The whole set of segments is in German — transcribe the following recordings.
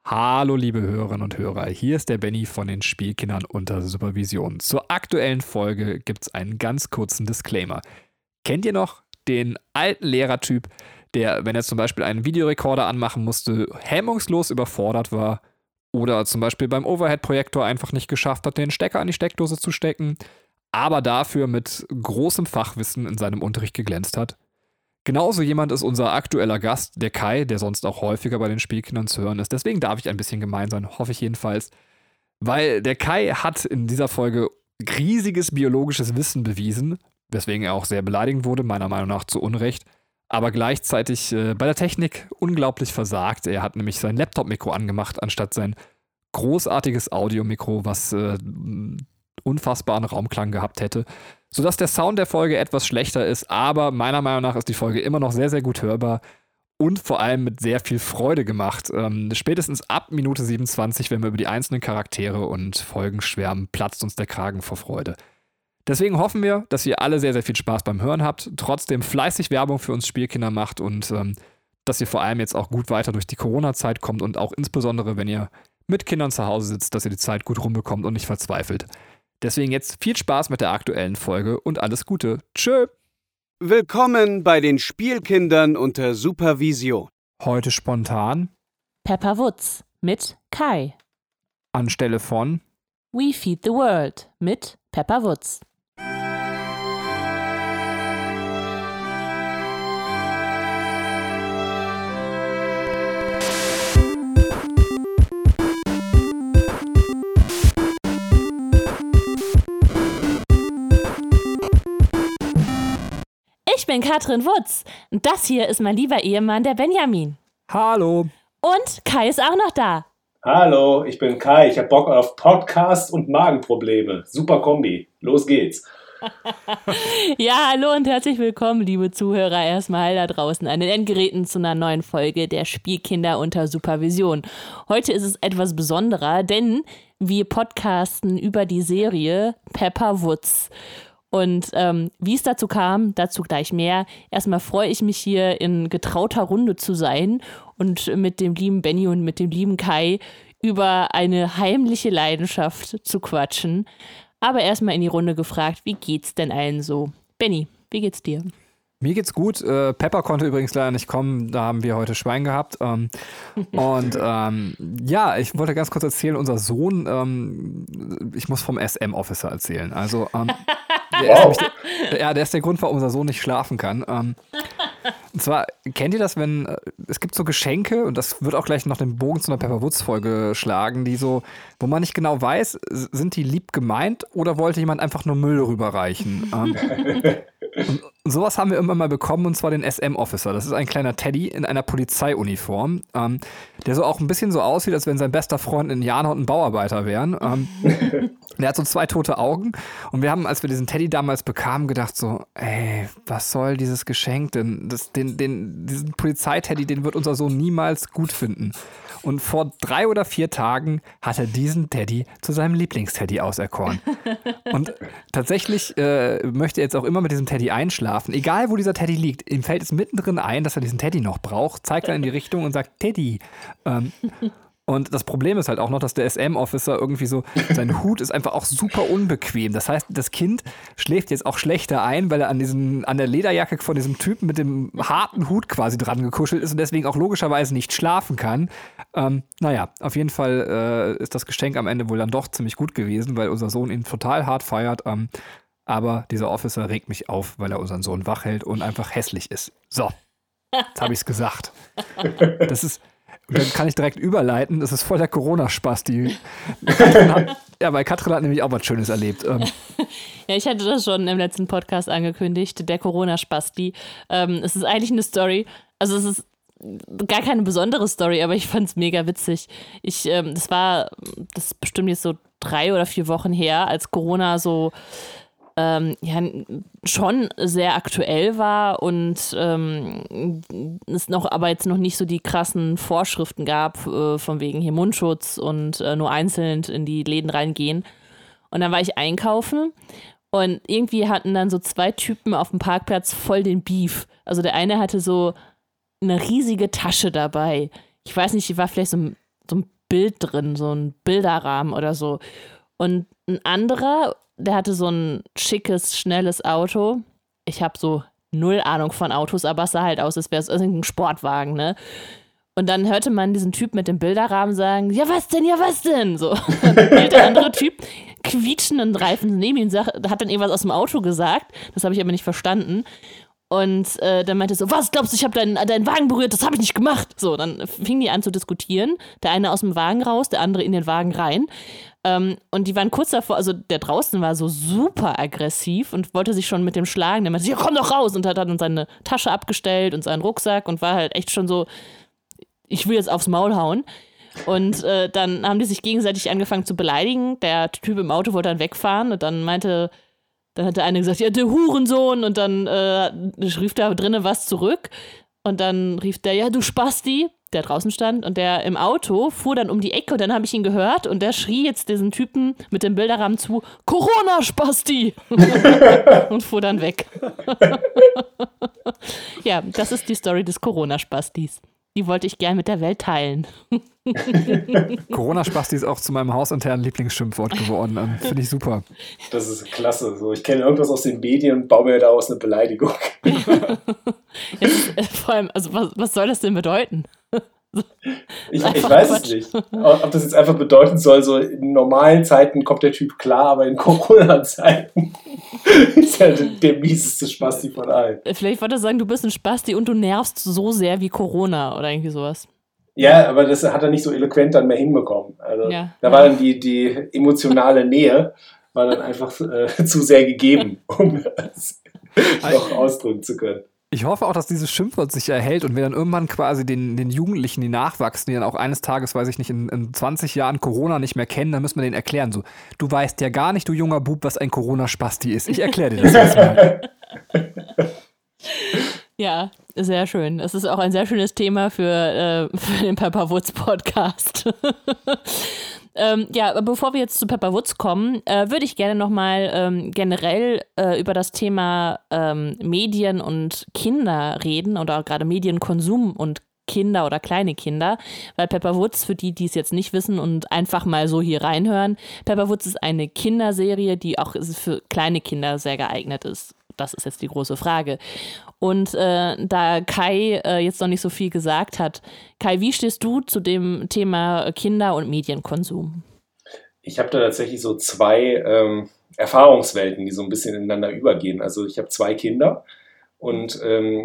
Hallo liebe Hörerinnen und Hörer, hier ist der Benny von den Spielkindern unter Supervision. Zur aktuellen Folge gibt es einen ganz kurzen Disclaimer. Kennt ihr noch den alten Lehrertyp, der, wenn er zum Beispiel einen Videorekorder anmachen musste, hemmungslos überfordert war oder zum Beispiel beim Overhead-Projektor einfach nicht geschafft hat, den Stecker an die Steckdose zu stecken, aber dafür mit großem Fachwissen in seinem Unterricht geglänzt hat? Genauso jemand ist unser aktueller Gast, der Kai, der sonst auch häufiger bei den Spielkindern zu hören ist. Deswegen darf ich ein bisschen gemein sein, hoffe ich jedenfalls. Weil der Kai hat in dieser Folge riesiges biologisches Wissen bewiesen, weswegen er auch sehr beleidigend wurde, meiner Meinung nach zu Unrecht. Aber gleichzeitig bei der Technik unglaublich versagt. Er hat nämlich sein Laptop-Mikro angemacht, anstatt sein großartiges Audiomikro, was unfassbaren Raumklang gehabt hätte, sodass der Sound der Folge etwas schlechter ist, aber meiner Meinung nach ist die Folge immer noch sehr, sehr gut hörbar und vor allem mit sehr viel Freude gemacht. Spätestens ab Minute 27, wenn wir über die einzelnen Charaktere und Folgen schwärmen, platzt uns der Kragen vor Freude. Deswegen hoffen wir, dass ihr alle sehr, sehr viel Spaß beim Hören habt, trotzdem fleißig Werbung für uns Spielkinder macht und dass ihr vor allem jetzt auch gut weiter durch die Corona-Zeit kommt und auch insbesondere, wenn ihr mit Kindern zu Hause sitzt, dass ihr die Zeit gut rumbekommt und nicht verzweifelt. Deswegen jetzt viel Spaß mit der aktuellen Folge und alles Gute. Tschö! Willkommen bei den Spielkindern unter Supervision. Heute spontan Pepper Woods mit Kai. Anstelle von We Feed the World mit Pepper Woods. Ich bin Katrin Wutz und das hier ist mein lieber Ehemann, der Benjamin. Hallo. Und Kai ist auch noch da. Hallo, ich bin Kai. Ich hab Bock auf Podcast und Magenprobleme. Super Kombi. Los geht's. Ja, hallo und herzlich willkommen, liebe Zuhörer, erstmal da draußen an den Endgeräten zu einer neuen Folge der Spielkinder unter Supervision. Heute ist es etwas besonderer, denn wir podcasten über die Serie Pepper Woods. Und wie es dazu kam, dazu gleich mehr. Erstmal freue ich mich hier in getrauter Runde zu sein und mit dem lieben Benny und mit dem lieben Kai über eine heimliche Leidenschaft zu quatschen. Aber erstmal in die Runde gefragt, wie geht's denn allen so? Benny, wie geht's dir? Mir geht's gut. Pepper konnte übrigens leider nicht kommen. Da haben wir heute Schwein gehabt. Ja, ich wollte ganz kurz erzählen, unser Sohn, ich muss vom SM-Officer erzählen. Also, der ist der Grund, warum unser Sohn nicht schlafen kann. Und zwar, kennt ihr das, wenn, es gibt so Geschenke, und das wird auch gleich noch den Bogen zu einer Pepper Woods-Folge schlagen, die so, wo man nicht genau weiß, sind die lieb gemeint oder wollte jemand einfach nur Müll rüberreichen? Und sowas haben wir immer mal bekommen, und zwar den SM-Officer. Das ist ein kleiner Teddy in einer Polizeiuniform, der so auch ein bisschen so aussieht, als wenn sein bester Freund ein Indianer und ein Bauarbeiter wären. Der hat so 2 tote Augen, und wir haben, als wir diesen Teddy damals bekamen, gedacht so, ey, was soll dieses Geschenk denn? Diesen Polizeiteddy, den wird unser Sohn niemals gut finden. Und vor 3 oder 4 Tagen hat er diesen Teddy zu seinem Lieblingsteddy auserkoren. Und tatsächlich möchte er jetzt auch immer mit diesem Teddy einschlafen. Egal, wo dieser Teddy liegt, ihm fällt es mittendrin ein, dass er diesen Teddy noch braucht, zeigt dann in die Richtung und sagt, Teddy. Und das Problem ist halt auch noch, dass der SM-Officer irgendwie so, sein Hut ist einfach auch super unbequem. Das heißt, das Kind schläft jetzt auch schlechter ein, weil er an der Lederjacke von diesem Typen mit dem harten Hut quasi dran gekuschelt ist und deswegen auch logischerweise nicht schlafen kann. Naja, auf jeden Fall ist das Geschenk am Ende wohl dann doch ziemlich gut gewesen, weil unser Sohn ihn total hart feiert. Aber dieser Officer regt mich auf, weil er unseren Sohn wach hält und einfach hässlich ist. So, jetzt habe ich es gesagt. Und dann kann ich direkt überleiten, das ist voll der Corona-Spaß. Weil Katrin hat nämlich auch was Schönes erlebt. Ja, ich hatte das schon im letzten Podcast angekündigt, der Corona-Spasti. Es ist eigentlich eine Story, also es ist gar keine besondere Story, aber ich fand es mega witzig. Das ist bestimmt jetzt so 3 oder 4 Wochen her, als Corona so schon sehr aktuell war und es aber jetzt noch nicht so die krassen Vorschriften gab, von wegen hier Mundschutz und nur einzeln in die Läden reingehen. Und dann war ich einkaufen und irgendwie hatten dann so 2 Typen auf dem Parkplatz voll den Beef. Also der eine hatte so eine riesige Tasche dabei. Ich weiß nicht, die war vielleicht so ein Bild drin, so ein Bilderrahmen oder so. Und ein anderer, der hatte so ein schickes, schnelles Auto. Ich habe so null Ahnung von Autos, aber es sah halt aus, als wäre es irgendein Sportwagen, ne? Und dann hörte man diesen Typ mit dem Bilderrahmen sagen, ja was denn, ja was denn? So. Und dann hielt der andere Typ quietschenden Reifen neben ihm, hat dann irgendwas aus dem Auto gesagt, das habe ich aber nicht verstanden. Und dann meinte er so, was, glaubst du, ich habe deinen Wagen berührt, das habe ich nicht gemacht. So, dann fingen die an zu diskutieren, der eine aus dem Wagen raus, der andere in den Wagen rein. Und die waren kurz davor, also der draußen war so super aggressiv und wollte sich schon mit dem schlagen. Der meinte, ja komm doch raus, und hat dann seine Tasche abgestellt und seinen Rucksack und war halt echt schon so, ich will jetzt aufs Maul hauen. Und dann haben die sich gegenseitig angefangen zu beleidigen. Der Typ im Auto wollte dann wegfahren und dann hat der eine gesagt, ja, der Hurensohn, und dann rief da drinnen was zurück und dann rief der, ja, du Spasti, der draußen stand, und der im Auto fuhr dann um die Ecke und dann habe ich ihn gehört und der schrie jetzt diesen Typen mit dem Bilderrahmen zu, Corona-Spasti! Und fuhr dann weg. Ja, das ist die Story des Corona-Spastis. Die wollte ich gern mit der Welt teilen. Corona-Spasti ist auch zu meinem hausinternen Lieblingsschimpfwort geworden. Finde ich super. Das ist klasse. So, ich kenne irgendwas aus den Medien und baue mir daraus eine Beleidigung. Vor allem, also was soll das denn bedeuten? Ich weiß es nicht. Ob das jetzt einfach bedeuten soll, so in normalen Zeiten kommt der Typ klar, aber in Corona-Zeiten ist er der mieseste Spasti von allen. Vielleicht wollte er sagen, du bist ein Spasti und du nervst so sehr wie Corona oder irgendwie sowas. Ja, aber das hat er nicht so eloquent dann mehr hinbekommen. Also ja, da war dann die emotionale Nähe war dann einfach zu sehr gegeben, um das noch ausdrücken zu können. Ich hoffe auch, dass dieses Schimpfwort sich erhält und wir dann irgendwann quasi den Jugendlichen, die nachwachsen, die dann auch eines Tages, weiß ich nicht, in 20 Jahren Corona nicht mehr kennen, dann müssen wir denen erklären, so, du weißt ja gar nicht, du junger Bub, was ein Corona-Spasti ist. Ich erkläre dir das jetzt mal. Ja, sehr schön. Es ist auch ein sehr schönes Thema für den Pepper Woods Podcast. Ja, aber bevor wir jetzt zu Pepper Woods kommen, würde ich gerne nochmal generell über das Thema Medien und Kinder reden oder auch gerade Medienkonsum und Kinder oder kleine Kinder, weil Pepper Woods, für die es jetzt nicht wissen und einfach mal so hier reinhören, Pepper Woods ist eine Kinderserie, die auch für kleine Kinder sehr geeignet ist. Das ist jetzt die große Frage. Und da Kai jetzt noch nicht so viel gesagt hat, Kai, wie stehst du zu dem Thema Kinder- und Medienkonsum? Ich habe da tatsächlich so zwei Erfahrungswelten, die so ein bisschen ineinander übergehen. Also ich habe 2 Kinder und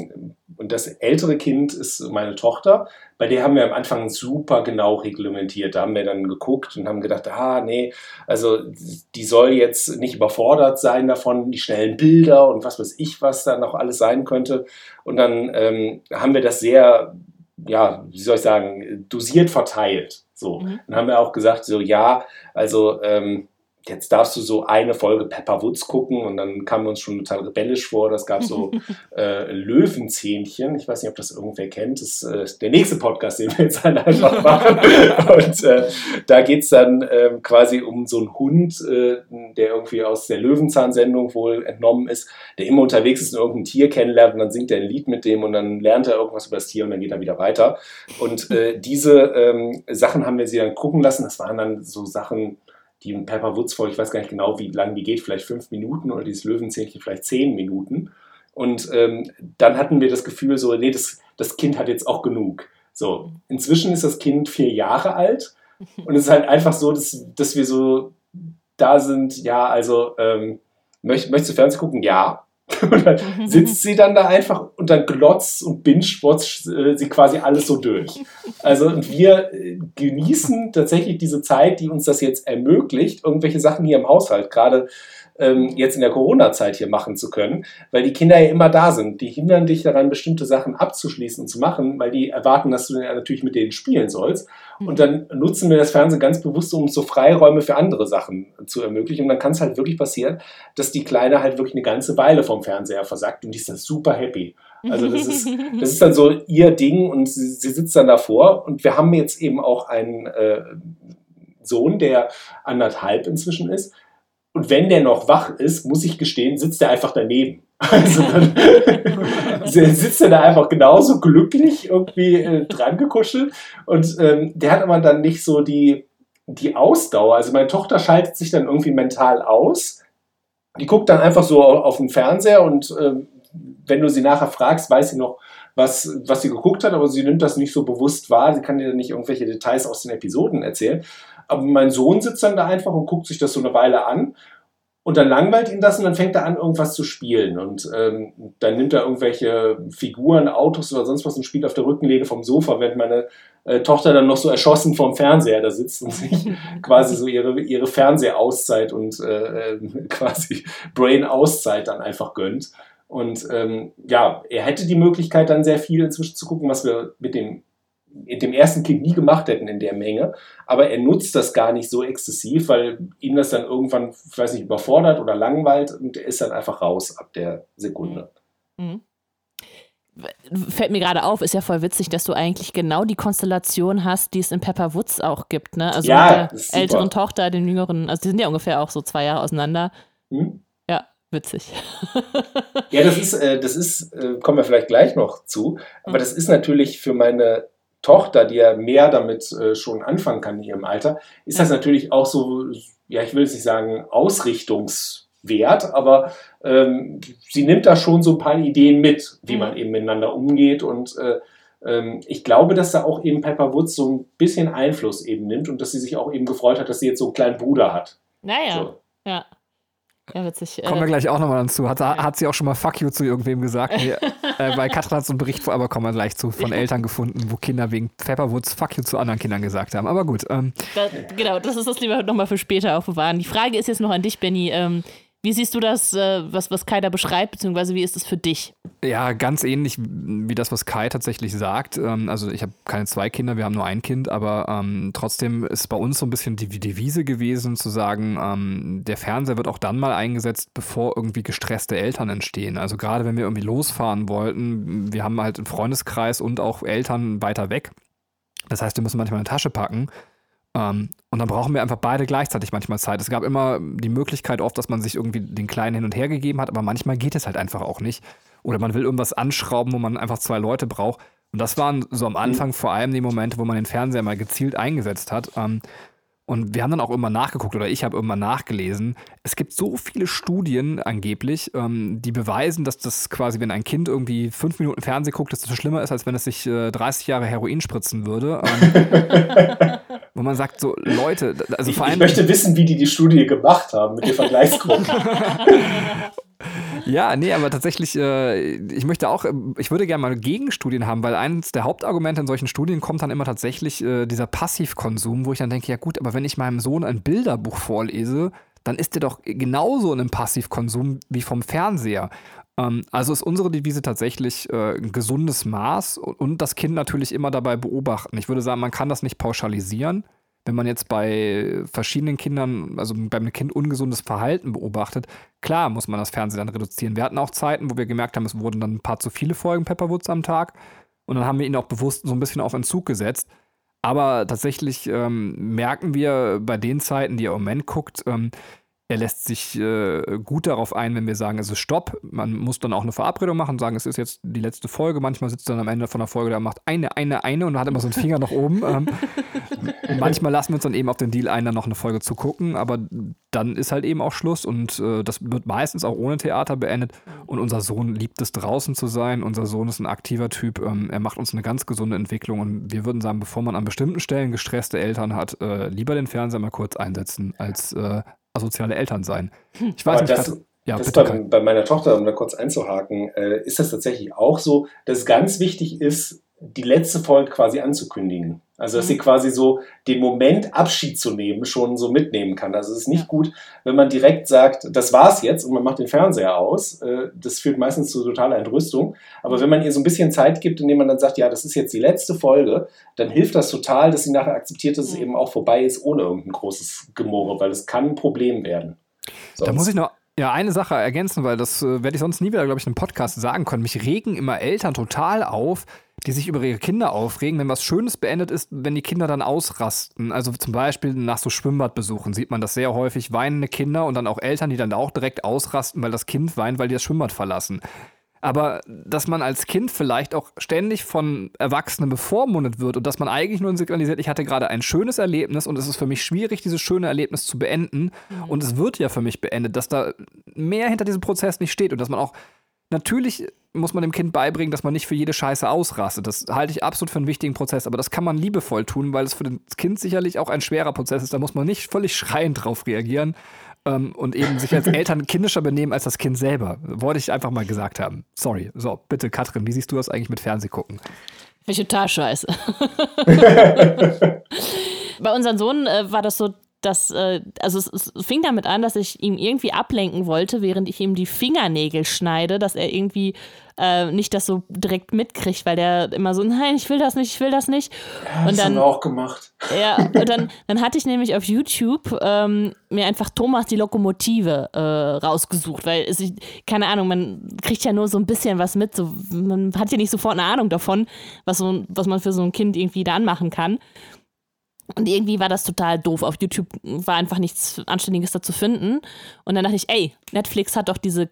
das ältere Kind ist meine Tochter. Bei der haben wir am Anfang super genau reglementiert. Da haben wir dann geguckt und haben gedacht, nee, also die soll jetzt nicht überfordert sein davon, die schnellen Bilder und was weiß ich, was da noch alles sein könnte. Und dann haben wir das sehr, ja, wie soll ich sagen, dosiert verteilt. So. Dann haben wir auch gesagt, so ja, also jetzt darfst du so eine Folge Pepper Woods gucken, und dann kamen wir uns schon total rebellisch vor. Das gab so Löwenzähnchen. Ich weiß nicht, ob das irgendwer kennt. Das ist der nächste Podcast, den wir jetzt einfach machen. Und da geht es dann quasi um so einen Hund, der irgendwie aus der Löwenzahn-Sendung wohl entnommen ist, der immer unterwegs ist und irgendein Tier kennenlernt, und dann singt er ein Lied mit dem und dann lernt er irgendwas über das Tier und dann geht er wieder weiter. Und diese Sachen haben wir sie dann gucken lassen. Das waren dann so Sachen, die Pepper Woods Folge, ich weiß gar nicht genau, wie lang die geht, vielleicht 5 Minuten, oder dieses Löwenzähnchen vielleicht 10 Minuten. Und dann hatten wir das Gefühl so, nee, das Kind hat jetzt auch genug. So, inzwischen ist das Kind 4 Jahre alt und es ist halt einfach so, dass wir so da sind, ja, also möchtest du Fernsehen gucken? Ja. Und dann sitzt sie dann da einfach und dann glotzt und binge-watcht sie quasi alles so durch. Also und wir genießen tatsächlich diese Zeit, die uns das jetzt ermöglicht, irgendwelche Sachen hier im Haushalt, gerade jetzt in der Corona-Zeit hier machen zu können, weil die Kinder ja immer da sind. Die hindern dich daran, bestimmte Sachen abzuschließen und zu machen, weil die erwarten, dass du ja natürlich mit denen spielen sollst. Und dann nutzen wir das Fernsehen ganz bewusst, um so Freiräume für andere Sachen zu ermöglichen. Und dann kann es halt wirklich passieren, dass die Kleine halt wirklich eine ganze Weile vom Fernseher versackt und die ist dann super happy. Also das ist dann so ihr Ding und sie sitzt dann davor. Und wir haben jetzt eben auch einen Sohn, der 1,5 inzwischen ist. Und wenn der noch wach ist, muss ich gestehen, sitzt er einfach daneben. Also dann sitzt er da einfach genauso glücklich irgendwie dran gekuschelt. Und der hat aber dann nicht so die Ausdauer. Also meine Tochter schaltet sich dann irgendwie mental aus. Die guckt dann einfach so auf den Fernseher und wenn du sie nachher fragst, weiß sie noch, was sie geguckt hat, aber sie nimmt das nicht so bewusst wahr. Sie kann dir nicht irgendwelche Details aus den Episoden erzählen. Aber mein Sohn sitzt dann da einfach und guckt sich das so eine Weile an und dann langweilt ihn das und dann fängt er an, irgendwas zu spielen. Und dann nimmt er irgendwelche Figuren, Autos oder sonst was und spielt auf der Rückenlehne vom Sofa, während meine Tochter dann noch so erschossen vorm Fernseher da sitzt und sich quasi so ihre Fernsehauszeit und quasi Brain-Auszeit dann einfach gönnt. Und er hätte die Möglichkeit, dann sehr viel inzwischen zu gucken, was wir mit dem ersten Kind nie gemacht hätten in der Menge. Aber er nutzt das gar nicht so exzessiv, weil ihn das dann irgendwann, ich weiß nicht, überfordert oder langweilt und er ist dann einfach raus ab der Sekunde. Mhm. Fällt mir gerade auf, ist ja voll witzig, dass du eigentlich genau die Konstellation hast, die es in Pepper Woods auch gibt, ne? Also mit der älteren Tochter, den jüngeren, also die sind ja ungefähr auch so 2 Jahre auseinander. Ja, witzig. Ja, das ist, kommen wir vielleicht gleich noch zu, aber das ist natürlich für meine Tochter, die ja mehr damit schon anfangen kann in ihrem Alter, ist das natürlich auch so, ja, ich will jetzt nicht sagen ausrichtungswert, aber sie nimmt da schon so ein paar Ideen mit, wie man eben miteinander umgeht und ich glaube, dass da auch eben Pepper Woods so ein bisschen Einfluss eben nimmt und dass sie sich auch eben gefreut hat, dass sie jetzt so einen kleinen Bruder hat. Naja, so. Ja. Ja, witzig. Kommen wir gleich auch nochmal dazu. Hat sie auch schon mal Fuck you zu irgendwem gesagt? Nee, bei Katrin hat so einen Bericht vor, aber kommen wir gleich zu, von Eltern gefunden, wo Kinder wegen Pepperwoods Fuck you zu anderen Kindern gesagt haben. Aber gut. Genau, das ist das lieber nochmal für später aufbewahren. Die Frage ist jetzt noch an dich, Benni. Wie siehst du das, was Kai da beschreibt, beziehungsweise wie ist es für dich? Ja, ganz ähnlich wie das, was Kai tatsächlich sagt. Also ich habe keine 2 Kinder, wir haben nur ein Kind, aber trotzdem ist bei uns so ein bisschen die Devise gewesen, zu sagen, der Fernseher wird auch dann mal eingesetzt, bevor irgendwie gestresste Eltern entstehen. Also gerade wenn wir irgendwie losfahren wollten, wir haben halt einen Freundeskreis und auch Eltern weiter weg. Das heißt, wir müssen manchmal eine Tasche packen. Und dann brauchen wir einfach beide gleichzeitig manchmal Zeit. Es gab immer die Möglichkeit oft, dass man sich irgendwie den Kleinen hin und her gegeben hat, aber manchmal geht es halt einfach auch nicht. Oder man will irgendwas anschrauben, wo man einfach 2 Leute braucht. Und das waren so am Anfang vor allem die Momente, wo man den Fernseher mal gezielt eingesetzt hat. Und wir haben dann auch irgendwann nachgeguckt, oder ich habe irgendwann nachgelesen. Es gibt so viele Studien angeblich, die beweisen, dass das quasi, wenn ein Kind irgendwie 5 Minuten Fernsehen guckt, desto schlimmer ist, als wenn es sich 30 Jahre Heroin spritzen würde. Wo man sagt, so Leute, also vor allem... Ich möchte wissen, wie die Studie gemacht haben mit den Vergleichsgruppen. Ja, nee, aber tatsächlich, ich würde gerne mal Gegenstudien haben, weil eines der Hauptargumente in solchen Studien kommt dann immer tatsächlich dieser Passivkonsum, wo ich dann denke, ja gut, aber wenn ich meinem Sohn ein Bilderbuch vorlese, dann ist der doch genauso in einem Passivkonsum wie vom Fernseher. Also ist unsere Devise tatsächlich ein gesundes Maß und das Kind natürlich immer dabei beobachten. Ich würde sagen, man kann das nicht pauschalisieren. Wenn man jetzt bei verschiedenen Kindern, also bei einem Kind ungesundes Verhalten beobachtet, klar muss man das Fernsehen dann reduzieren. Wir hatten auch Zeiten, wo wir gemerkt haben, es wurden dann ein paar zu viele Folgen Pepper Woods am Tag und dann haben wir ihn auch bewusst so ein bisschen auf Entzug gesetzt. Aber tatsächlich merken wir bei den Zeiten, die er im Moment guckt, er lässt sich gut darauf ein, wenn wir sagen, es ist Stopp. Man muss dann auch eine Verabredung machen und sagen, es ist jetzt die letzte Folge. Manchmal sitzt er dann am Ende von der Folge da und macht eine und hat immer so einen Finger nach oben. Manchmal lassen wir uns dann eben auf den Deal ein, dann noch eine Folge zu gucken. Aber dann ist halt eben auch Schluss und das wird meistens auch ohne Theater beendet. Und unser Sohn liebt es, draußen zu sein. Unser Sohn ist ein aktiver Typ. Er macht uns eine ganz gesunde Entwicklung. Und wir würden sagen, bevor man an bestimmten Stellen gestresste Eltern hat, lieber den Fernseher mal kurz einsetzen, als asoziale Eltern sein. Ich weiß nicht, bei meiner Tochter, um da kurz einzuhaken, ist das tatsächlich auch so, dass es ganz wichtig ist, die letzte Folge quasi anzukündigen. Also, dass sie quasi so den Moment Abschied zu nehmen schon so mitnehmen kann. Also, es ist nicht gut, wenn man direkt sagt, das war's jetzt und man macht den Fernseher aus. Das führt meistens zu totaler Entrüstung. Aber wenn man ihr so ein bisschen Zeit gibt, indem man dann sagt, ja, das ist jetzt die letzte Folge, dann hilft das total, dass sie nachher akzeptiert, dass es eben auch vorbei ist, ohne irgendein großes Gemurre, weil es kann ein Problem werden. Da muss ich noch Ja, eine Sache ergänzen, weil das werde ich sonst nie wieder, glaube ich, in einem Podcast sagen können. Mich regen immer Eltern total auf, die sich über ihre Kinder aufregen, wenn was Schönes beendet ist, wenn die Kinder dann ausrasten. Also zum Beispiel nach so Schwimmbadbesuchen sieht man das sehr häufig, weinende Kinder und dann auch Eltern, die dann auch direkt ausrasten, weil das Kind weint, weil die das Schwimmbad verlassen. Aber dass man als Kind vielleicht auch ständig von Erwachsenen bevormundet wird und dass man eigentlich nur signalisiert, ich hatte gerade ein schönes Erlebnis und es ist für mich schwierig, dieses schöne Erlebnis zu beenden. Und es wird ja für mich beendet, dass da mehr hinter diesem Prozess nicht steht und dass man auch, natürlich muss man dem Kind beibringen, dass man nicht für jede Scheiße ausrastet. Das halte ich absolut für einen wichtigen Prozess, aber das kann man liebevoll tun, weil es für das Kind sicherlich auch ein schwerer Prozess ist. Da muss man nicht völlig schreiend drauf reagieren. Und eben sich als Eltern kindischer benehmen als das Kind selber. Wollte ich einfach mal gesagt haben. Sorry. So, bitte, Katrin, wie siehst du das eigentlich mit Fernsehgucken? Finde ich total scheiße. Bei unserem Sohn war das so, dass, also es fing damit an, dass ich ihm irgendwie ablenken wollte, während ich ihm die Fingernägel schneide, dass er irgendwie nicht das so direkt mitkriegt, weil der immer so, nein, ich will das nicht. Ja, und das dann haben wir auch gemacht. Ja, und dann hatte ich nämlich auf YouTube mir einfach Thomas die Lokomotive rausgesucht, weil keine Ahnung, man kriegt ja nur so ein bisschen was mit, so, man hat ja nicht sofort eine Ahnung davon, was man für so ein Kind irgendwie da anmachen kann. Und irgendwie war das total doof. Auf YouTube war einfach nichts Anständiges da zu finden. Und dann dachte ich, ey, Netflix hat doch diese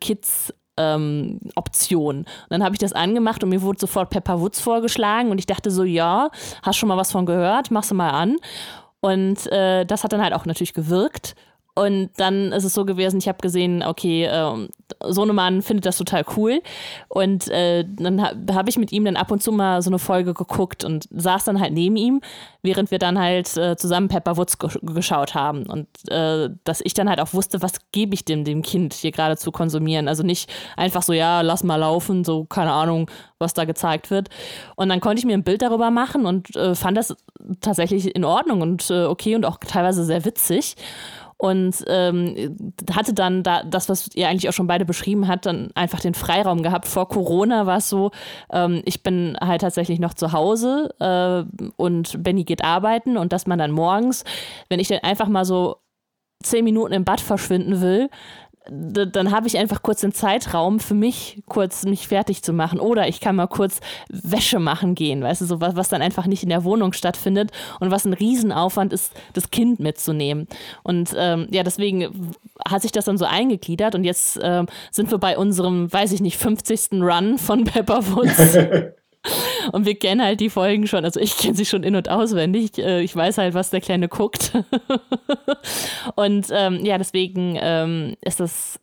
Option. Und dann habe ich das angemacht und mir wurde sofort Pepper Woods vorgeschlagen und ich dachte so, ja, hast schon mal was von gehört, mach's mal an. Und das hat dann halt auch natürlich gewirkt. Und dann ist es so gewesen, ich habe gesehen, okay, Sohnemann findet das total cool. Und dann habe ich mit ihm dann ab und zu mal so eine Folge geguckt und saß dann halt neben ihm, während wir dann halt zusammen Pepper Woods geschaut haben. Und dass ich dann halt auch wusste, was gebe ich dem Kind hier gerade zu konsumieren. Also nicht einfach so, ja, lass mal laufen, so keine Ahnung, was da gezeigt wird. Und dann konnte ich mir ein Bild darüber machen und fand das tatsächlich in Ordnung und okay und auch teilweise sehr witzig. Und hatte dann das, was ihr eigentlich auch schon beide beschrieben habt, dann einfach den Freiraum gehabt. Vor Corona war es so, ich bin halt tatsächlich noch zu Hause und Benny geht arbeiten und dass man dann morgens, wenn ich dann einfach mal so 10 Minuten im Bad verschwinden will, dann habe ich einfach kurz den Zeitraum für mich, kurz mich fertig zu machen. Oder ich kann mal kurz Wäsche machen gehen, weißt du, so was dann einfach nicht in der Wohnung stattfindet und was ein Riesenaufwand ist, das Kind mitzunehmen. Und ja, deswegen hat sich das dann so eingegliedert und jetzt sind wir bei unserem, weiß ich nicht, 50. Run von Pepper Woods. Und wir kennen halt die Folgen schon, also ich kenne sie schon in- und auswendig. Ich weiß halt, was der Kleine guckt. Und ja, deswegen ist das,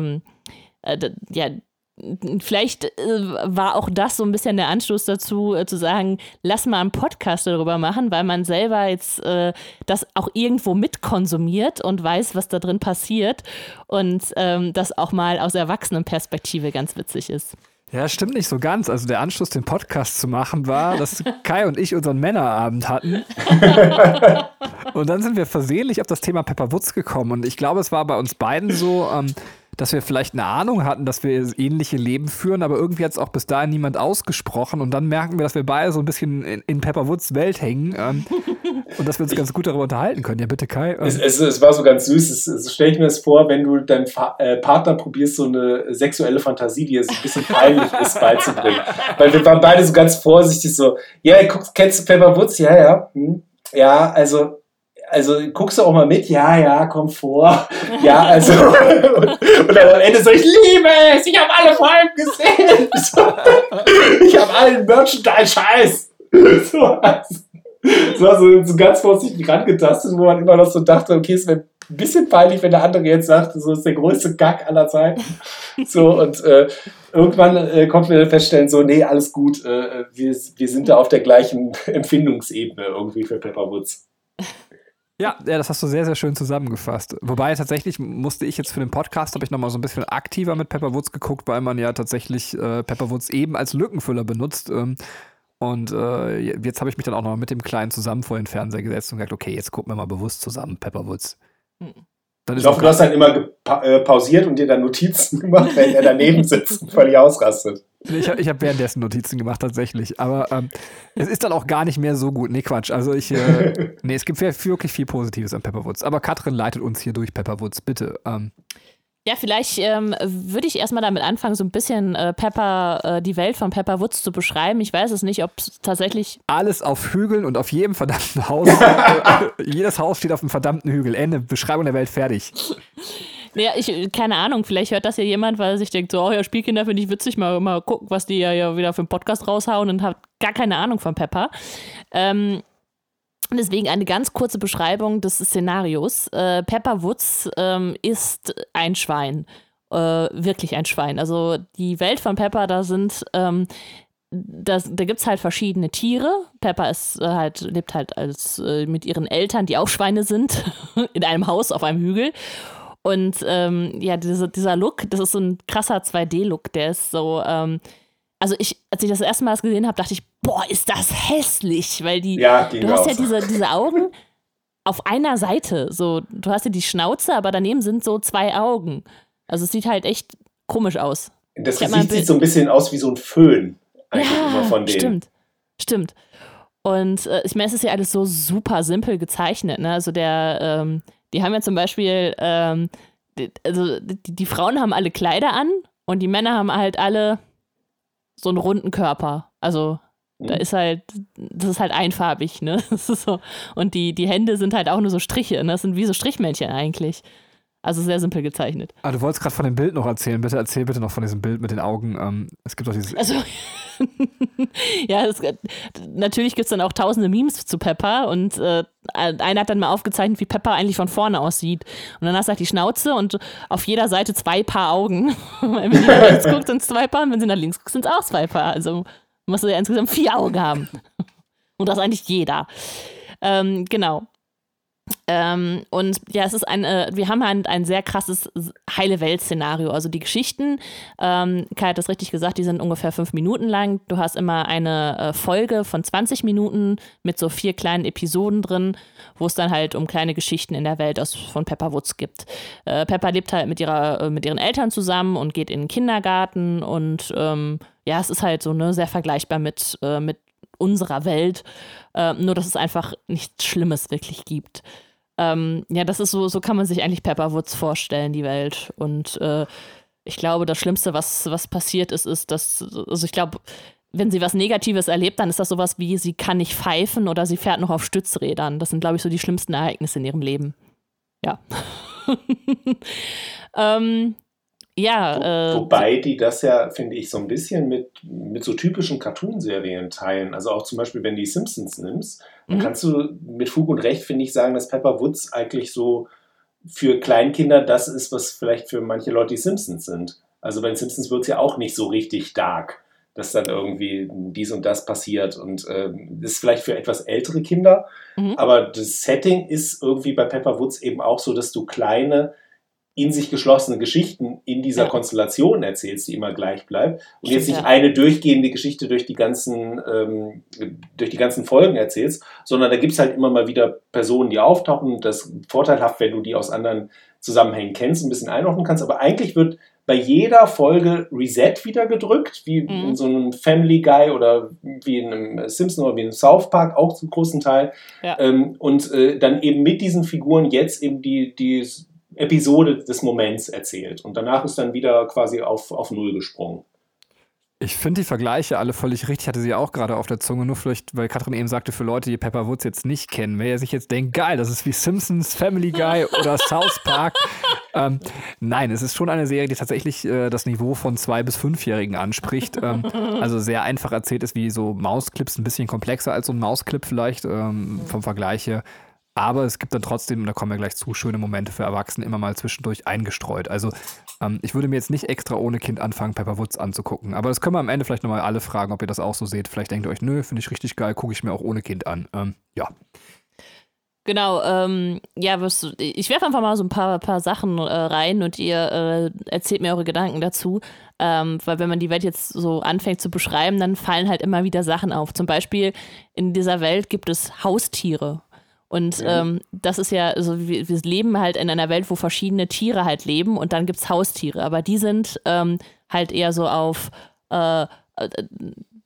ja, vielleicht war auch das so ein bisschen der Anstoß dazu, zu sagen, lass mal einen Podcast darüber machen, weil man selber jetzt das auch irgendwo mitkonsumiert und weiß, was da drin passiert und das auch mal aus Erwachsenenperspektive ganz witzig ist. Ja, stimmt nicht so ganz. Also der Anschluss, den Podcast zu machen, war, dass Kai und ich unseren Männerabend hatten. Und dann sind wir versehentlich auf das Thema Pepper Woods gekommen. Und ich glaube, es war bei uns beiden so, dass wir vielleicht eine Ahnung hatten, dass wir ähnliche Leben führen, aber irgendwie hat es auch bis dahin niemand ausgesprochen. Und dann merken wir, dass wir beide so ein bisschen in Pepper Woods Welt hängen und dass wir uns ganz gut darüber unterhalten können. Ja, bitte, Kai. Es war so ganz süß. Stelle ich mir das vor, wenn du deinem Partner probierst, so eine sexuelle Fantasie, die es ein bisschen peinlich ist, beizubringen. Weil wir waren beide so ganz vorsichtig so, ja, kennst du Pepper Woods? Ja, ja. Ja, also guckst du auch mal mit? Ja, komm vor. Ja, also und dann am Ende so, ich liebe es, ich habe alle Folgen gesehen. Ich habe allen Merchandise-Scheiß. So ganz vorsichtig rangetastet, wo man immer noch so dachte, okay, es wäre ein bisschen peinlich, wenn der andere jetzt sagt, so ist der größte Gack aller Zeiten. So, und irgendwann konnten wir feststellen, so, nee, alles gut, wir sind da auf der gleichen Empfindungsebene irgendwie für Pepper Woods. Ja, das hast du sehr, sehr schön zusammengefasst. Wobei tatsächlich musste ich jetzt für den Podcast, habe ich nochmal so ein bisschen aktiver mit Pepper Woods geguckt, weil man ja tatsächlich Pepper Woods eben als Lückenfüller benutzt. Und jetzt habe ich mich dann auch noch mit dem Kleinen zusammen vor den Fernseher gesetzt und gesagt, okay, jetzt gucken wir mal bewusst zusammen Pepper Woods. Ich hoffe, du hast dann immer pausiert und dir dann Notizen gemacht, wenn er daneben sitzt und völlig ausrastet. Ich hab währenddessen Notizen gemacht, tatsächlich. Aber es ist dann auch gar nicht mehr so gut. Nee, Quatsch. Also es gibt wirklich viel Positives an Pepper Woods. Aber Katrin leitet uns hier durch Pepper Woods, bitte. Ja, vielleicht würde ich erstmal damit anfangen, so ein bisschen die Welt von Pepper Woods zu beschreiben. Ich weiß es nicht, ob es tatsächlich... Alles auf Hügeln und auf jedem verdammten Haus. Jedes Haus steht auf einem verdammten Hügel. Ende, Beschreibung der Welt, fertig. Ja, keine Ahnung, vielleicht hört das ja jemand, weil er sich denkt, so, oh ja, Spielkinder finde ich witzig, mal gucken, was die ja wieder für einen Podcast raushauen und hat gar keine Ahnung von Pepper. Deswegen eine ganz kurze Beschreibung des Szenarios. Pepper Woods ist ein Schwein. Wirklich ein Schwein. Also die Welt von Pepper, da gibt es halt verschiedene Tiere. Pepper lebt halt mit ihren Eltern, die auch Schweine sind, in einem Haus auf einem Hügel. Und dieser Look, das ist so ein krasser 2D-Look, der ist so... als ich das erste Mal das gesehen habe, dachte ich, boah, ist das hässlich, weil du hast ja diese Augen auf einer Seite, so, du hast ja die Schnauze, aber daneben sind so 2 Augen. Also es sieht halt echt komisch aus. Das Gesicht sieht so ein bisschen aus wie so ein Föhn. Ja, von denen. Stimmt. Und ich meine, es ist ja alles so super simpel gezeichnet, ne? Also die haben ja zum Beispiel, die Frauen haben alle Kleider an und die Männer haben halt alle so einen runden Körper. Also das ist halt einfarbig, ne? Das ist so. Und die Hände sind halt auch nur so Striche, ne? Das sind wie so Strichmännchen eigentlich. Also sehr simpel gezeichnet. Du wolltest gerade von dem Bild noch erzählen. Bitte erzähl bitte noch von diesem Bild mit den Augen. Es gibt doch dieses... Also, ja, natürlich gibt es dann auch tausende Memes zu Pepper und einer hat dann mal aufgezeichnet, wie Pepper eigentlich von vorne aussieht. Und dann hast du halt die Schnauze und auf jeder Seite 2 Paar Augen. Wenn sie nach rechts guckt, sind es 2 Paar und wenn sie nach links guckt, sind es auch 2 Paar. Also musst du ja insgesamt 4 Augen haben. Und das eigentlich jeder. Genau. Und ja, wir haben halt ein sehr krasses Heile-Welt-Szenario. Also die Geschichten, Kai hat das richtig gesagt, die sind ungefähr 5 Minuten lang. Du hast immer eine Folge von 20 Minuten mit so 4 kleinen Episoden drin, wo es dann halt um kleine Geschichten in der Welt von Pepper Woods gibt. Pepper lebt halt mit ihren Eltern zusammen und geht in den Kindergarten und ja, es ist halt so sehr vergleichbar mit unserer Welt, nur dass es einfach nichts Schlimmes wirklich gibt. Ja, das ist so kann man sich eigentlich Pepper Woods vorstellen, die Welt. Und ich glaube, das Schlimmste, was passiert ist, dass, also ich glaube, wenn sie was Negatives erlebt, dann ist das sowas wie, sie kann nicht pfeifen oder sie fährt noch auf Stützrädern. Das sind, glaube ich, so die schlimmsten Ereignisse in ihrem Leben. Ja. Wobei die das ja, finde ich, so ein bisschen mit so typischen Cartoonserien teilen. Also auch zum Beispiel, wenn du die Simpsons nimmst, dann kannst du mit Fug und Recht, finde ich, sagen, dass Pepper Woods eigentlich so für Kleinkinder das ist, was vielleicht für manche Leute die Simpsons sind. Also bei den Simpsons wird es ja auch nicht so richtig dark, dass dann irgendwie dies und das passiert. Und das ist vielleicht für etwas ältere Kinder, aber das Setting ist irgendwie bei Pepper Woods eben auch so, dass du kleine, in sich geschlossene Geschichten in dieser Konstellation erzählst, die immer gleich bleibt. Und jetzt nicht eine durchgehende Geschichte durch die ganzen Folgen erzählst, sondern da gibt es halt immer mal wieder Personen, die auftauchen. Das ist vorteilhaft, wenn du die aus anderen Zusammenhängen kennst, ein bisschen einordnen kannst. Aber eigentlich wird bei jeder Folge Reset wieder gedrückt, wie in so einem Family Guy oder wie in einem Simpson oder wie in einem South Park, auch zum großen Teil. Ja. Und dann eben mit diesen Figuren jetzt eben die Episode des Moments erzählt. Und danach ist dann wieder quasi auf Null gesprungen. Ich finde die Vergleiche alle völlig richtig, hatte sie auch gerade auf der Zunge, nur vielleicht, weil Katrin eben sagte, für Leute, die Pepper Woods jetzt nicht kennen, wer sich jetzt denkt, geil, das ist wie Simpsons, Family Guy oder South Park. Nein, es ist schon eine Serie, die tatsächlich das Niveau von 2- bis 5-Jährigen anspricht. Also sehr einfach erzählt ist, wie so Mausclips, ein bisschen komplexer als so ein Mausclip vielleicht vom Vergleich her. Aber es gibt dann trotzdem, und da kommen wir gleich zu, schöne Momente für Erwachsene immer mal zwischendurch eingestreut. Also ich würde mir jetzt nicht extra ohne Kind anfangen, Pepper Woods anzugucken. Aber das können wir am Ende vielleicht nochmal alle fragen, ob ihr das auch so seht. Vielleicht denkt ihr euch, nö, finde ich richtig geil, gucke ich mir auch ohne Kind an. Ja. Genau, ich werfe einfach mal so ein paar Sachen rein und ihr erzählt mir eure Gedanken dazu. Weil wenn man die Welt jetzt so anfängt zu beschreiben, dann fallen halt immer wieder Sachen auf. Zum Beispiel in dieser Welt gibt es Haustiere. Und das ist ja, also wir leben halt in einer Welt, wo verschiedene Tiere halt leben und dann gibt es Haustiere. Aber die sind halt eher so auf,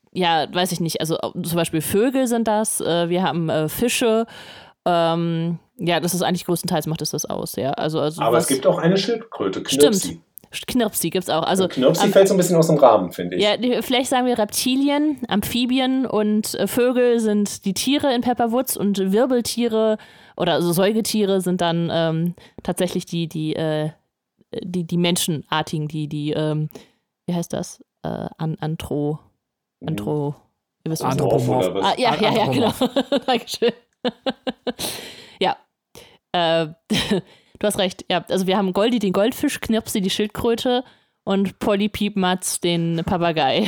weiß ich nicht, also zum Beispiel Vögel sind das, wir haben Fische, Ja, das ist eigentlich größtenteils macht es das aus, ja. Also Aber es gibt auch eine Schildkröte, Knirpsi. Stimmt, Knirpsi gibt's auch. Also, Knirpsi fällt so ein bisschen aus dem Rahmen, finde ich. Ja, vielleicht sagen wir Reptilien, Amphibien und Vögel sind die Tiere in Pepperwoods und Wirbeltiere oder also Säugetiere sind dann tatsächlich die Menschenartigen, wie heißt das? Ihr wisst, was Anthropomorph. ja, genau. Dankeschön. Ja. Du hast recht. Ja, also wir haben Goldi den Goldfisch, Knirpsi die Schildkröte und Polly Piepmatz den Papagei.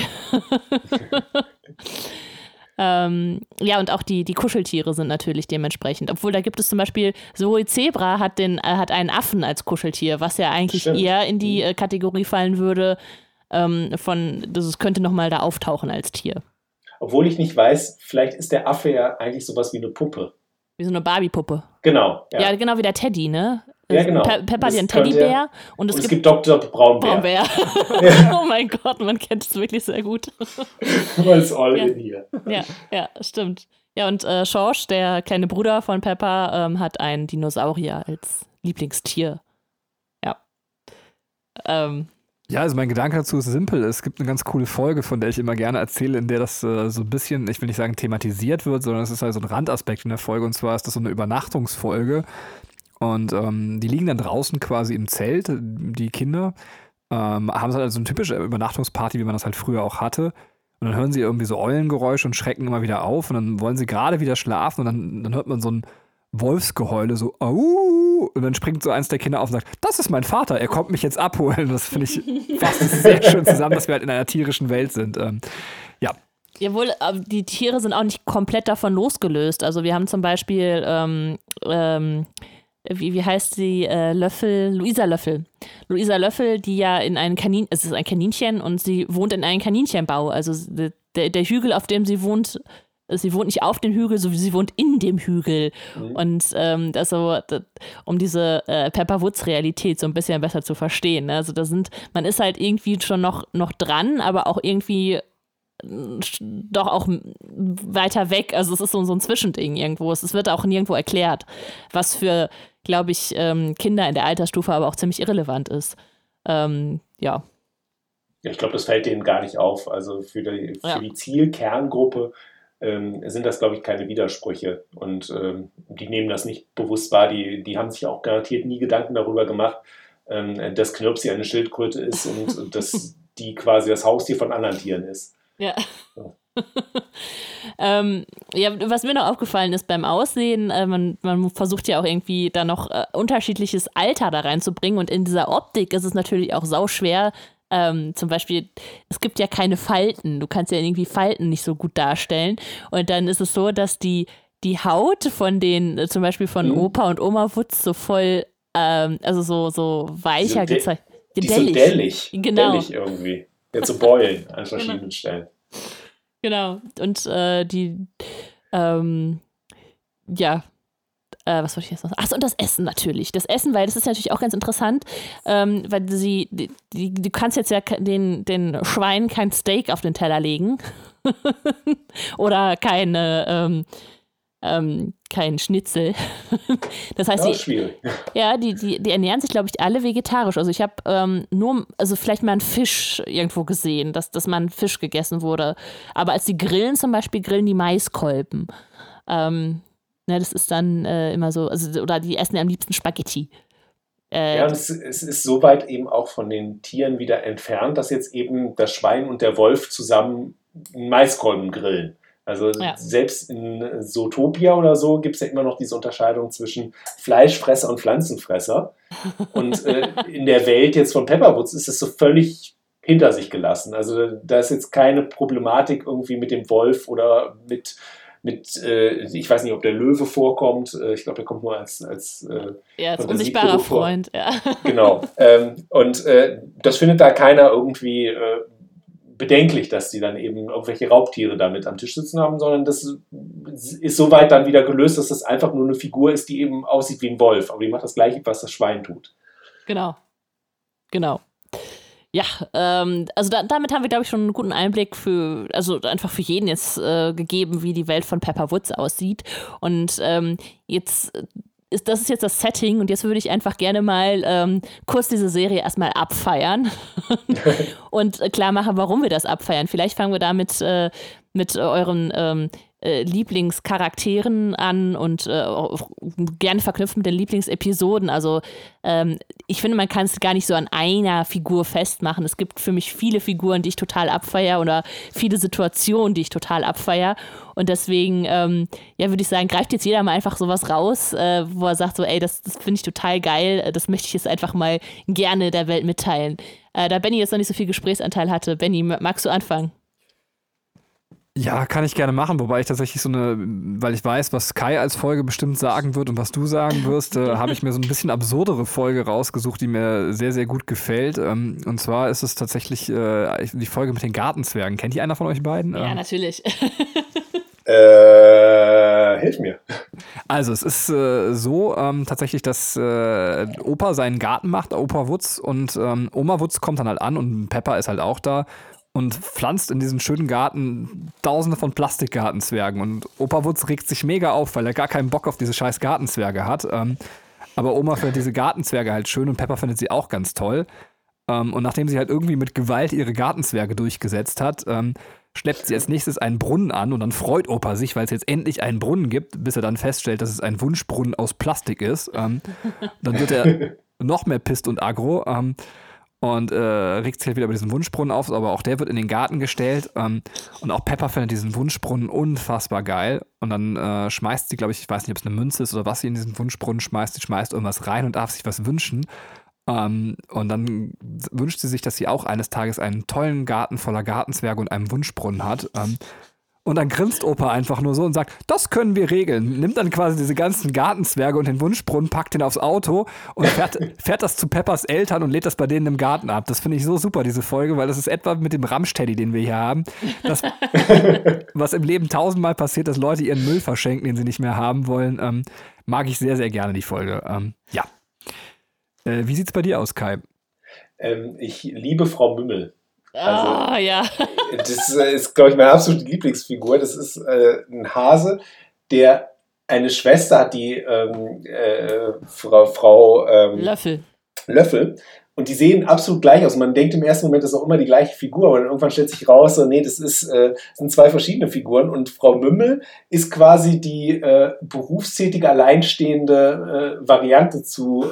Ja, und auch die Kuscheltiere sind natürlich dementsprechend. Obwohl, da gibt es zum Beispiel, Zoe Zebra hat einen Affen als Kuscheltier, was ja eigentlich eher in die Kategorie fallen würde, das könnte nochmal da auftauchen als Tier. Obwohl ich nicht weiß, vielleicht ist der Affe ja eigentlich sowas wie eine Puppe. Wie so eine Barbie-Puppe. Genau. Ja, genau wie der Teddy, ne? Ja, genau. Peppa hat einen Teddybär und es gibt Dr. Braunbär. Ja. Oh mein Gott, man kennt es wirklich sehr gut. Weil es all in hier. Ja, stimmt. Ja, und Schorsch, der kleine Bruder von Peppa, hat einen Dinosaurier als Lieblingstier. Ja. Ja, also mein Gedanke dazu ist simpel. Es gibt eine ganz coole Folge, von der ich immer gerne erzähle, in der das so ein bisschen, ich will nicht sagen thematisiert wird, sondern es ist halt so ein Randaspekt in der Folge. Und zwar ist das so eine Übernachtungsfolge. Und die liegen dann draußen quasi im Zelt, die Kinder, haben halt also eine typische Übernachtungsparty, wie man das halt früher auch hatte. Und dann hören sie irgendwie so Eulengeräusche und schrecken immer wieder auf. Und dann wollen sie gerade wieder schlafen und dann hört man so ein Wolfsgeheule, so au, und dann springt so eins der Kinder auf und sagt, das ist mein Vater, er kommt mich jetzt abholen. Das finde ich fasst sehr schön zusammen, dass wir halt in einer tierischen Welt sind. Ja. Jawohl, aber die Tiere sind auch nicht komplett davon losgelöst. Also wir haben zum Beispiel, wie heißt sie, Luisa Löffel. Luisa Löffel, die ja in einem es ist ein Kaninchen und sie wohnt in einem Kaninchenbau. Also der Hügel, auf dem sie wohnt nicht auf dem Hügel, sondern sie wohnt in dem Hügel. Mhm. Und um diese Pepperwoods-Realität so ein bisschen besser zu verstehen. Ne? Also man ist halt irgendwie schon noch dran, aber auch irgendwie doch auch weiter weg. Also es ist so ein Zwischending irgendwo. Es wird auch nirgendwo erklärt, was für, glaube ich, Kinder in der Altersstufe aber auch ziemlich irrelevant ist. Ja. Ja, ich glaube, das fällt denen gar nicht auf. Also für die Zielkerngruppe sind das, glaube ich, keine Widersprüche. Und die nehmen das nicht bewusst wahr. Die haben sich auch garantiert nie Gedanken darüber gemacht, dass Knirpsi eine Schildkröte ist und dass die quasi das Haustier von anderen Tieren ist. Ja. Was mir noch aufgefallen ist beim Aussehen, man versucht ja auch irgendwie da noch unterschiedliches Alter da reinzubringen und in dieser Optik ist es natürlich auch sauschwer. Zum Beispiel, es gibt ja keine Falten. Du kannst ja irgendwie Falten nicht so gut darstellen. Und dann ist es so, dass die Haut von den, zum Beispiel von Opa und Oma Wutz so voll, also so weicher gezeigt. Die so dellig. Genau. Dellig irgendwie. Jetzt so Beulen an verschiedenen Stellen. Genau. Und was wollte ich jetzt noch sagen? Achso, und das Essen natürlich. Das Essen, weil das ist natürlich auch ganz interessant, weil du kannst jetzt ja den Schweinen kein Steak auf den Teller legen. Oder kein Schnitzel. Das heißt, schwierig. Ja, die ernähren sich, glaube ich, alle vegetarisch. Also ich habe vielleicht mal einen Fisch irgendwo gesehen, dass mal ein Fisch gegessen wurde. Aber als die grillen zum Beispiel, grillen die Maiskolben. Das ist dann immer so, oder die essen am liebsten Spaghetti. Ja, und es ist soweit eben auch von den Tieren wieder entfernt, dass jetzt eben das Schwein und der Wolf zusammen einen Maiskolben grillen. Also selbst in Zootopia oder so gibt es ja immer noch diese Unterscheidung zwischen Fleischfresser und Pflanzenfresser. Und in der Welt jetzt von Pepperwoods ist es so völlig hinter sich gelassen. Also da ist jetzt keine Problematik irgendwie mit dem Wolf oder mit ich weiß nicht, ob der Löwe vorkommt. Ich glaube, der kommt nur als unsichtbarer Freund. Ja. Genau. Und das findet da keiner irgendwie bedenklich, dass die dann eben irgendwelche Raubtiere damit am Tisch sitzen haben, sondern das ist soweit dann wieder gelöst, dass das einfach nur eine Figur ist, die eben aussieht wie ein Wolf. Aber die macht das Gleiche, was das Schwein tut. Genau. Ja, also damit haben wir, glaube ich, schon einen guten Einblick einfach für jeden jetzt gegeben, wie die Welt von Pepperwoods aussieht. Und jetzt das ist jetzt das Setting und jetzt würde ich einfach gerne mal kurz diese Serie erstmal abfeiern und klar machen, warum wir das abfeiern. Vielleicht fangen wir da mit euren Lieblingscharakteren an und auch gerne verknüpft mit den Lieblingsepisoden. Also ich finde, man kann es gar nicht so an einer Figur festmachen. Es gibt für mich viele Figuren, die ich total abfeiere oder viele Situationen, die ich total abfeiere. Und deswegen, würde ich sagen, greift jetzt jeder mal einfach sowas raus, wo er sagt so, ey, das finde ich total geil, das möchte ich jetzt einfach mal gerne der Welt mitteilen. Da Benni jetzt noch nicht so viel Gesprächsanteil hatte, Benni, magst du anfangen? Ja, kann ich gerne machen, wobei ich tatsächlich weil ich weiß, was Kai als Folge bestimmt sagen wird und was du sagen wirst, habe ich mir so ein bisschen absurdere Folge rausgesucht, die mir sehr, sehr gut gefällt. Und zwar ist es tatsächlich die Folge mit den Gartenzwergen. Kennt die einer von euch beiden? Ja, natürlich. Hilf mir. Also es ist tatsächlich, dass Opa seinen Garten macht, Opa Wutz, und Oma Wutz kommt dann halt an und Peppa ist halt auch da. Und pflanzt in diesen schönen Garten tausende von Plastikgartenzwergen. Und Opa Wutz regt sich mega auf, weil er gar keinen Bock auf diese scheiß Gartenzwerge hat. Aber Oma findet diese Gartenzwerge halt schön und Peppa findet sie auch ganz toll. Und nachdem sie halt irgendwie mit Gewalt ihre Gartenzwerge durchgesetzt hat, schleppt sie als nächstes einen Brunnen an. Und dann freut Opa sich, weil es jetzt endlich einen Brunnen gibt, bis er dann feststellt, dass es ein Wunschbrunnen aus Plastik ist. Dann wird er noch mehr pisst und aggro. Und regt sich halt wieder über diesen Wunschbrunnen auf, aber auch der wird in den Garten gestellt. Und auch Peppa findet diesen Wunschbrunnen unfassbar geil. Und dann schmeißt sie, glaube ich weiß nicht, ob es eine Münze ist oder was sie in diesen Wunschbrunnen schmeißt. Sie schmeißt irgendwas rein und darf sich was wünschen. Und dann wünscht sie sich, dass sie auch eines Tages einen tollen Garten voller Gartenzwerge und einem Wunschbrunnen hat. Und dann grinst Opa einfach nur so und sagt, das können wir regeln. Nimmt dann quasi diese ganzen Gartenzwerge und den Wunschbrunnen, packt den aufs Auto und fährt das zu Peppas Eltern und lädt das bei denen im Garten ab. Das finde ich so super, diese Folge, weil das ist etwa mit dem Ramsch-Teddy, den wir hier haben. Das, was im Leben tausendmal passiert, dass Leute ihren Müll verschenken, den sie nicht mehr haben wollen, mag ich sehr, sehr gerne, die Folge. Ja. Wie sieht's bei dir aus, Kai? Ich liebe Frau Mümmel. Also, ja. Das ist, glaube ich, meine absolute Lieblingsfigur. Das ist ein Hase, der eine Schwester hat, die Frau Löffel. Und die sehen absolut gleich aus. Man denkt im ersten Moment, das ist auch immer die gleiche Figur, aber dann irgendwann stellt sich raus, so, nee, das sind zwei verschiedene Figuren. Und Frau Mümmel ist quasi die berufstätige, alleinstehende Variante zu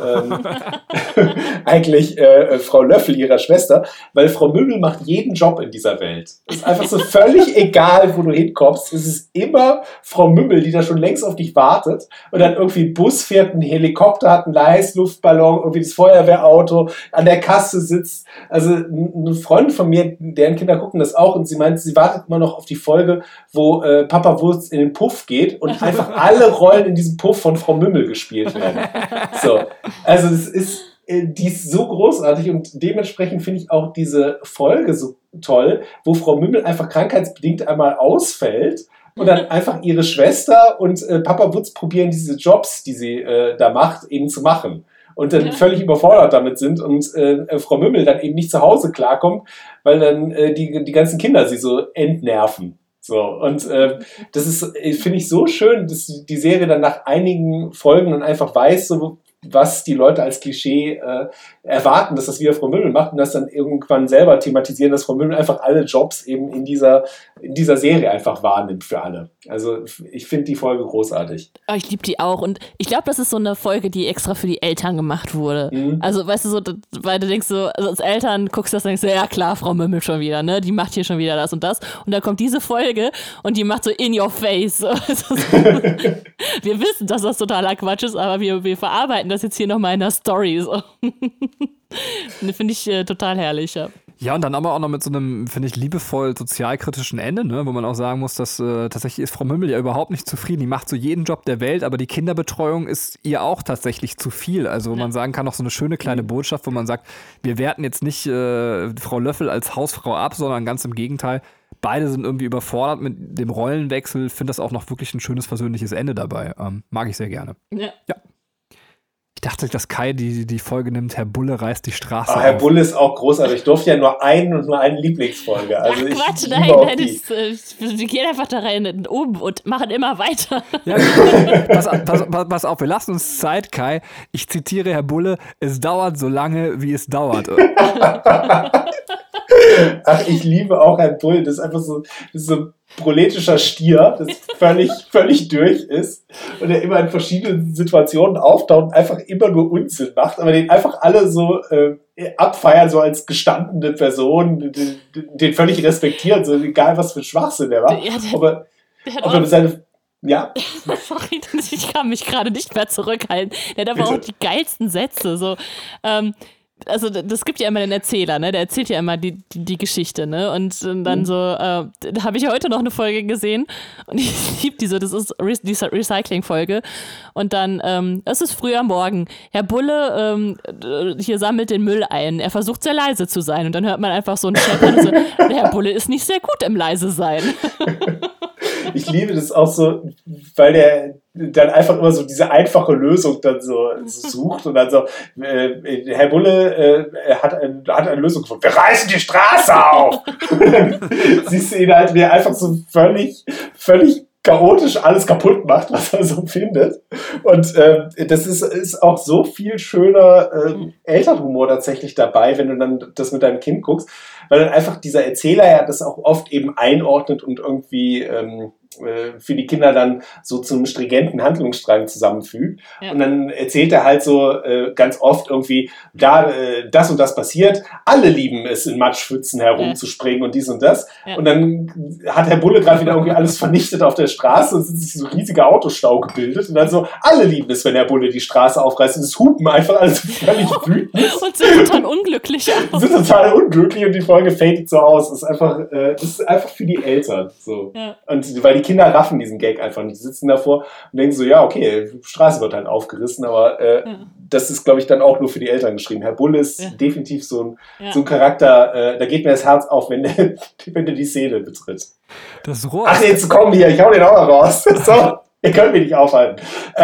eigentlich Frau Löffel, ihrer Schwester, weil Frau Mümmel macht jeden Job in dieser Welt. Es ist einfach so völlig egal, wo du hinkommst. Es ist immer Frau Mümmel, die da schon längst auf dich wartet und dann irgendwie ein Bus fährt, ein Helikopter hat, einen Heißluftballon, irgendwie das Feuerwehrauto, an der Kasse sitzt. Also eine Freundin von mir, deren Kinder gucken das auch und sie meint, sie wartet immer noch auf die Folge, wo Papa Wurz in den Puff geht und einfach alle Rollen in diesem Puff von Frau Mümmel gespielt werden. So, also die ist so großartig und dementsprechend finde ich auch diese Folge so toll, wo Frau Mümmel einfach krankheitsbedingt einmal ausfällt und dann einfach ihre Schwester und Papa Wutz probieren diese Jobs, die sie da macht, eben zu machen. Und dann völlig überfordert damit sind und Frau Mümmel dann eben nicht zu Hause klarkommt, weil dann die ganzen Kinder sie so entnerven. So, und das ist, finde ich, so schön, dass die Serie dann nach einigen Folgen dann einfach weiß, so, was die Leute als Klischee erwarten, dass das wieder Frau Mümmel macht und das dann irgendwann selber thematisieren, dass Frau Mümmel einfach alle Jobs eben in dieser Serie einfach wahrnimmt für alle. Also ich finde die Folge großartig. Oh, ich liebe die auch und ich glaube, das ist so eine Folge, die extra für die Eltern gemacht wurde. Mhm. Also weißt du so, weil du denkst so, also als Eltern guckst du das und denkst so, ja klar, Frau Mümmel schon wieder, ne? Die macht hier schon wieder das und das und dann kommt diese Folge und die macht so in your face. Also wir wissen, dass das totaler Quatsch ist, aber wir verarbeiten das jetzt hier nochmal in der Story. So. Finde ich total herrlich, ja. Ja, und dann aber auch noch mit so einem, finde ich, liebevoll sozialkritischen Ende, ne? Wo man auch sagen muss, dass tatsächlich ist Frau Mümmel ja überhaupt nicht zufrieden. Die macht so jeden Job der Welt, aber die Kinderbetreuung ist ihr auch tatsächlich zu viel. Also man sagen kann, auch so eine schöne kleine Botschaft, wo man sagt, wir werten jetzt nicht Frau Löffel als Hausfrau ab, sondern ganz im Gegenteil. Beide sind irgendwie überfordert mit dem Rollenwechsel. Finde das auch noch wirklich ein schönes persönliches Ende dabei. Mag ich sehr gerne. Ja. Ich Ich dachte, dass Kai die Folge nimmt, Herr Bulle reißt die Straße auf. Herr Bulle ist auch großartig. Ich durfte ja nur eine Lieblingsfolge. Also Quatsch, nein, wir gehen einfach da rein oben und machen immer weiter. Ja, pass auf, wir lassen uns Zeit, Kai. Ich zitiere Herr Bulle, es dauert so lange, wie es dauert. Ach, ich liebe auch Herrn Bull. Das ist einfach so ein proletischer Stier, das völlig durch ist und der immer in verschiedenen Situationen auftaucht und einfach immer nur Unsinn macht, aber den einfach alle so abfeiern, so als gestandene Person, den völlig respektieren, so egal was für Schwachsinn der macht. Ja, aber seine... Ja. Sorry, ich kann mich gerade nicht mehr zurückhalten. Der hat aber auch die geilsten Sätze. So, also das gibt ja immer den Erzähler, ne? Der erzählt ja immer die Geschichte, ne? Und dann da habe ich heute noch eine Folge gesehen und ich liebe diese, das ist diese Recycling-Folge. Und dann, es ist früh am Morgen. Herr Bulle hier sammelt den Müll ein. Er versucht sehr leise zu sein. Und dann hört man einfach so ein Scheppern und so, Herr Bulle ist nicht sehr gut im leise sein. Ich liebe das auch so, weil der dann einfach immer so diese einfache Lösung dann so sucht und dann so, Herr Bulle hat eine Lösung gefunden. Wir reißen die Straße auf! Siehst du ihn halt, wie er einfach so völlig chaotisch alles kaputt macht, was er so findet. Und das ist auch so viel schöner Elternhumor tatsächlich dabei, wenn du dann das mit deinem Kind guckst, weil dann einfach dieser Erzähler ja das auch oft eben einordnet und irgendwie für die Kinder dann so zum stringenten Handlungsstrang zusammenfügt. Ja. Und dann erzählt er halt so ganz oft irgendwie, das und das passiert, alle lieben es, in Matschpfützen herumzuspringen und dies und das. Ja. Und dann hat Herr Bulle gerade wieder irgendwie alles vernichtet auf der Straße und es ist so ein riesiger Autostau gebildet. Und dann so, alle lieben es, wenn Herr Bulle die Straße aufreißt und es hupen einfach alles völlig wütend. Und sind total unglücklich auch. Sind total unglücklich und die Folge fadet so aus. Das ist einfach für die Eltern. So. Ja. Und weil die Kinder raffen diesen Gag einfach nicht. Die sitzen davor und denken so, ja, okay, die Straße wird halt aufgerissen, aber das ist, glaube ich, dann auch nur für die Eltern geschrieben. Herr Bulle ist definitiv so ein Charakter, da geht mir das Herz auf, wenn der die Szene betritt. Das Rohr. Ach, jetzt komm hier, ich hau den auch noch raus. So, ihr könnt mich nicht aufhalten.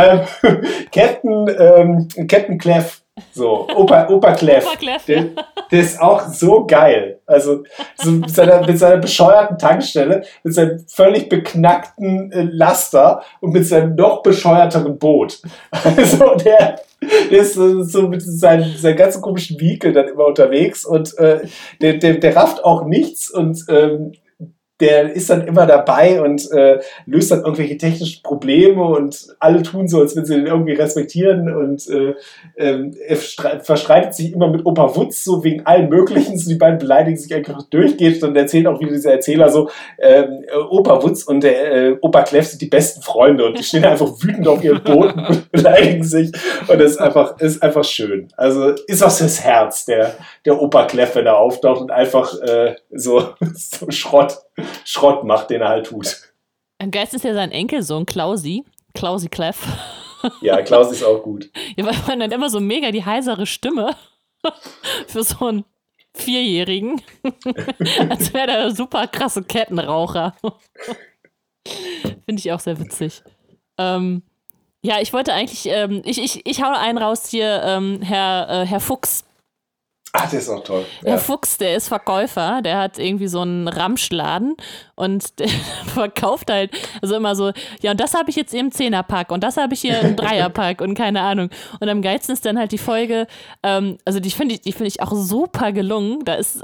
Captain Clef. So, Opa Clef. Der ist auch so geil. Also so mit seiner bescheuerten Tankstelle, mit seinem völlig beknackten Laster und mit seinem noch bescheuerteren Boot. Also der ist so mit seinen ganzen komischen Vehikeln dann immer unterwegs und der rafft auch nichts und der ist dann immer dabei und löst dann irgendwelche technischen Probleme und alle tun so, als wenn sie den irgendwie respektieren und er verstreitet sich immer mit Opa Wutz, so wegen allem Möglichen, so die beiden beleidigen sich einfach durchgeht und erzählt auch wieder dieser Erzähler so, Opa Wutz und der Opa Clef sind die besten Freunde und die stehen einfach wütend auf ihren Booten und beleidigen sich und das ist einfach schön. Also ist was fürs Herz, der Opa Clef, wenn er auftaucht und einfach so Schrott macht, den er halt tut. Am geilsten ist ja sein Enkelsohn, Klausi Clef. Ja, Klausi ist auch gut. Ja, weil man dann immer so mega die heisere Stimme für so einen Vierjährigen. Als wäre der super krasse Kettenraucher. Finde ich auch sehr witzig. Ja, ich wollte eigentlich, ich hau einen raus hier, Herr Fuchs. Ach, der ist auch toll. Ja. Herr Fuchs, der ist Verkäufer, der hat irgendwie so einen Ramschladen und der verkauft halt also immer so, ja, und das habe ich jetzt im 10er-Pack und das habe ich hier im 3er-Pack und keine Ahnung. Und am geilsten ist dann halt die Folge, also die finde ich auch super gelungen. Da ist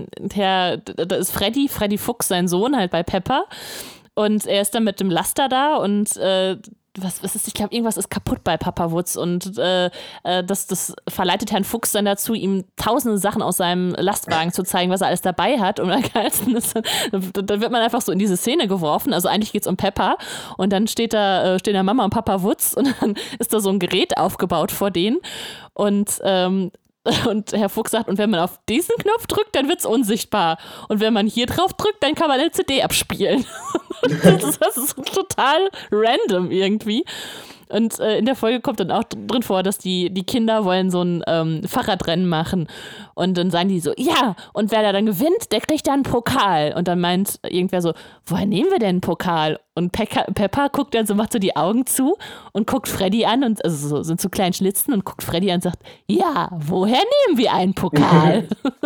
Freddy Fuchs, sein Sohn, halt bei Pepper und er ist dann mit dem Laster da und was ist, ich glaube, irgendwas ist kaputt bei Papa Wutz und das verleitet Herrn Fuchs dann dazu, ihm tausende Sachen aus seinem Lastwagen zu zeigen, was er alles dabei hat und am geilsten ist, dann wird man einfach so in diese Szene geworfen, also eigentlich geht es um Peppa und dann stehen da Mama und Papa Wutz und dann ist da so ein Gerät aufgebaut vor denen und Herr Fuchs sagt, und wenn man auf diesen Knopf drückt, dann wird es unsichtbar. Und wenn man hier drauf drückt, dann kann man eine CD abspielen. Das ist total random irgendwie. Und in der Folge kommt dann auch drin vor, dass die Kinder wollen so ein Fahrradrennen machen. Und dann sagen die so, ja, und wer da dann gewinnt, der kriegt dann einen Pokal. Und dann meint irgendwer so, woher nehmen wir denn einen Pokal? Und Peppa guckt dann so, macht so die Augen zu und guckt Freddy an, und also so, sind so kleinen Schlitzen, und guckt Freddy an und sagt, ja, woher nehmen wir einen Pokal?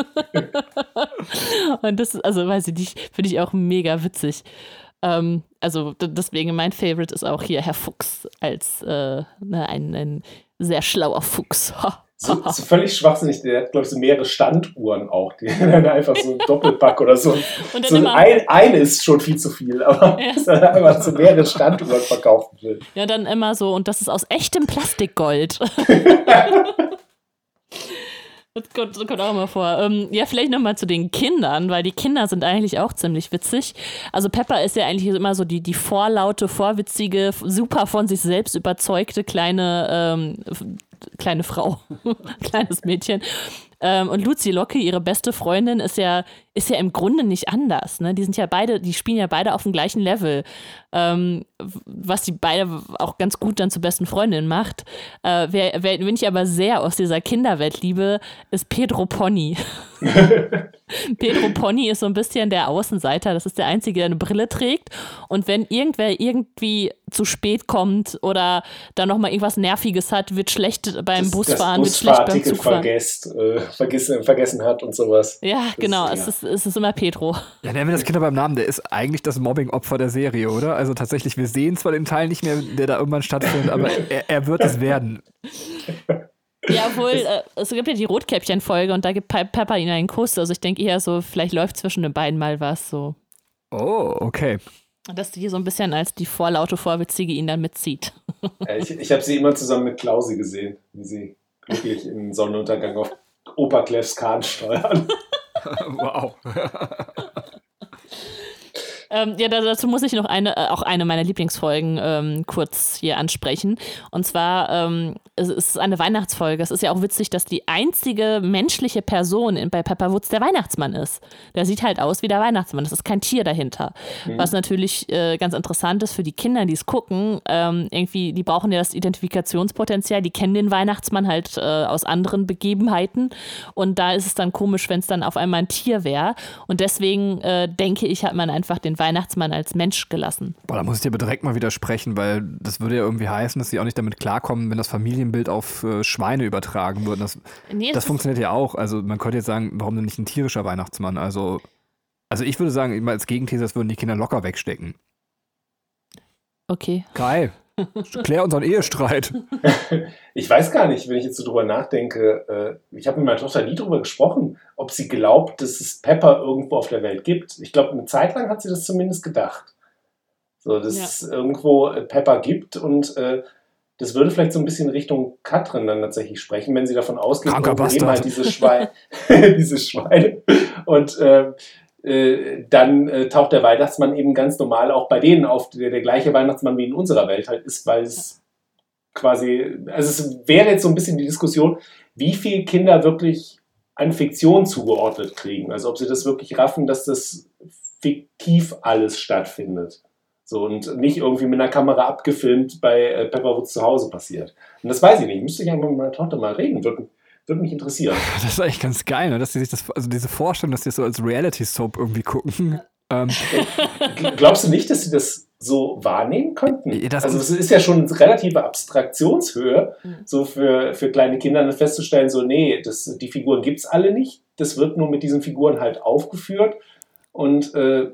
Und das, also weiß ich nicht, finde ich auch mega witzig. Also deswegen mein Favorite ist auch hier Herr Fuchs als ein sehr schlauer Fuchs. So völlig schwachsinnig, der hat, glaube ich, so mehrere Standuhren auch, die dann einfach so ein Doppelpack oder so. Und so eine ist schon viel zu viel, aber dass er einfach so mehrere Standuhren verkaufen will. Ja, dann immer so, und das ist aus echtem Plastikgold. Das kommt auch immer vor. Ja, vielleicht nochmal zu den Kindern, weil die Kinder sind eigentlich auch ziemlich witzig. Also Peppa ist ja eigentlich immer so die vorlaute, vorwitzige, super von sich selbst überzeugte kleine Frau, kleines Mädchen. Und Lucy Locke, ihre beste Freundin, ist ja im Grunde nicht anders. Ne? Die spielen ja beide auf dem gleichen Level. Was die beide auch ganz gut dann zur besten Freundin macht. Wen ich aber sehr aus dieser Kinderwelt liebe, ist Pedro Pony. Pedro Pony ist so ein bisschen der Außenseiter. Das ist der Einzige, der eine Brille trägt. Und wenn irgendwer irgendwie zu spät kommt oder da nochmal irgendwas Nerviges hat, wird schlecht beim Busfahren, wird schlecht beim Zugfahren. Vergessen hat und sowas. Ja, genau. Es ist immer Pedro. Ja, nennen wir das Kinder beim Namen. Der ist eigentlich das Mobbing-Opfer der Serie, oder? Also tatsächlich, wir sehen zwar den Teil nicht mehr, der da irgendwann stattfindet, aber er wird es werden. Ja, obwohl, es gibt ja die Rotkäppchen-Folge und da gibt Peppa ihnen einen Kuss. Also ich denke eher so, vielleicht läuft zwischen den beiden mal was so. Oh, okay. Dass die so ein bisschen als die vorlaute Vorwitzige ihn dann mitzieht. Ich habe sie immer zusammen mit Klausi gesehen, wie sie glücklich im Sonnenuntergang auf Opa Clefs Kahn steuern. Wow. Ja, dazu muss ich noch eine meiner Lieblingsfolgen kurz hier ansprechen. Und zwar, es ist eine Weihnachtsfolge. Es ist ja auch witzig, dass die einzige menschliche Person bei Peppa Woods der Weihnachtsmann ist. Der sieht halt aus wie der Weihnachtsmann. Es ist kein Tier dahinter. Mhm. Was natürlich ganz interessant ist für die Kinder, die es gucken. Irgendwie, die brauchen ja das Identifikationspotenzial. Die kennen den Weihnachtsmann halt aus anderen Begebenheiten. Und da ist es dann komisch, wenn es dann auf einmal ein Tier wäre. Und deswegen denke ich, hat man einfach den Weihnachtsmann als Mensch gelassen. Boah, da muss ich dir direkt mal widersprechen, weil das würde ja irgendwie heißen, dass sie auch nicht damit klarkommen, wenn das Familienbild auf Schweine übertragen wird. Das funktioniert ja auch. Also man könnte jetzt sagen, warum denn nicht ein tierischer Weihnachtsmann? Also ich würde sagen, immer als Gegenthese, das würden die Kinder locker wegstecken. Okay. Geil. Klär unseren Ehestreit. Ich weiß gar nicht, wenn ich jetzt so drüber nachdenke, ich habe mit meiner Tochter nie drüber gesprochen, ob sie glaubt, dass es Peppa irgendwo auf der Welt gibt. Ich glaube, eine Zeit lang hat sie das zumindest gedacht. So, dass es irgendwo Peppa gibt, und das würde vielleicht so ein bisschen Richtung Katrin dann tatsächlich sprechen, wenn sie davon ausgeht, eben halt diese Schweine. Und dann taucht der Weihnachtsmann eben ganz normal auch bei denen auf, der gleiche Weihnachtsmann wie in unserer Welt halt ist, weil es quasi, also es wäre jetzt so ein bisschen die Diskussion, wie viele Kinder wirklich an Fiktion zugeordnet kriegen. Also ob sie das wirklich raffen, dass das fiktiv alles stattfindet. So, und nicht irgendwie mit einer Kamera abgefilmt bei Peppa Woods zu Hause passiert. Und das weiß ich nicht. Müsste ich einfach mit meiner Tochter mal reden. Würde mich interessieren. Das ist eigentlich ganz geil, ne? Dass sie sich diese Vorstellung, dass sie das so als Reality-Soap irgendwie gucken. Glaubst du nicht, dass sie das so wahrnehmen könnten? Also es ist ja schon eine relative Abstraktionshöhe, so für kleine Kinder dann festzustellen, so nee, die Figuren gibt es alle nicht. Das wird nur mit diesen Figuren halt aufgeführt, und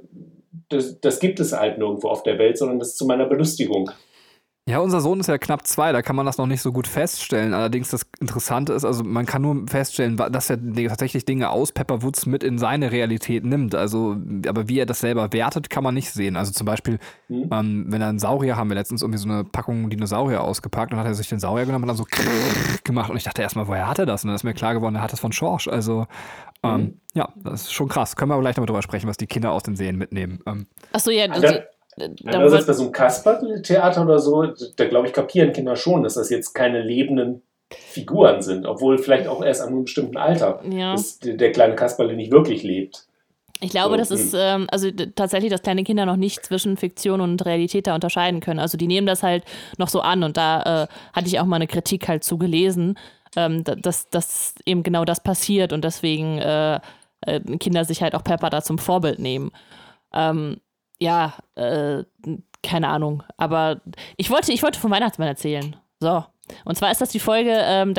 das gibt es halt nirgendwo auf der Welt, sondern das ist zu meiner Belustigung. Ja, unser Sohn ist ja knapp 2, da kann man das noch nicht so gut feststellen. Allerdings das Interessante ist, also man kann nur feststellen, dass er tatsächlich Dinge aus Peppa Woods mit in seine Realität nimmt. Also, aber wie er das selber wertet, kann man nicht sehen. Also zum Beispiel, wenn er einen Saurier, haben wir letztens irgendwie so eine Packung Dinosaurier ausgepackt, und hat er sich den Saurier genommen und dann so gemacht. Und ich dachte erstmal, woher hat er das? Und dann ist mir klar geworden, er hat das von Schorsch. Also ja, das ist schon krass. Können wir aber gleich nochmal drüber sprechen, was die Kinder aus den Serien mitnehmen. Achso, ja. Andererseits bei so einem Kasperl-Theater oder so, da glaube ich, kapieren Kinder schon, dass das jetzt keine lebenden Figuren sind, obwohl vielleicht auch erst an einem bestimmten Alter, dass der kleine Kasperle nicht wirklich lebt. Ich glaube, das ist tatsächlich, dass kleine Kinder noch nicht zwischen Fiktion und Realität da unterscheiden können. Also die nehmen das halt noch so an und da hatte ich auch mal eine Kritik halt zu gelesen, dass eben genau das passiert und deswegen Kinder sich halt auch Peppa da zum Vorbild nehmen. Keine Ahnung. Aber ich wollte vom Weihnachtsmann erzählen. So. Und zwar ist das die Folge,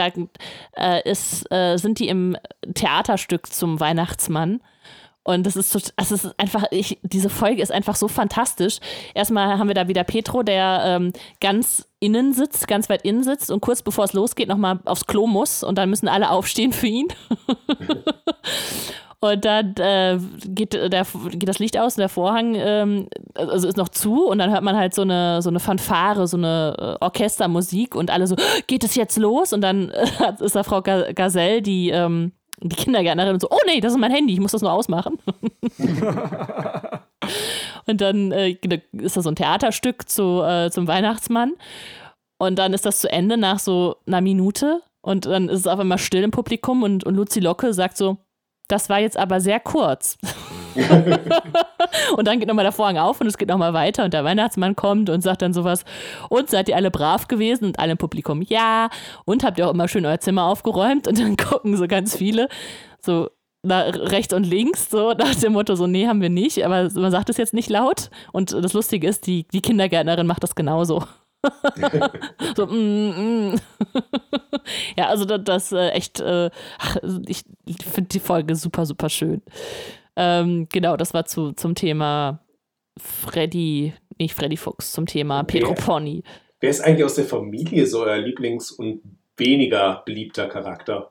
sind die im Theaterstück zum Weihnachtsmann. Und das ist einfach, diese Folge ist einfach so fantastisch. Erstmal haben wir da wieder Petro, der ganz weit innen sitzt und kurz bevor es losgeht, nochmal aufs Klo muss und dann müssen alle aufstehen für ihn. Und dann geht das Licht aus und der Vorhang ist noch zu und dann hört man halt so eine Fanfare, so eine Orchestermusik und alle so, geht es jetzt los? Und dann ist da Frau Gazelle, die Kindergärtnerin und so, oh nee, das ist mein Handy, ich muss das nur ausmachen. Und dann ist da so ein Theaterstück zum Weihnachtsmann und dann ist das zu Ende nach so einer Minute und dann ist es auf einmal still im Publikum und Luzi Locke sagt so, das war jetzt aber sehr kurz. Und dann geht nochmal der Vorhang auf und es geht nochmal weiter und der Weihnachtsmann kommt und sagt dann sowas, und seid ihr alle brav gewesen? Und alle im Publikum, ja. Und habt ihr auch immer schön euer Zimmer aufgeräumt? Und dann gucken so ganz viele so rechts und links, so nach dem Motto, so nee, haben wir nicht, aber man sagt es jetzt nicht laut. Und das Lustige ist, die Kindergärtnerin macht das genauso. So, Ja, also das echt, ich finde die Folge super, super schön. Genau, das war zum Thema nicht Freddy Fuchs, zum Thema Pedro Pony. Wer ist eigentlich aus der Familie so euer Lieblings- und weniger beliebter Charakter?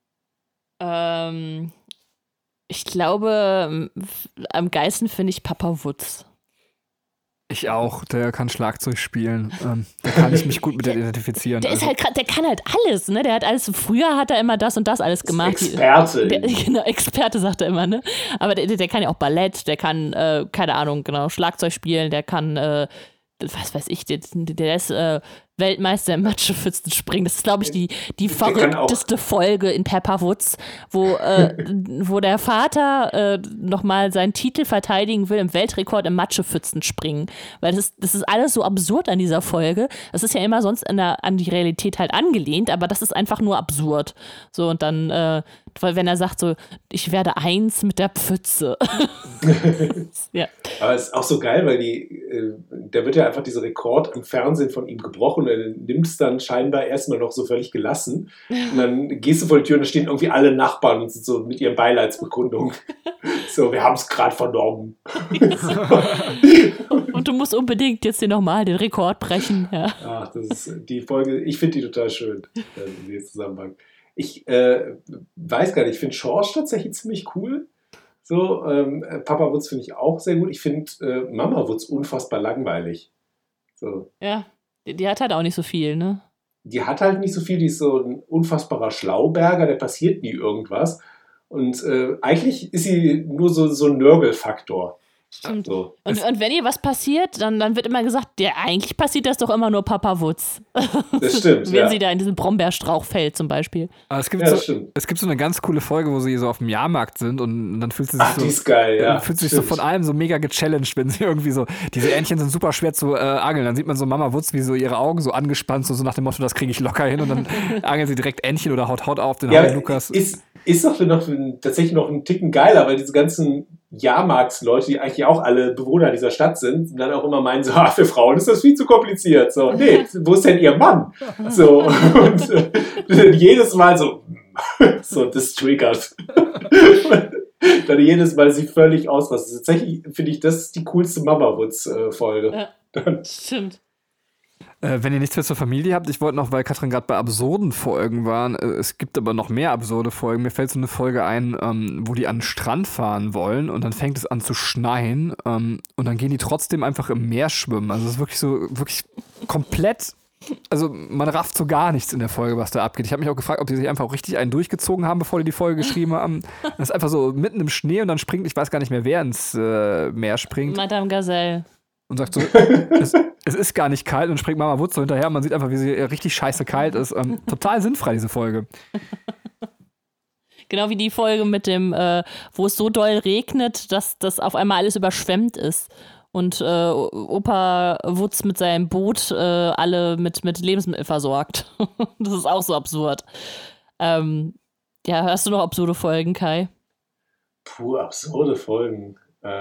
Ich glaube, am geilsten finde ich Papa Wutz. Ich auch, der kann Schlagzeug spielen. Da kann ich mich gut mit identifizieren. Der kann halt alles, ne? Der hat alles, früher hat er immer das und das alles gemacht. Experte. Genau, Experte sagt er immer, ne? Aber der kann ja auch Ballett, der kann, keine Ahnung, genau, Schlagzeug spielen, der kann, was weiß ich, der ist Weltmeister im Matschepfützen-Springen. Das ist, glaube ich, die verrückteste Folge in Peppa Wutz, wo der Vater nochmal seinen Titel verteidigen will im Weltrekord im Matschepfützen-Springen. Weil das ist alles so absurd an dieser Folge. Das ist ja immer sonst an die Realität halt angelehnt, aber das ist einfach nur absurd. So, und dann, wenn er sagt so, ich werde eins mit der Pfütze. Ja. Aber es ist auch so geil, weil da wird ja einfach dieser Rekord im Fernsehen von ihm gebrochen und er nimmt es dann scheinbar erstmal noch so völlig gelassen. Und dann gehst du vor die Tür und da stehen irgendwie alle Nachbarn und sind so mit ihren Beileidsbekundungen. So, wir haben es gerade vernommen. Und du musst unbedingt jetzt nochmal den Rekord brechen. Ja. Ach, das ist die Folge, ich finde die total schön in diesem Zusammenhang. Ich weiß gar nicht, ich finde Schorsch tatsächlich ziemlich cool. So, Papa Wutz finde ich auch sehr gut. Ich finde Mama Wutz unfassbar langweilig. So. Ja, die hat halt auch nicht so viel, ne? Die hat halt nicht so viel, die ist so ein unfassbarer Schlauberger, der passiert nie irgendwas. Und eigentlich ist sie nur so ein Nörgelfaktor. Stimmt. So. Und wenn ihr was passiert, dann wird immer gesagt, ja, eigentlich passiert das doch immer nur Papa Wutz. Das stimmt, Wenn sie da in diesen Brombeerstrauch fällt zum Beispiel. Aber es gibt so eine ganz coole Folge, wo sie so auf dem Jahrmarkt sind und dann fühlt sie sich die ist geil, ja. Fühlt sich so von allem so mega gechallenged, wenn sie irgendwie so, diese Entchen sind super schwer zu angeln. Dann sieht man so Mama Wutz, wie so ihre Augen so angespannt sind, so nach dem Motto, das kriege ich locker hin und dann angeln sie direkt Entchen oder haut auf den Lukas. Ist doch tatsächlich noch ein Ticken geiler, weil diese ganzen Jahrmarktsleute, die eigentlich auch alle Bewohner dieser Stadt sind, dann auch immer meinen so, für Frauen ist das viel zu kompliziert. So, nee, wo ist denn ihr Mann? So, und jedes Mal so, das triggert. Dann jedes Mal sie völlig ausrastet. Tatsächlich finde ich, das ist die coolste Mama-Wutz-Folge. Ja, stimmt. Wenn ihr nichts mehr zur Familie habt, ich wollte noch, weil Katrin gerade bei absurden Folgen waren, es gibt aber noch mehr absurde Folgen. Mir fällt so eine Folge ein, wo die an den Strand fahren wollen und dann fängt es an zu schneien und dann gehen die trotzdem einfach im Meer schwimmen. Also es ist wirklich komplett, also man rafft so gar nichts in der Folge, was da abgeht. Ich habe mich auch gefragt, ob die sich einfach auch richtig einen durchgezogen haben, bevor die Folge geschrieben haben. Das ist einfach so mitten im Schnee und dann springt, ich weiß gar nicht mehr, wer ins Meer springt. Madame Gazelle. Und sagt so, es ist gar nicht kalt und springt Mama Wutz so hinterher. Man sieht einfach, wie sie richtig scheiße kalt ist. Total sinnfrei, diese Folge. Genau wie die Folge mit dem, wo es so doll regnet, dass das auf einmal alles überschwemmt ist. Und Opa Wutz mit seinem Boot alle mit Lebensmitteln versorgt. Das ist auch so absurd. Hast du noch absurde Folgen, Kai? Puh, absurde Folgen.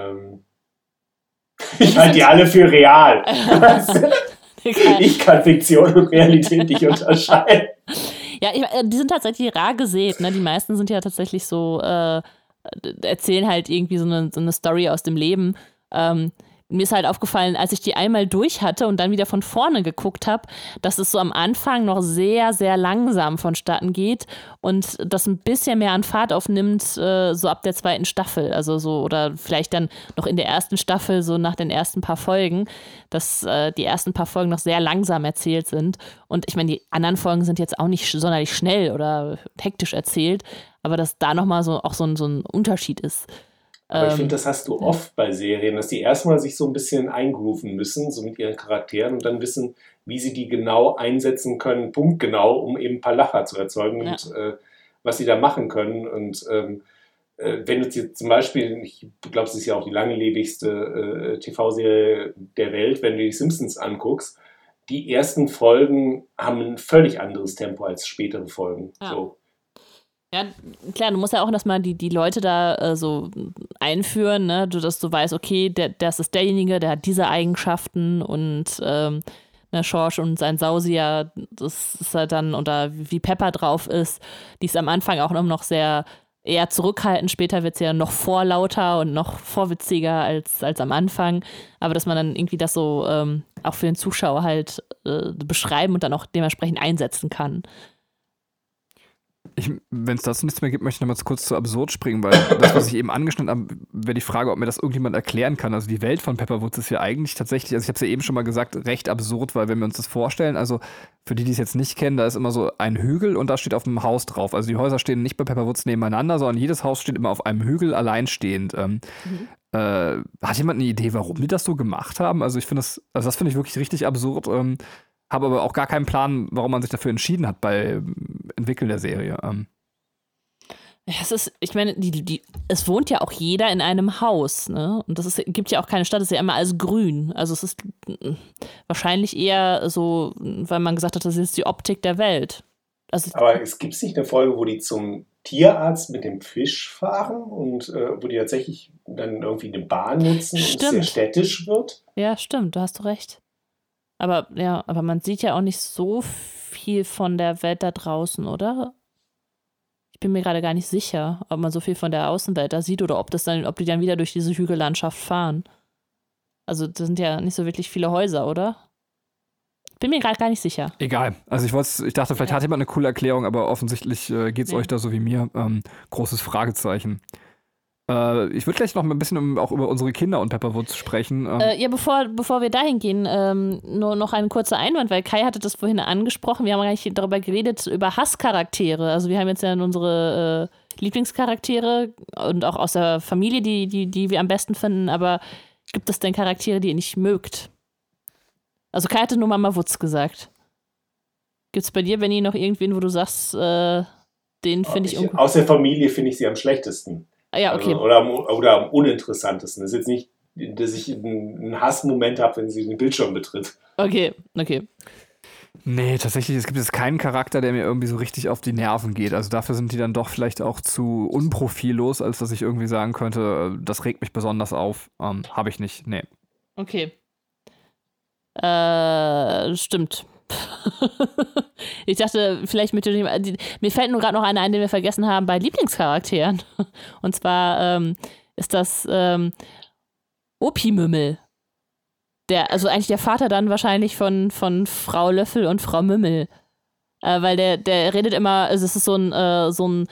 Ich halte die alle für real. Ich kann Fiktion und Realität nicht unterscheiden. Ja, die sind tatsächlich rar gesät, ne? Die meisten sind ja tatsächlich so, erzählen halt irgendwie so eine Story aus dem Leben. Mir ist halt aufgefallen, als ich die einmal durch hatte und dann wieder von vorne geguckt habe, dass es so am Anfang noch sehr, sehr langsam vonstatten geht und das ein bisschen mehr an Fahrt aufnimmt, so ab der 2. Staffel. Also so, oder vielleicht dann noch in der 1. Staffel, so nach den ersten paar Folgen, dass die ersten paar Folgen noch sehr langsam erzählt sind. Und ich meine, die anderen Folgen sind jetzt auch nicht sonderlich schnell oder hektisch erzählt, aber dass da nochmal so ein Unterschied ist. Aber ich finde, das hast du oft bei Serien, dass die erstmal sich so ein bisschen eingrooven müssen, so mit ihren Charakteren und dann wissen, wie sie die genau einsetzen können, punktgenau, um eben ein paar Lacher zu erzeugen und was sie da machen können. Und wenn du jetzt zum Beispiel, ich glaube, es ist ja auch die langlebigste TV-Serie der Welt, wenn du die Simpsons anguckst, die ersten Folgen haben ein völlig anderes Tempo als spätere Folgen. Ja. So. Ja, klar, du musst ja auch erstmal die Leute da so einführen, ne? Dass du weißt, okay, das ist derjenige, der hat diese Eigenschaften und Schorsch und sein Sausier, das ist halt dann, oder wie Pepper drauf ist, die ist am Anfang auch noch sehr eher zurückhaltend, später wird sie ja noch vorlauter und noch vorwitziger als am Anfang, aber dass man dann irgendwie das so auch für den Zuschauer halt beschreiben und dann auch dementsprechend einsetzen kann. Wenn es dazu nichts mehr gibt, möchte ich noch mal kurz zu absurd springen, weil das, was ich eben angeschnitten habe, wäre die Frage, ob mir das irgendjemand erklären kann. Also die Welt von Pepper Woods ist ja eigentlich tatsächlich, also ich habe es ja eben schon mal gesagt, recht absurd, weil wenn wir uns das vorstellen, also für die es jetzt nicht kennen, da ist immer so ein Hügel und da steht auf dem Haus drauf. Also die Häuser stehen nicht bei Pepper Woods nebeneinander, sondern jedes Haus steht immer auf einem Hügel alleinstehend. Hat jemand eine Idee, warum die das so gemacht haben? Also das finde ich wirklich richtig absurd. Habe aber auch gar keinen Plan, warum man sich dafür entschieden hat bei Entwickeln der Serie. Ja, ich meine, es wohnt ja auch jeder in einem Haus, ne? Und gibt ja auch keine Stadt, es ist ja immer alles grün. Also es ist wahrscheinlich eher so, weil man gesagt hat, das ist die Optik der Welt. Also, aber es gibt nicht eine Folge, wo die zum Tierarzt mit dem Fisch fahren und wo die tatsächlich dann irgendwie eine Bahn nutzen und es sehr städtisch wird? Ja, stimmt, da hast du recht. Aber man sieht ja auch nicht so viel von der Welt da draußen, oder? Ich bin mir gerade gar nicht sicher, ob man so viel von der Außenwelt da sieht oder ob die dann wieder durch diese Hügellandschaft fahren. Also das sind ja nicht so wirklich viele Häuser, oder? Bin mir gerade gar nicht sicher. Egal. Also ich dachte, vielleicht hat jemand eine coole Erklärung, aber offensichtlich geht es euch da so wie mir. Großes Fragezeichen. Ich würde gleich noch mal ein bisschen auch über unsere Kinder und Pepper Woods sprechen. Bevor wir dahin gehen, nur noch ein kurzer Einwand, weil Kai hatte das vorhin angesprochen. Wir haben eigentlich darüber geredet, über Hasscharaktere. Also wir haben jetzt ja unsere Lieblingscharaktere und auch aus der Familie, die wir am besten finden. Aber gibt es denn Charaktere, die ihr nicht mögt? Also Kai hatte nur Mama Wutz gesagt. Gibt es bei dir, Benni, noch irgendwen, wo du sagst, den finde ich ungut? Aus der Familie finde ich sie am schlechtesten. Ja, okay. Also, oder am uninteressantesten. Das ist jetzt nicht, dass ich einen Hassmoment habe, wenn sie den Bildschirm betritt. Okay. Nee, tatsächlich, es gibt jetzt keinen Charakter, der mir irgendwie so richtig auf die Nerven geht. Also dafür sind die dann doch vielleicht auch zu unprofillos, als dass ich irgendwie sagen könnte, das regt mich besonders auf. Habe ich nicht, nee. Okay. Stimmt. Ich dachte, vielleicht mir fällt nur gerade noch einer ein, den wir vergessen haben bei Lieblingscharakteren. Und zwar ist das Opi-Mümmel. Also eigentlich der Vater dann wahrscheinlich von Frau Löffel und Frau Mümmel. Weil der redet immer, also es ist so ein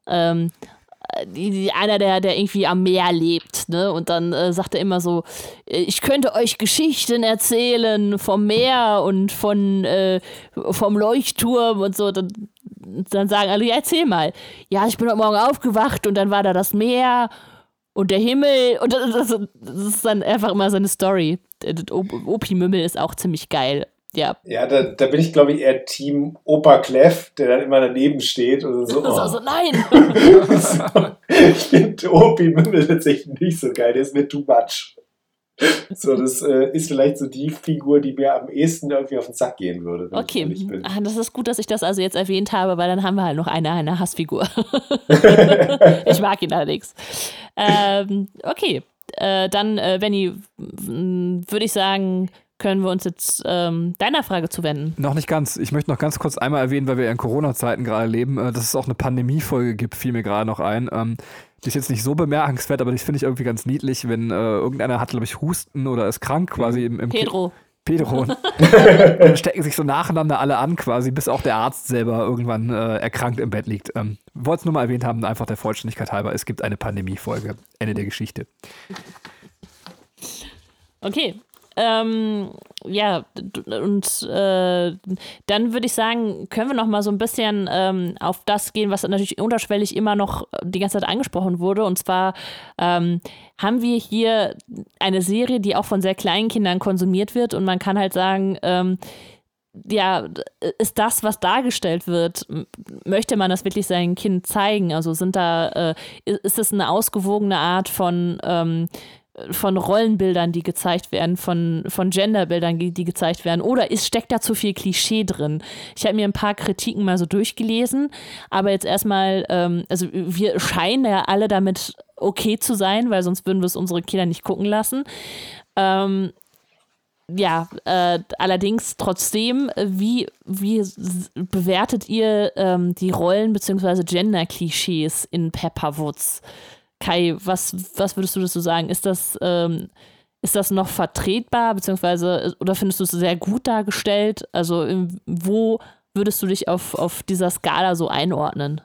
einer, der irgendwie am Meer lebt, ne? Und dann sagt er immer so, ich könnte euch Geschichten erzählen vom Meer und vom Leuchtturm und so. Dann sagen alle, ja, erzähl mal. Ja, ich bin heute Morgen aufgewacht und dann war da das Meer und der Himmel und das ist dann einfach immer seine Story. Opi Mümmel ist auch ziemlich geil. Ja. Ja, da bin ich, glaube ich, eher Team Opa Clef, der dann immer daneben steht und so. Das ist also, nein! Ich finde Opi Mümmel tatsächlich nicht so geil, der ist mir too much. So, das ist vielleicht so die Figur, die mir am ehesten irgendwie auf den Sack gehen würde. Okay, das ist gut, dass ich das also jetzt erwähnt habe, weil dann haben wir halt noch eine Hassfigur. Ich mag ihn allerdings. Okay, dann, Benni, würde ich sagen, können wir uns jetzt deiner Frage zuwenden. Noch nicht ganz. Ich möchte noch ganz kurz einmal erwähnen, weil wir in Corona-Zeiten gerade leben, dass es auch eine Pandemie-Folge gibt, fiel mir gerade noch ein. Die ist jetzt nicht so bemerkenswert, aber die finde ich irgendwie ganz niedlich, wenn irgendeiner hat, glaube ich, Husten oder ist krank quasi im Pedro. Dann stecken sich so nacheinander alle an quasi, bis auch der Arzt selber irgendwann erkrankt im Bett liegt. Wollte es nur mal erwähnt haben, einfach der Vollständigkeit halber, es gibt eine Pandemie-Folge. Ende der Geschichte. Okay. Ja, und dann würde ich sagen, können wir noch mal so ein bisschen auf das gehen, was natürlich unterschwellig immer noch die ganze Zeit angesprochen wurde. Und zwar haben wir hier eine Serie, die auch von sehr kleinen Kindern konsumiert wird. Und man kann halt sagen, ja, ist das, was dargestellt wird, möchte man das wirklich seinem Kind zeigen? Also ist es eine ausgewogene Art von Rollenbildern, die gezeigt werden, von Genderbildern, die gezeigt werden, oder steckt da zu viel Klischee drin? Ich habe mir ein paar Kritiken mal so durchgelesen, aber jetzt erstmal, also wir scheinen ja alle damit okay zu sein, weil sonst würden wir es unsere Kinder nicht gucken lassen. Allerdings trotzdem, wie bewertet ihr die Rollen bzw. Gender-Klischees in Pepperwoods? Kai, was würdest du dazu sagen? Ist das noch vertretbar, beziehungsweise, oder findest du es sehr gut dargestellt? Also wo würdest du dich auf dieser Skala so einordnen?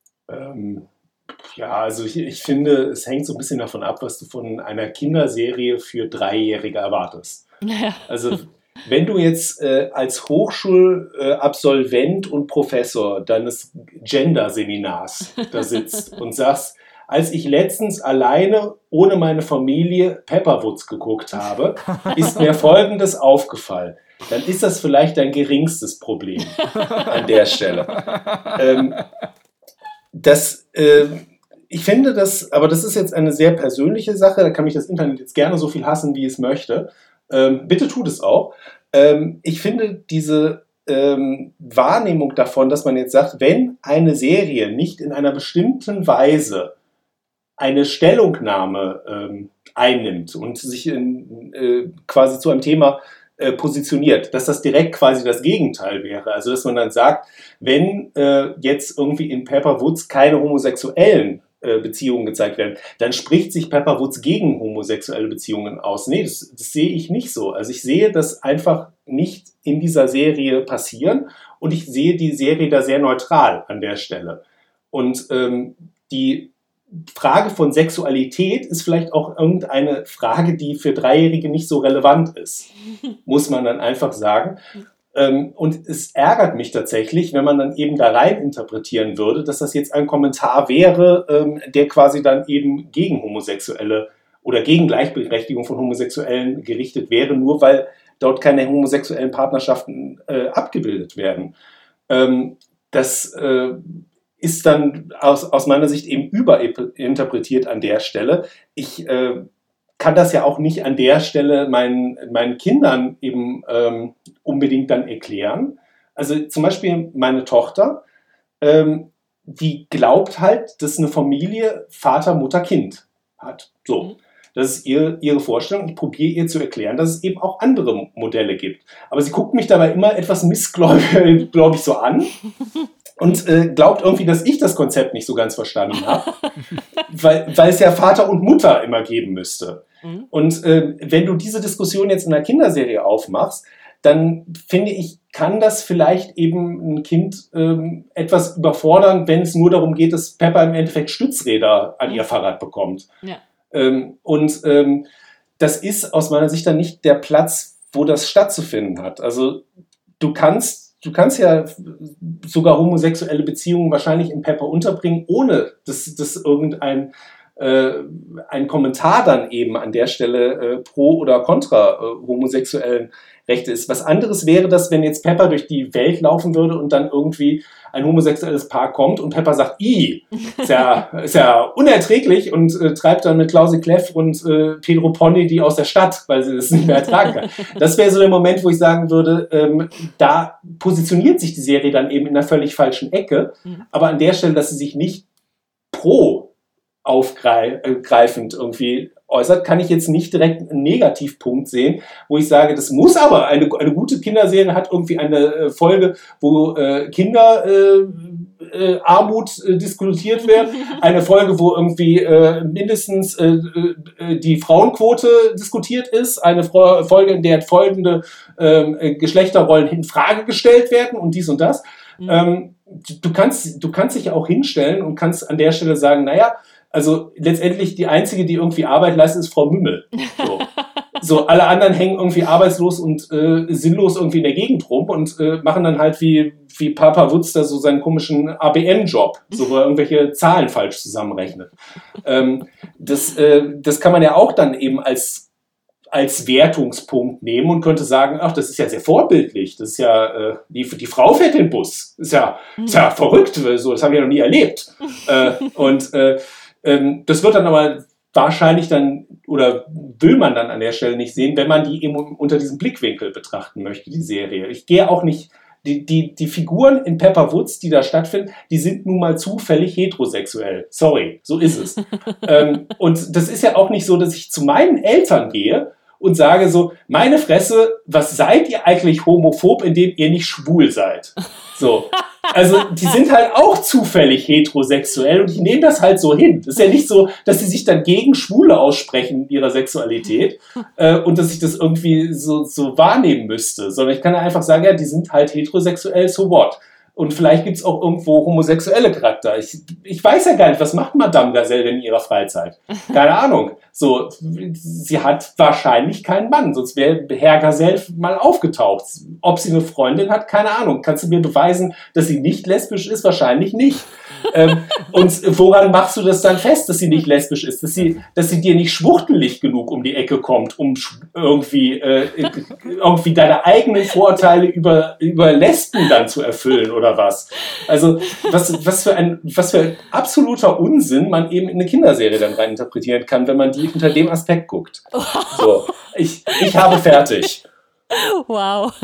Also ich finde, es hängt so ein bisschen davon ab, was du von einer Kinderserie für Dreijährige erwartest. Ja. Also wenn du jetzt als Hochschulabsolvent und Professor deines Gender-Seminars da sitzt und sagst, als ich letztens alleine ohne meine Familie Pepperwoods geguckt habe, ist mir Folgendes aufgefallen. Dann ist das vielleicht dein geringstes Problem an der Stelle. Ich finde das, aber das ist jetzt eine sehr persönliche Sache, da kann mich das Internet jetzt gerne so viel hassen, wie es möchte. Bitte tut es auch. Ich finde diese Wahrnehmung davon, dass man jetzt sagt, wenn eine Serie nicht in einer bestimmten Weise eine Stellungnahme einnimmt und sich quasi zu einem Thema positioniert, dass das direkt quasi das Gegenteil wäre. Also dass man dann sagt, wenn jetzt irgendwie in Pepperwoods keine homosexuellen Beziehungen gezeigt werden, dann spricht sich Pepperwoods gegen homosexuelle Beziehungen aus. Nee, das sehe ich nicht so. Also ich sehe das einfach nicht in dieser Serie passieren und ich sehe die Serie da sehr neutral an der Stelle. Und die Frage von Sexualität ist vielleicht auch irgendeine Frage, die für Dreijährige nicht so relevant ist, muss man dann einfach sagen. Und es ärgert mich tatsächlich, wenn man dann eben da rein interpretieren würde, dass das jetzt ein Kommentar wäre, der quasi dann eben gegen Homosexuelle oder gegen Gleichberechtigung von Homosexuellen gerichtet wäre, nur weil dort keine homosexuellen Partnerschaften abgebildet werden. Das ist dann aus meiner Sicht eben überinterpretiert an der Stelle. Ich kann das ja auch nicht an der Stelle meinen Kindern eben unbedingt dann erklären. Also zum Beispiel meine Tochter, die glaubt halt, dass eine Familie Vater, Mutter, Kind hat. So. Das ist ihre Vorstellung. Ich probiere ihr zu erklären, dass es eben auch andere Modelle gibt. Aber sie guckt mich dabei immer etwas missgläubig so an. Und glaubt irgendwie, dass ich das Konzept nicht so ganz verstanden habe, weil es ja Vater und Mutter immer geben müsste. Mhm. Und wenn du diese Diskussion jetzt in einer Kinderserie aufmachst, dann finde ich, kann das vielleicht eben ein Kind etwas überfordern, wenn es nur darum geht, dass Pepper im Endeffekt Stützräder an ihr Fahrrad bekommt. Ja. Das ist aus meiner Sicht dann nicht der Platz, wo das stattzufinden hat. Also du kannst ja sogar homosexuelle Beziehungen wahrscheinlich in Pepper unterbringen, ohne dass irgendein ein Kommentar dann eben an der Stelle pro oder kontra homosexuellen Rechte ist. Was anderes wäre das, wenn jetzt Pepper durch die Welt laufen würde und dann irgendwie ein homosexuelles Paar kommt und Pepper sagt, ist ja unerträglich und treibt dann mit Klausi Kleff und Pedro Pony die aus der Stadt, weil sie das nicht mehr ertragen kann. Das wäre so der Moment, wo ich sagen würde, da positioniert sich die Serie dann eben in einer völlig falschen Ecke, aber an der Stelle, dass sie sich nicht aufgreifend irgendwie äußert, kann ich jetzt nicht direkt einen Negativpunkt sehen, wo ich sage, das muss aber, eine gute Kinderserie hat irgendwie eine Folge, wo Armut diskutiert wird, eine Folge, wo irgendwie mindestens die Frauenquote diskutiert ist, eine Folge, in der folgende Geschlechterrollen in Frage gestellt werden und dies und das. Du kannst dich ja auch hinstellen und kannst an der Stelle sagen, naja, also letztendlich die Einzige, die irgendwie Arbeit leistet, ist Frau Mümmel. So, alle anderen hängen irgendwie arbeitslos und sinnlos irgendwie in der Gegend rum und machen dann halt wie Papa Wutz da so seinen komischen ABM-Job, so wo er irgendwelche Zahlen falsch zusammenrechnet. Das kann man ja auch dann eben als Wertungspunkt nehmen und könnte sagen, ach, das ist ja sehr vorbildlich, das ist ja, die Frau fährt den Bus, ist ja verrückt, so, das habe ich ja noch nie erlebt. Das wird dann aber wahrscheinlich dann, oder will man dann an der Stelle nicht sehen, wenn man die eben unter diesem Blickwinkel betrachten möchte, die Serie. Ich gehe auch nicht, die Figuren in Pepper Woods, die da stattfinden, die sind nun mal zufällig heterosexuell. Sorry, so ist es. Und das ist ja auch nicht so, dass ich zu meinen Eltern gehe und sage so, meine Fresse, was seid ihr eigentlich homophob, indem ihr nicht schwul seid? So. Also die sind halt auch zufällig heterosexuell und ich nehme das halt so hin. Das ist ja nicht so, dass sie sich dann gegen Schwule aussprechen in ihrer Sexualität und dass ich das irgendwie so wahrnehmen müsste, sondern ich kann ja einfach sagen, ja, die sind halt heterosexuell, so what? Und vielleicht gibt es auch irgendwo homosexuelle Charakter. Ich weiß ja gar nicht, was macht Madame Gazelle denn in ihrer Freizeit? Keine Ahnung. So, sie hat wahrscheinlich keinen Mann, sonst wäre Herr Gazelle mal aufgetaucht. Ob sie eine Freundin hat, keine Ahnung. Kannst du mir beweisen, dass sie nicht lesbisch ist? Wahrscheinlich nicht. Und woran machst du das dann fest, dass sie nicht lesbisch ist? Dass sie dir nicht schwuchtelig genug um die Ecke kommt, um irgendwie deine eigenen Vorurteile über Lesben dann zu erfüllen oder was? Also was für ein absoluter Unsinn man eben in eine Kinderserie dann rein interpretieren kann, wenn man die unter dem Aspekt guckt. So, ich habe fertig. Wow.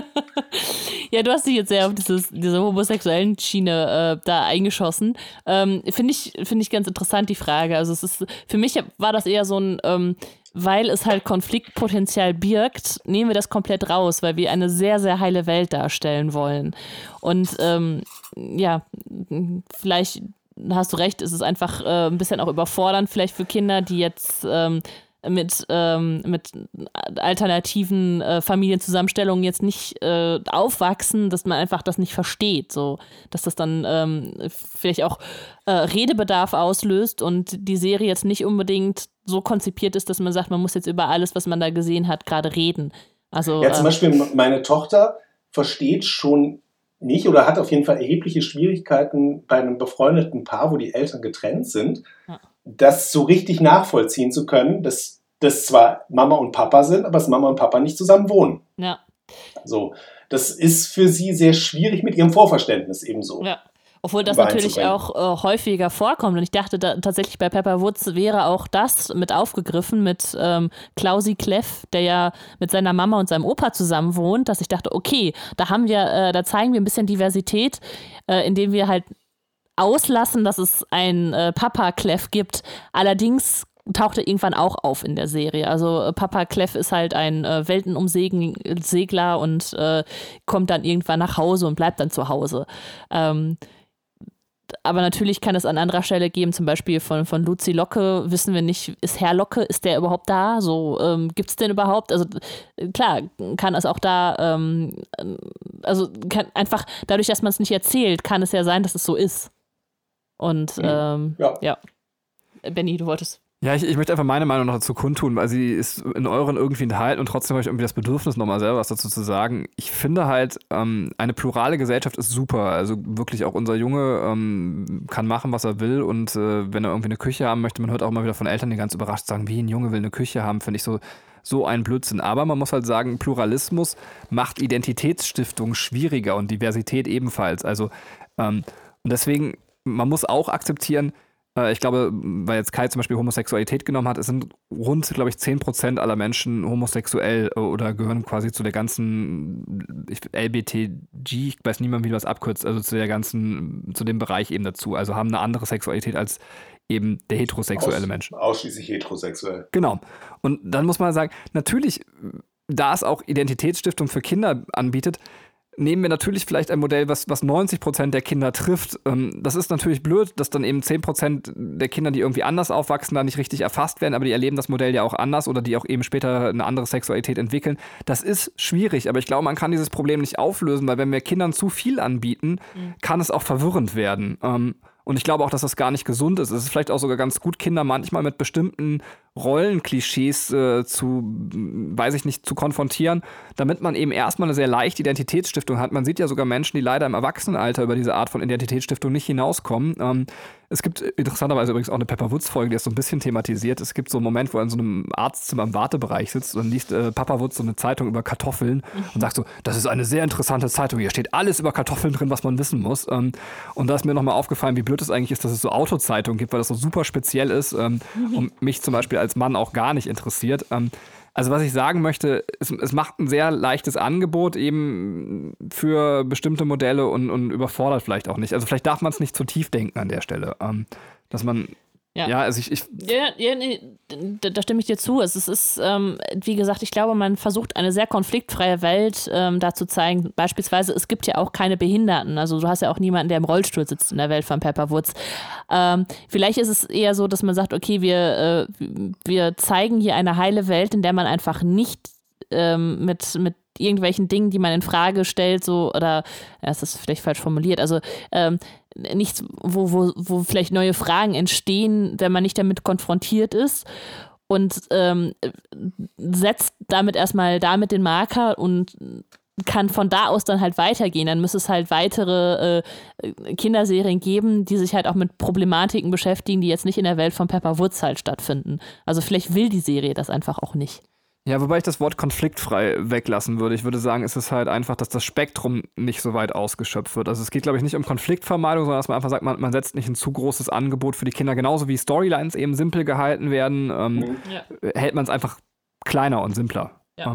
Ja, du hast dich jetzt sehr auf diese homosexuellen Schiene da eingeschossen. Finde ich ganz interessant, die Frage. Also für mich war das eher so ein, weil es halt Konfliktpotenzial birgt, nehmen wir das komplett raus, weil wir eine sehr, sehr heile Welt darstellen wollen. Und ja, vielleicht hast du recht, ist es einfach ein bisschen auch überfordernd vielleicht für Kinder, die jetzt mit alternativen Familienzusammenstellungen jetzt nicht aufwachsen, dass man einfach das nicht versteht, so dass das dann vielleicht auch Redebedarf auslöst und die Serie jetzt nicht unbedingt so konzipiert ist, dass man sagt, man muss jetzt über alles, was man da gesehen hat, gerade reden. Also, ja, zum Beispiel meine Tochter versteht schon nicht oder hat auf jeden Fall erhebliche Schwierigkeiten bei einem befreundeten Paar, wo die Eltern getrennt sind, das so richtig nachvollziehen zu können, dass das zwar Mama und Papa sind, aber dass Mama und Papa nicht zusammen wohnen. Ja. So, das ist für sie sehr schwierig mit ihrem Vorverständnis ebenso. Ja. Obwohl das natürlich auch häufiger vorkommt. Und ich dachte tatsächlich bei Pepper Woods wäre auch das mit aufgegriffen mit Klausi Kleff, der ja mit seiner Mama und seinem Opa zusammen wohnt, dass ich dachte, okay, da zeigen wir ein bisschen Diversität, indem wir halt auslassen, dass es einen Papa Kleff gibt. Allerdings taucht er irgendwann auch auf in der Serie. Also Papa Kleff ist halt ein Weltenumsegler und kommt dann irgendwann nach Hause und bleibt dann zu Hause. Aber natürlich kann es an anderer Stelle geben, zum Beispiel von Luzi Locke, wissen wir nicht, ist Herr Locke, ist der überhaupt da? So, gibt es den überhaupt? Also klar, kann es auch da, also kann einfach, dadurch, dass man es nicht erzählt, kann es ja sein, dass es so ist. Und ja. Benni, du wolltest. Ja, ich möchte einfach meine Meinung noch dazu kundtun, weil sie ist in euren irgendwie enthalten und trotzdem habe ich irgendwie das Bedürfnis, nochmal selber was dazu zu sagen. Ich finde halt, eine plurale Gesellschaft ist super. Also wirklich auch unser Junge kann machen, was er will und wenn er irgendwie eine Küche haben möchte, man hört auch immer wieder von Eltern, die ganz überrascht sagen, wie ein Junge will eine Küche haben, finde ich so so ein Blödsinn. Aber man muss halt sagen, Pluralismus macht Identitätsstiftung schwieriger und Diversität ebenfalls. Also und deswegen, man muss auch akzeptieren, ich glaube, weil jetzt Kai zum Beispiel Homosexualität genommen hat, es sind rund, glaube ich, 10% aller Menschen homosexuell oder gehören quasi zu der ganzen LBTG, ich weiß niemand, wie das abkürzt, also zu dem Bereich eben dazu. Also haben eine andere Sexualität als eben der heterosexuelle Mensch. Ausschließlich heterosexuell. Genau. Und dann muss man sagen, natürlich, da es auch Identitätsstiftung für Kinder anbietet, nehmen wir natürlich vielleicht ein Modell, was 90% der Kinder trifft. Das ist natürlich blöd, dass dann eben 10% der Kinder, die irgendwie anders aufwachsen, da nicht richtig erfasst werden, aber die erleben das Modell ja auch anders oder die auch eben später eine andere Sexualität entwickeln. Das ist schwierig, aber ich glaube, man kann dieses Problem nicht auflösen, weil wenn wir Kindern zu viel anbieten, kann es auch verwirrend werden. Und ich glaube auch, dass das gar nicht gesund ist. Es ist vielleicht auch sogar ganz gut, Kinder manchmal mit bestimmten Rollenklischees zu konfrontieren, damit man eben erstmal eine sehr leichte Identitätsstiftung hat. Man sieht ja sogar Menschen, die leider im Erwachsenenalter über diese Art von Identitätsstiftung nicht hinauskommen. Es gibt interessanterweise übrigens auch eine Pepper Woods-Folge, die das so ein bisschen thematisiert. Es gibt so einen Moment, wo er in so einem Arztzimmer im Wartebereich sitzt und liest Papa Woods so eine Zeitung über Kartoffeln und sagt so, das ist eine sehr interessante Zeitung, hier steht alles über Kartoffeln drin, was man wissen muss. Und da ist mir nochmal aufgefallen, wie blöd es eigentlich ist, dass es so Autozeitungen gibt, weil das so super speziell ist und mich zum Beispiel als Mann auch gar nicht interessiert. Also was ich sagen möchte, es macht ein sehr leichtes Angebot eben für bestimmte Modelle und überfordert vielleicht auch nicht. Also vielleicht darf man es nicht zu tief denken an der Stelle. Dass man, also nee, da stimme ich dir zu. Es ist, wie gesagt, ich glaube, man versucht eine sehr konfliktfreie Welt da zu zeigen. Beispielsweise, es gibt ja auch keine Behinderten. Also du hast ja auch niemanden, der im Rollstuhl sitzt in der Welt von Pepper Woods. Vielleicht ist es eher so, dass man sagt, okay, wir zeigen hier eine heile Welt, in der man einfach nicht mit irgendwelchen Dingen, die man in Frage stellt, so, oder, das ist vielleicht falsch formuliert, also nichts, wo vielleicht neue Fragen entstehen, wenn man nicht damit konfrontiert ist und setzt damit erstmal den Marker und kann von da aus dann halt weitergehen. Dann müsste es halt weitere Kinderserien geben, die sich halt auch mit Problematiken beschäftigen, die jetzt nicht in der Welt von Pepper Woods halt stattfinden. Also vielleicht will die Serie das einfach auch nicht. Ja, wobei ich das Wort konfliktfrei weglassen würde. Ich würde sagen, es ist halt einfach, dass das Spektrum nicht so weit ausgeschöpft wird. Also es geht, glaube ich, nicht um Konfliktvermeidung, sondern dass man einfach sagt, man setzt nicht ein zu großes Angebot für die Kinder. Genauso wie Storylines eben simpel gehalten werden, hält man es einfach kleiner und simpler. Ja.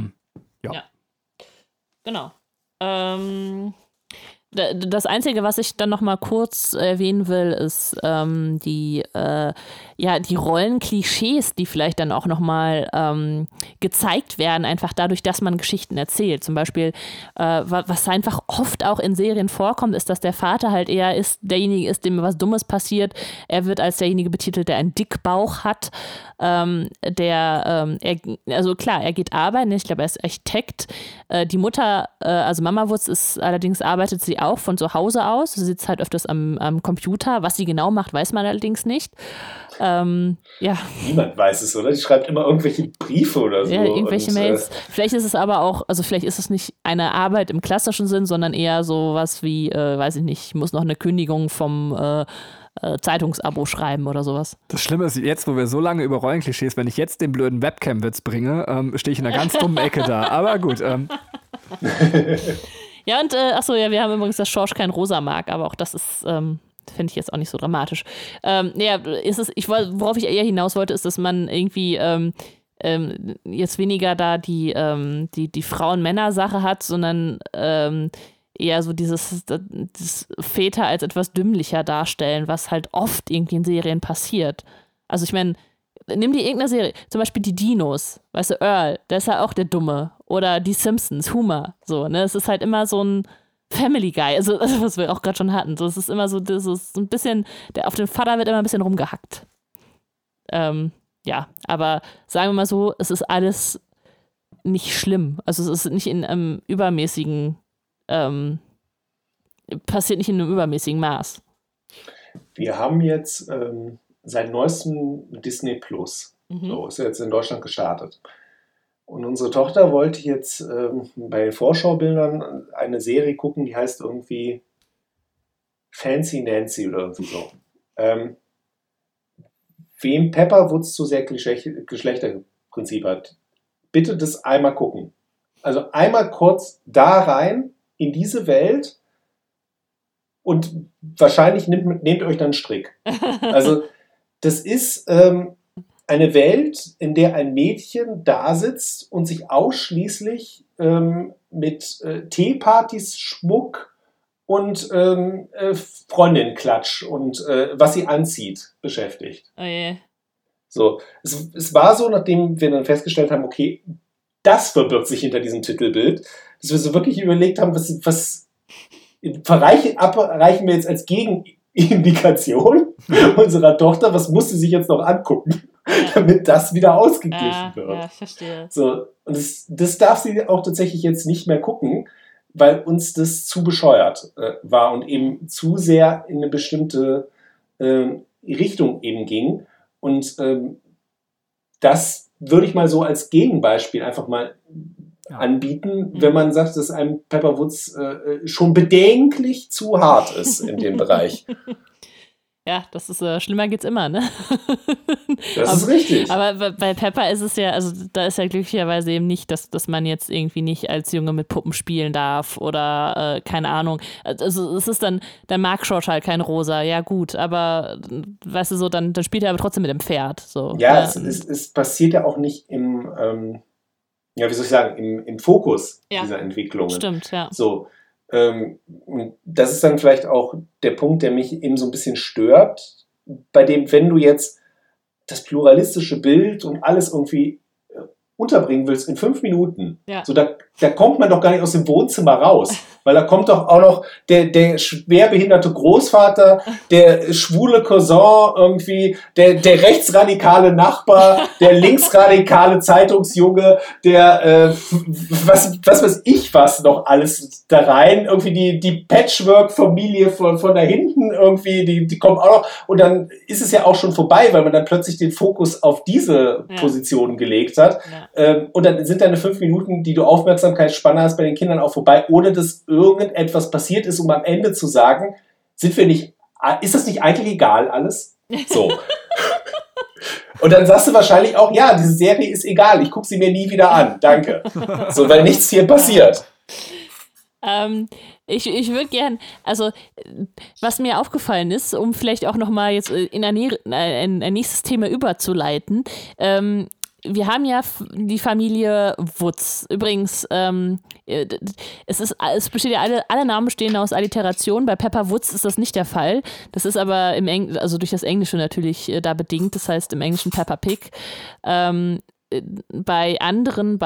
Genau. Das Einzige, was ich dann noch mal kurz erwähnen will, ist die Rollenklischees, die vielleicht dann auch noch mal gezeigt werden, einfach dadurch, dass man Geschichten erzählt. Zum Beispiel, was einfach oft auch in Serien vorkommt, ist, dass der Vater halt eher derjenige ist, dem was Dummes passiert. Er wird als derjenige betitelt, der einen Dickbauch hat. Er geht arbeiten, ich glaube, er ist Architekt. Die Mutter, also Mama Woods, allerdings arbeitet sie auch von zu Hause aus. Sie sitzt halt öfters am Computer. Was sie genau macht, weiß man allerdings nicht. Niemand weiß es, oder? Die schreibt immer irgendwelche Briefe oder so. Ja, irgendwelche Mails. Vielleicht ist es aber auch, also vielleicht ist es nicht eine Arbeit im klassischen Sinn, sondern eher sowas wie, weiß ich nicht, ich muss noch eine Kündigung vom Zeitungsabo schreiben oder sowas. Das Schlimme ist, jetzt, wo wir so lange über Rollenklischees, wenn ich jetzt den blöden Webcam-Witz bringe, stehe ich in einer ganz dummen Ecke da. Aber gut. Ja, und wir haben übrigens, dass Schorsch kein Rosa mag, aber auch das ist, finde ich jetzt auch nicht so dramatisch. Worauf ich eher hinaus wollte, ist, dass man irgendwie jetzt weniger da die Frauen-Männer-Sache hat, sondern eher so dieses Väter als etwas dümmlicher darstellen, was halt oft irgendwie in Serien passiert. Also ich meine, nimm dir irgendeine Serie, zum Beispiel die Dinos, weißt du, Earl, der ist ja auch der Dumme. Oder die Simpsons, Homer, so, ne, es ist halt immer so ein Family Guy, also was wir auch gerade schon hatten, so, es ist immer so, das ist so ein bisschen, auf den Vater wird immer ein bisschen rumgehackt. Aber sagen wir mal so, es ist alles nicht schlimm, also es ist nicht in einem übermäßigen passiert nicht in einem übermäßigen Maß. Wir haben jetzt seit neuestem Disney Plus. So, ist jetzt in Deutschland gestartet. Und unsere Tochter wollte jetzt bei Vorschaubildern eine Serie gucken, die heißt irgendwie Fancy Nancy oder irgendwie so. Wem Pepper Woods zu sehr Geschlechterprinzip hat, bitte das einmal gucken. Also einmal kurz da rein in diese Welt und wahrscheinlich nehmt euch dann einen Strick. Also das ist eine Welt, in der ein Mädchen da sitzt und sich ausschließlich mit Teepartys, Schmuck und Freundinnenklatsch und was sie anzieht beschäftigt. Oh je. So, es war so, nachdem wir dann festgestellt haben, okay, das verbirgt sich hinter diesem Titelbild, dass wir so wirklich überlegt haben, was erreichen wir jetzt als Gegenindikation unserer Tochter, was muss sie sich jetzt noch angucken, damit das wieder ausgeglichen wird. Ja, ich verstehe. So, und das darf sie auch tatsächlich jetzt nicht mehr gucken, weil uns das zu bescheuert war und eben zu sehr in eine bestimmte Richtung eben ging. Und das würde ich mal so als Gegenbeispiel einfach mal anbieten, wenn man sagt, dass einem Pepper Woods schon bedenklich zu hart ist in dem Bereich. Ja, das ist schlimmer geht's immer, ne? Das ist richtig. Aber bei Pepper ist es ja, also da ist ja glücklicherweise eben nicht, dass man jetzt irgendwie nicht als Junge mit Puppen spielen darf oder keine Ahnung. Also es ist dann mag George halt kein Rosa, ja gut, aber weißt du so, dann spielt er aber trotzdem mit dem Pferd. So. Ja, es passiert ja auch nicht im im Fokus dieser Entwicklungen. Stimmt, ja. So, das ist dann vielleicht auch der Punkt, der mich eben so ein bisschen stört, bei dem, wenn du jetzt das pluralistische Bild und alles irgendwie unterbringen willst in 5 Minuten, so da kommt man doch gar nicht aus dem Wohnzimmer raus, weil da kommt doch auch noch der schwerbehinderte Großvater, der schwule Cousin irgendwie, der rechtsradikale Nachbar, der linksradikale Zeitungsjunge, der was weiß ich was noch alles da rein, irgendwie die Patchwork-Familie von da hinten irgendwie, die kommt auch noch und dann ist es ja auch schon vorbei, weil man dann plötzlich den Fokus auf diese Positionen gelegt hat. Und dann sind deine 5 Minuten, die du Aufmerksamkeitsspanne hast, bei den Kindern auch vorbei, ohne dass irgendetwas passiert ist, um am Ende zu sagen, ist das nicht eigentlich egal alles? So. Und dann sagst du wahrscheinlich auch, ja, diese Serie ist egal, ich gucke sie mir nie wieder an, danke. So, weil nichts hier passiert. Ich würde gern, also was mir aufgefallen ist, um vielleicht auch nochmal jetzt in ein nächstes Thema überzuleiten, wir haben ja die Familie Woods. Übrigens, es besteht ja alle Namen bestehen aus Alliteration. Bei Pepper Woods ist das nicht der Fall. Das ist aber also durch das Englische natürlich da bedingt. Das heißt im Englischen Peppa Pig. Bei anderen,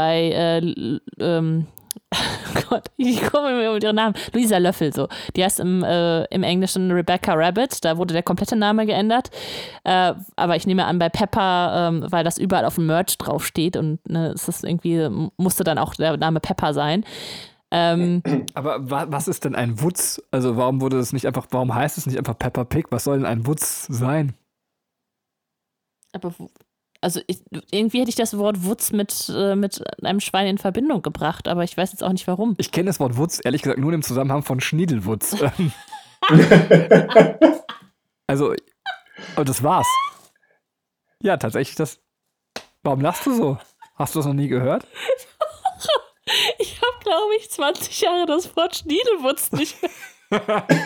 Gott, ich komme mir mit ihrem Namen. Luisa Löffel, so. Die heißt im Englischen Rebecca Rabbit. Da wurde der komplette Name geändert. Aber ich nehme an, bei Peppa, weil das überall auf dem Merch draufsteht und es ist irgendwie, musste dann auch der Name Peppa sein. Aber was ist denn ein Woods? Also warum heißt es nicht einfach Peppa Pig? Was soll denn ein Woods sein? Aber also irgendwie hätte ich das Wort Wutz mit einem Schwein in Verbindung gebracht, aber ich weiß jetzt auch nicht warum. Ich kenne das Wort Wutz, ehrlich gesagt, nur im Zusammenhang von Schniedelwutz. Also, aber das war's. Ja, tatsächlich das. Warum lachst du so? Hast du das noch nie gehört? Ich habe, glaube ich, 20 Jahre das Wort Schniedelwutz nicht mehr.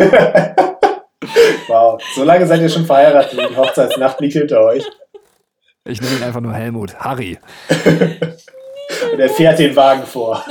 Wow, so lange seid ihr schon verheiratet und die Hochzeitsnacht liegt hinter euch. Ich nenne ihn einfach nur Helmut. Harry. Und er fährt den Wagen vor.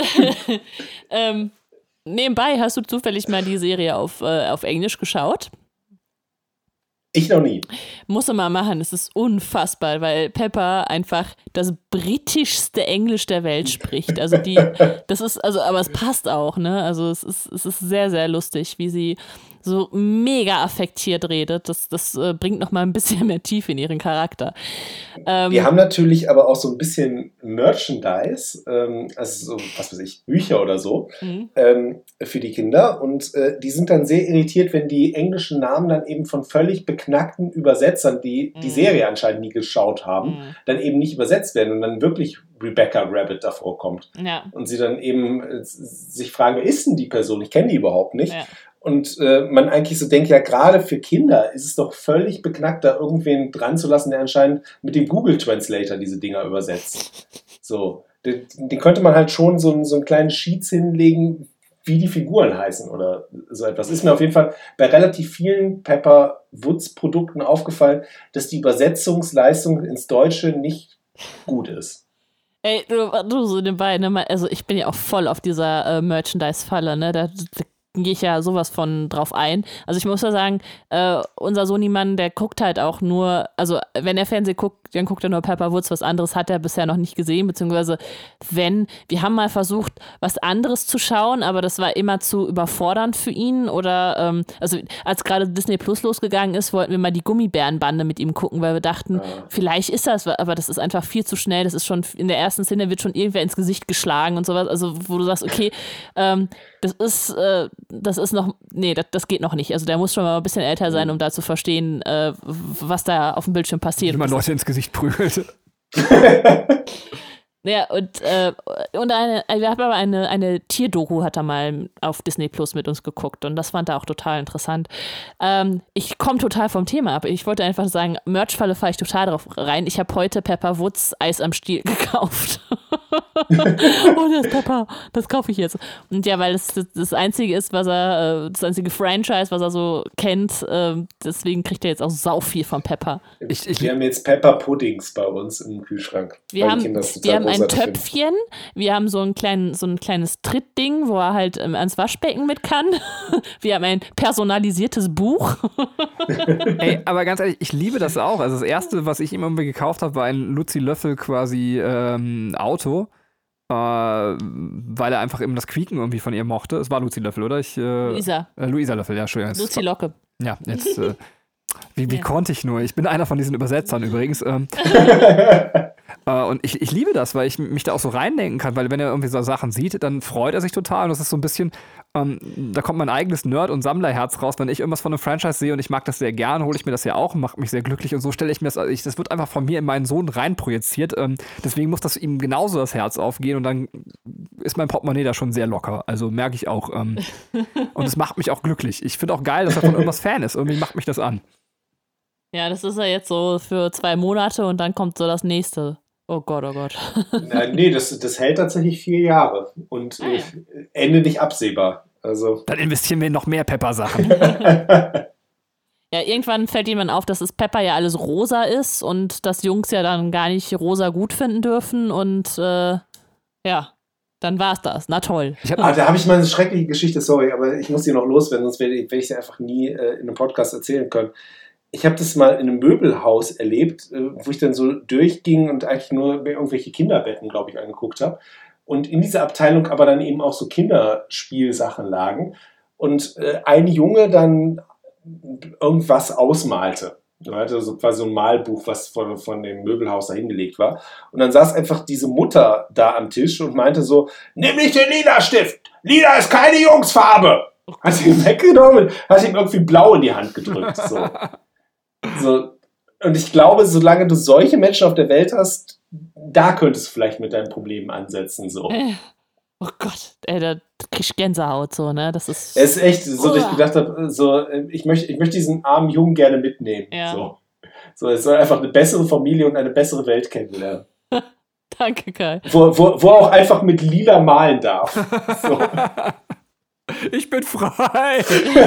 Nebenbei, hast du zufällig mal die Serie auf Englisch geschaut? Ich noch nie. Muss man mal machen, es ist unfassbar, weil Peppa einfach das britischste Englisch der Welt spricht. Also aber es passt auch, ne? Also es ist sehr, sehr lustig, wie sie so mega affektiert redet. Das bringt nochmal ein bisschen mehr Tiefe in ihren Charakter. Wir haben natürlich aber auch so ein bisschen Merchandise, also so, was weiß ich, Bücher oder so, für die Kinder. Und die sind dann sehr irritiert, wenn die englischen Namen dann eben von völlig beknackten Übersetzern, die die Serie anscheinend nie geschaut haben, dann eben nicht übersetzt werden und dann wirklich Rebecca Rabbit davor kommt. Ja. Und sie dann eben sich fragen, wer ist denn die Person? Ich kenne die überhaupt nicht. Ja. Und man eigentlich so denkt, ja, gerade für Kinder ist es doch völlig beknackt, da irgendwen dran zu lassen, der anscheinend mit dem Google Translator diese Dinger übersetzt. So, den könnte man halt schon so einen kleinen Sheets hinlegen, wie die Figuren heißen oder so etwas. Ist mir auf jeden Fall bei relativ vielen Pepper Woods Produkten aufgefallen, dass die Übersetzungsleistung ins Deutsche nicht gut ist. Ey, du so nebenbei, ne? Also ich bin ja auch voll auf dieser Merchandise-Falle, ne? Da gehe ich ja sowas von drauf ein. Also ich muss ja sagen, unser Sony-Mann, der guckt halt auch nur, also wenn er Fernsehen guckt, dann guckt er nur Pepper Woods, was anderes hat er bisher noch nicht gesehen, beziehungsweise wir haben mal versucht, was anderes zu schauen, aber das war immer zu überfordernd für ihn oder, also als gerade Disney Plus losgegangen ist, wollten wir mal die Gummibärenbande mit ihm gucken, weil wir dachten, vielleicht ist das, aber das ist einfach viel zu schnell, das ist schon, in der ersten Szene wird schon irgendwer ins Gesicht geschlagen und sowas, also wo du sagst, okay, das ist noch, nee, das geht noch nicht. Also der muss schon mal ein bisschen älter sein, um da zu verstehen, was da auf dem Bildschirm passiert. Wie man Leute ins Gesicht prügelt. Ja, und wir haben aber eine Tierdoku hat er mal auf Disney Plus mit uns geguckt und das fand er auch total interessant. Ich komme total vom Thema ab. Ich wollte einfach sagen, Merchfalle fahre ich total drauf rein. Ich habe heute Pepper Woods Eis am Stiel gekauft. Oh, das Pepper, das kaufe ich jetzt. Und ja, weil das Einzige ist, das einzige Franchise, was er so kennt, deswegen kriegt er jetzt auch sau viel von Pepper. Wir haben jetzt Pepper Puddings bei uns im Kühlschrank. Wir haben ein Töpfchen, wir haben so ein kleines Trittding, wo er halt ans Waschbecken mit kann. Wir haben ein personalisiertes Buch. Ey, aber ganz ehrlich, ich liebe das auch. Also das erste, was ich ihm irgendwie gekauft habe, war ein Luzi Löffel quasi Auto, weil er einfach eben das Quieken irgendwie von ihr mochte. Es war Luzi Löffel, oder? Luisa Löffel, ja, Entschuldigung. Luzi Locke. Ja, jetzt wie konnte ich nur? Ich bin einer von diesen Übersetzern übrigens. Und ich liebe das, weil ich mich da auch so reindenken kann, weil wenn er irgendwie so Sachen sieht, dann freut er sich total und das ist so ein bisschen, da kommt mein eigenes Nerd- und Sammlerherz raus. Wenn ich irgendwas von einem Franchise sehe und ich mag das sehr gern, hole ich mir das ja auch und mache mich sehr glücklich und so stelle ich mir das wird einfach von mir in meinen Sohn reinprojiziert. Deswegen muss das ihm genauso das Herz aufgehen und dann ist mein Portemonnaie da schon sehr locker. Also merke ich auch. Und es macht mich auch glücklich. Ich finde auch geil, dass er von irgendwas Fan ist. Irgendwie macht mich das an. Ja, das ist ja jetzt so für 2 Monate und dann kommt so das nächste. Oh Gott, oh Gott. Nee, das hält tatsächlich 4 Jahre und Ende nicht absehbar. Also. Dann investieren wir in noch mehr Pepper-Sachen. Ja, irgendwann fällt jemand auf, dass das Pepper ja alles rosa ist und dass Jungs ja dann gar nicht rosa gut finden dürfen und ja, dann war's das. Na toll. Da habe ich mal eine schreckliche Geschichte, sorry, aber ich muss die noch loswerden, sonst werde ich sie einfach nie in einem Podcast erzählen können. Ich habe das mal in einem Möbelhaus erlebt, wo ich dann so durchging und eigentlich nur irgendwelche Kinderbetten, glaube ich, angeguckt habe. Und in dieser Abteilung aber dann eben auch so Kinderspielsachen lagen. Und ein Junge dann irgendwas ausmalte. Er hatte so quasi so ein Malbuch, was von dem Möbelhaus da hingelegt war. Und dann saß einfach diese Mutter da am Tisch und meinte so, nimm nicht den lila Stift, lila ist keine Jungsfarbe. Hat sie ihn weggenommen, hat ihm irgendwie blau in die Hand gedrückt. So. Und ich glaube, solange du solche Menschen auf der Welt hast, da könntest du vielleicht mit deinen Problemen ansetzen. So. Oh Gott, da kriegst du Gänsehaut, so, ne? Das ist. Es ist echt so, dass ich gedacht habe, so, ich möchte diesen armen Jungen gerne mitnehmen. Ja. So, es soll einfach eine bessere Familie und eine bessere Welt kennenlernen. Danke, Kai. Wo er auch einfach mit lila malen darf. So. Ich bin frei.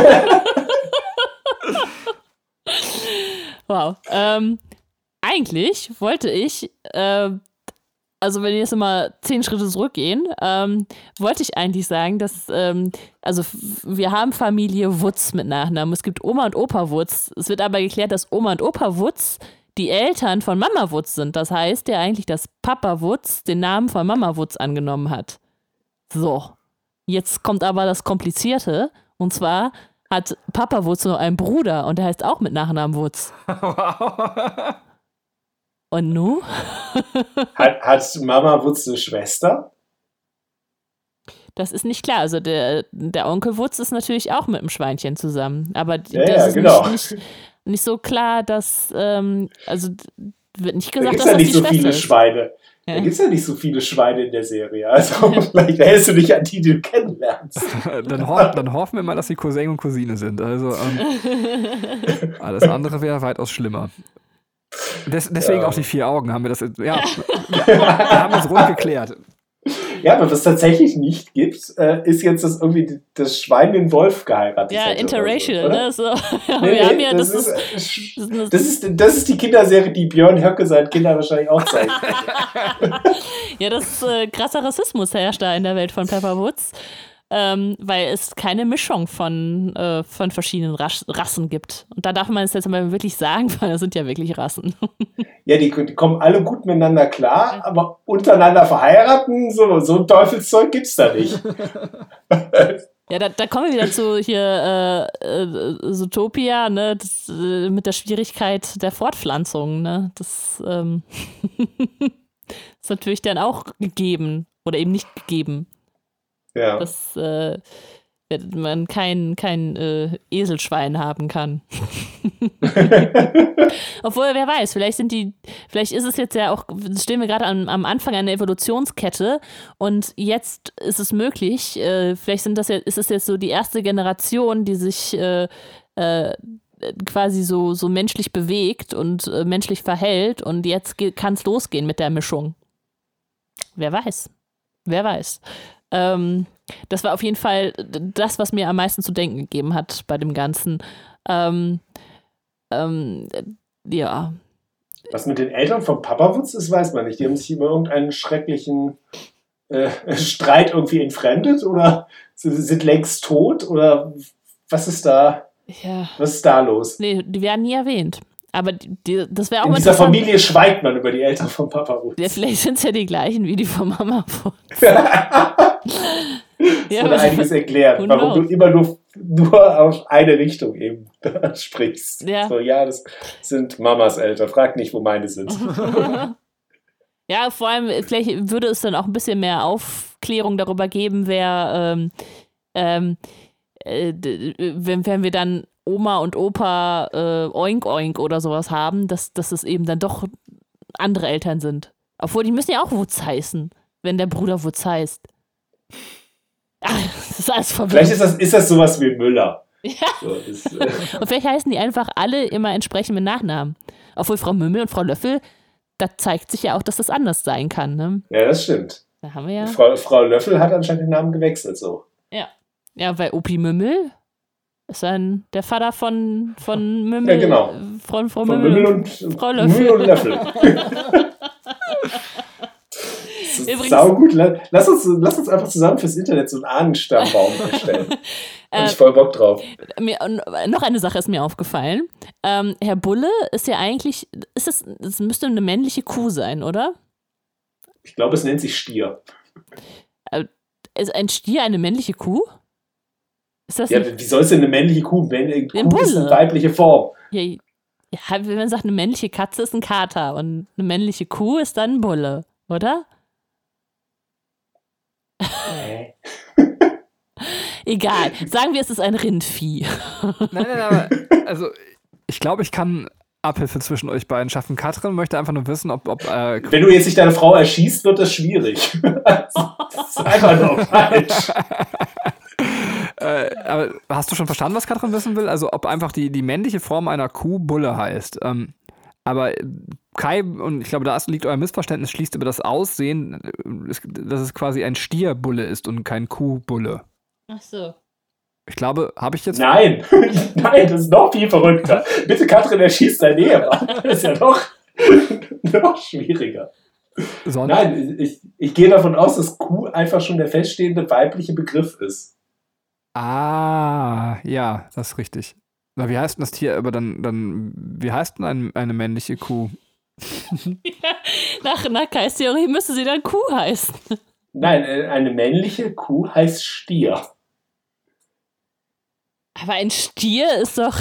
Wow. Eigentlich wollte ich, also wenn wir jetzt mal 10 Schritte zurückgehen, wollte ich eigentlich sagen, dass, also wir haben Familie Wutz mit Nachnamen. Es gibt Oma und Opa Wutz. Es wird aber geklärt, dass Oma und Opa Wutz die Eltern von Mama Wutz sind. Das heißt ja eigentlich, dass Papa Wutz den Namen von Mama Wutz angenommen hat. So. Jetzt kommt aber das Komplizierte. Und zwar hat Papa Wutz noch einen Bruder und der heißt auch mit Nachnamen Wutz. Wow. Und nu? Hat Mama Wutz eine Schwester? Das ist nicht klar. Also der Onkel Wutz ist natürlich auch mit dem Schweinchen zusammen. Aber das ist nicht so klar, dass, also wird nicht gesagt, dass das die Schwester ist. Da gibt es ja nicht so viele Schweine in der Serie. Also vielleicht hältst du dich an die du kennenlernst. Dann hoffen wir mal, dass sie Cousin und Cousine sind. Also alles andere wäre weitaus schlimmer. Deswegen auch die 4 Augen haben wir das. Ja, Wir haben es rund geklärt. Ja, aber was es tatsächlich nicht gibt, ist jetzt, dass irgendwie das Schwein den Wolf geheiratet Ja, hätte interracial, oder ne? So. Nee, Wir haben ja, das ist die Kinderserie, die Björn Höcke seinen Kindern wahrscheinlich auch zeigen könnte. ja, das ist krasser Rassismus herrscht da in der Welt von Pepper Woods, weil es keine Mischung von verschiedenen Rassen gibt. Und da darf man es jetzt mal wirklich sagen, weil das sind ja wirklich Rassen. Ja, die kommen alle gut miteinander klar, aber untereinander verheiraten, so ein Teufelszeug gibt's da nicht. Ja, da kommen wir wieder zu hier Zootopia, ne, mit der Schwierigkeit der Fortpflanzung, ne, das ist natürlich dann auch gegeben oder eben nicht gegeben, Ja. dass man kein Eselschwein haben kann. Obwohl, wer weiß, vielleicht ist es jetzt ja auch, stehen wir gerade am Anfang einer Evolutionskette und jetzt ist es möglich, vielleicht ist es jetzt so die erste Generation, die sich quasi so menschlich bewegt und menschlich verhält und jetzt kann es losgehen mit der Mischung. Wer weiß. Das war auf jeden Fall das, was mir am meisten zu denken gegeben hat bei dem Ganzen. Ja. Was mit den Eltern von Pepper Woods ist, weiß man nicht. Die haben sich über irgendeinen schrecklichen Streit irgendwie entfremdet oder sind längst tot oder was ist da? Ja. Was ist da los? Nee, die werden nie erwähnt. Aber das wäre auch In dieser Familie schweigt man über die Eltern von Pepper Woods. Ja, vielleicht sind es ja die gleichen wie die von Mama. Das würde einiges erklären, warum du immer nur auf eine Richtung eben sprichst. Ja. So, ja, das sind Mamas Eltern. Frag nicht, wo meine sind. Ja, vor allem, vielleicht würde es dann auch ein bisschen mehr Aufklärung darüber geben, wenn wir dann Oma und Opa Oink Oink oder sowas haben, dass es eben dann doch andere Eltern sind. Obwohl, die müssen ja auch Wutz heißen, wenn der Bruder Wutz heißt. Ach, das ist alles verwirrend. Vielleicht ist das sowas wie Müller. Ja. So, und vielleicht heißen die einfach alle immer entsprechend mit Nachnamen. Obwohl Frau Mümmel und Frau Löffel, da zeigt sich ja auch, dass das anders sein kann. Ne? Ja, das stimmt. Da haben wir ja. Frau Löffel hat anscheinend den Namen gewechselt, so. Ja. Ja, weil Opi Mümmel ist der Vater von Mümmel. Ja, genau. Frau Von Mümmel und Frau Löffel. Mümmel und Löffel. Übrigens, sau gut. Lass uns einfach zusammen fürs Internet so einen Ahnenstammbaum erstellen. Hab ich voll Bock drauf. Noch eine Sache ist mir aufgefallen. Herr Bulle ist ja eigentlich, es müsste eine männliche Kuh sein, oder? Ich glaube, es nennt sich Stier. Ist ein Stier eine männliche Kuh? Ist das Ja, wie soll es denn eine männliche Kuh? Kuh Bulle. ist eine weibliche Form. Ja, wenn man sagt, eine männliche Katze ist ein Kater und eine männliche Kuh ist dann ein Bulle, oder? Egal. Sagen wir, es ist ein Rindvieh. Nein, aber also ich glaube, ich kann Abhilfe zwischen euch beiden schaffen. Katrin möchte einfach nur wissen, ob wenn du jetzt nicht deine Frau erschießt, wird das schwierig. Das ist einfach nur falsch. aber hast du schon verstanden, was Katrin wissen will? Also ob einfach die männliche Form einer Kuh Bulle heißt. Aber Kai, und ich glaube, da liegt euer Missverständnis, schließt über das Aussehen, dass es quasi ein Stierbulle ist und kein Kuhbulle. Ach so. Ich glaube, habe ich jetzt... Nein, das ist noch viel verrückter. Bitte, Katrin, erschießt dein Ehemann. Das ist ja noch schwieriger. Nein, ich gehe davon aus, dass Kuh einfach schon der feststehende weibliche Begriff ist. Ah, ja, das ist richtig. Na, wie heißt denn das Tier? Aber wie heißt denn eine männliche Kuh? Ja, nach Kais Theorie müsste sie dann Kuh heißen. Nein, eine männliche Kuh heißt Stier. Aber ein Stier ist doch...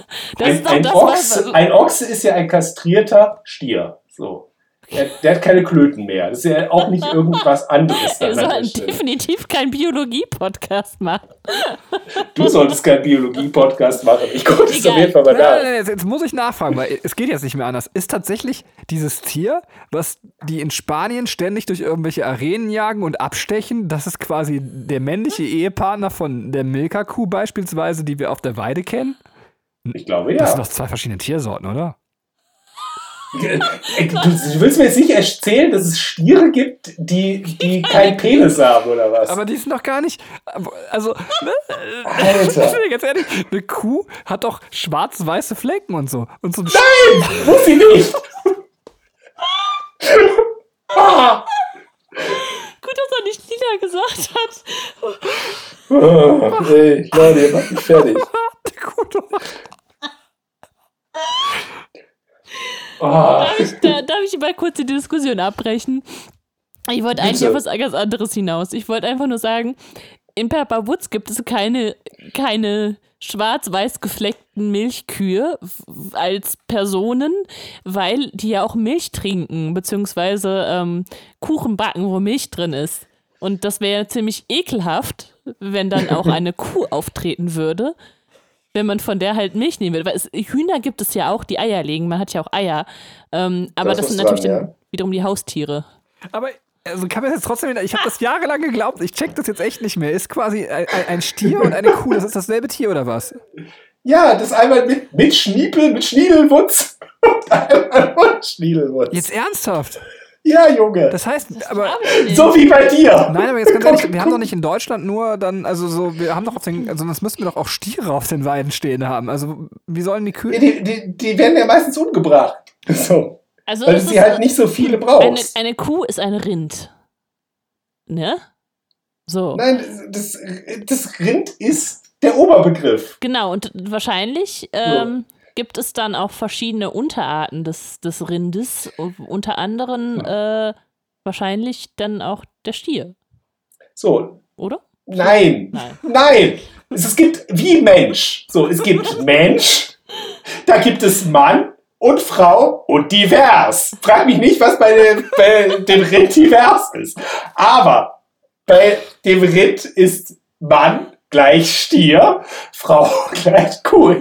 Ein Ochse ist ja ein kastrierter Stier. So. Der hat keine Klöten mehr. Das ist ja auch nicht irgendwas anderes. Wir sollten definitiv keinen Biologie-Podcast machen. Du solltest keinen Biologie-Podcast machen. Ich gucke es auf jeden Fall mal nach. Nein, jetzt muss ich nachfragen, weil es geht jetzt nicht mehr anders. Ist tatsächlich dieses Tier, was die in Spanien ständig durch irgendwelche Arenen jagen und abstechen, das ist quasi der männliche Ehepartner von der Milka-Kuh beispielsweise, die wir auf der Weide kennen? Ich glaube, ja. Das sind doch zwei verschiedene Tiersorten, oder? Du willst mir jetzt nicht erzählen, dass es Stiere gibt, die keinen Penis haben, oder was? Aber die sind doch gar nicht. Also, ne? Alter. Ganz ehrlich, eine Kuh hat doch schwarz-weiße Flecken und so. Und so Nein! Muss sie nicht! Ah. Gut, dass er nicht Lila gesagt hat. Oh, ey, Leute, ihr macht mich fertig. Die Kuh doch. Oh. Darf ich mal kurz die Diskussion abbrechen? Ich wollte eigentlich auf was ganz anderes hinaus. Ich wollte einfach nur sagen, in Pepper Woods gibt es keine schwarz-weiß gefleckten Milchkühe als Personen, weil die ja auch Milch trinken, beziehungsweise Kuchen backen, wo Milch drin ist. Und das wäre ziemlich ekelhaft, wenn dann auch eine Kuh auftreten würde, wenn man von der halt Milch nehmen will. Weil Hühner gibt es ja auch, die Eier legen. Man hat ja auch Eier. Aber das sind natürlich dann wiederum die Haustiere. Aber also kann man jetzt trotzdem, ich habe das jahrelang geglaubt, ich check das jetzt echt nicht mehr. Ist quasi ein Stier und eine Kuh, das ist dasselbe Tier oder was? Ja, das einmal mit Schniepel, mit Schniedelwutz und einmal ohne Schniedelwutz. Jetzt ernsthaft? Ja, Junge. Das heißt, aber So wie bei dir. nein, aber jetzt ganz ehrlich, wir haben doch nicht in Deutschland nur dann, also so, wir haben doch auf den, also das müssten wir doch auch Stiere auf den Weiden stehen haben. Also wie sollen die Kühe? Die werden ja meistens umgebracht. So. Also Weil du sie halt nicht so viele brauchst. Eine Kuh ist ein Rind. Ne? So. Nein, das Rind ist der Oberbegriff. Genau, und wahrscheinlich gibt es dann auch verschiedene Unterarten des Rindes, unter anderem wahrscheinlich dann auch der Stier. So. Oder? Nein. Es gibt wie Mensch. So, es gibt Mensch, da gibt es Mann und Frau und divers. Frag mich nicht, was bei dem Rind divers ist. Aber bei dem Rind ist Mann gleich Stier, Frau gleich Kuh.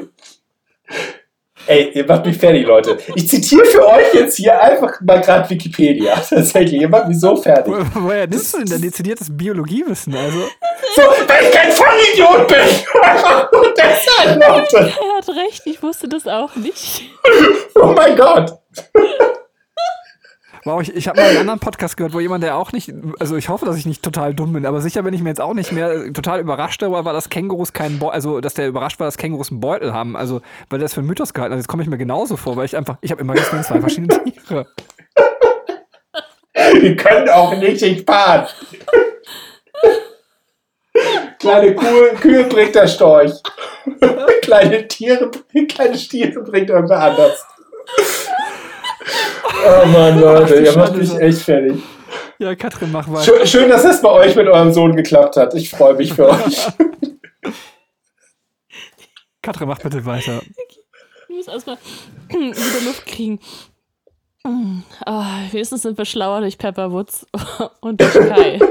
Ey, ihr macht mich fertig, Leute. Ich zitiere für euch jetzt hier einfach mal gerade Wikipedia. Tatsächlich, ihr macht mich so fertig. Woher nimmst du denn dein dezidiertes Biologiewissen? Also? So, weil ich kein Vollidiot bin. Und deshalb, Leute. Er hat recht, ich wusste das auch nicht. Oh mein Gott. Wow, ich habe mal einen anderen Podcast gehört, wo jemand, der auch nicht, also ich hoffe, dass ich nicht total dumm bin, aber sicher bin ich mir jetzt auch nicht mehr. Total überrascht darüber war, dass Kängurus keinen Beutel, also dass der überrascht war, dass Kängurus einen Beutel haben, also weil der das für einen Mythos gehalten hat. Jetzt komme ich mir genauso vor, weil ich habe immer gesehen, 2 verschiedene Tiere. Die können auch nicht sich paaren. Kleine Kühe bringt der Storch. Kleine Stiere bringt irgendwer anders. Oh Mann, Leute, ihr macht mich echt fertig. Ja, Katrin, mach weiter. Schön, dass es bei euch mit eurem Sohn geklappt hat. Ich freue mich für euch. Katrin, mach bitte weiter. Ich muss erstmal wieder Luft kriegen. Oh, wenigstens sind wir schlauer durch Pepper Woods und durch Kai.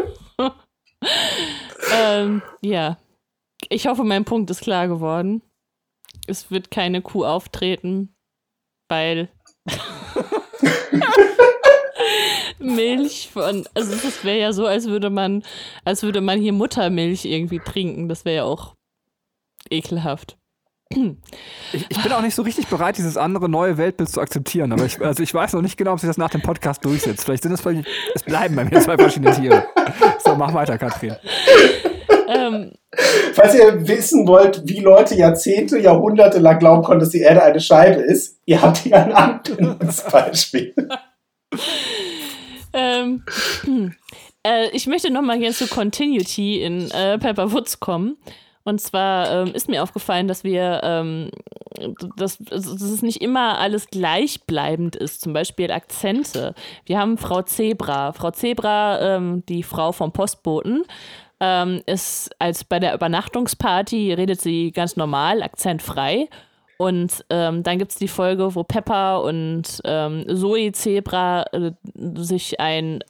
Ja. Ich hoffe, mein Punkt ist klar geworden. Es wird keine Kuh auftreten, weil Milch also das wäre ja so, als würde man hier Muttermilch irgendwie trinken. Das wäre ja auch ekelhaft. Ich bin auch nicht so richtig bereit, dieses andere neue Weltbild zu akzeptieren, aber ich weiß noch nicht genau, ob sich das nach dem Podcast durchsetzt. Vielleicht es bleiben bei mir 2 verschiedene Tiere. So, mach weiter, Katrin. Falls ihr wissen wollt, wie Leute Jahrzehnte, Jahrhunderte lang glauben konnten, dass die Erde eine Scheibe ist, ihr habt hier ein anderes Beispiel. Ich möchte nochmal gerne zu Continuity in Pepper Woods kommen. Und zwar ist mir aufgefallen, dass dass es nicht immer alles gleichbleibend ist. Zum Beispiel Akzente. Wir haben Frau Zebra. Frau Zebra, die Frau vom Postboten, ist als bei der Übernachtungsparty redet sie ganz normal, akzentfrei. Und dann gibt es die Folge, wo Pepper und Zoe Zebra sich ein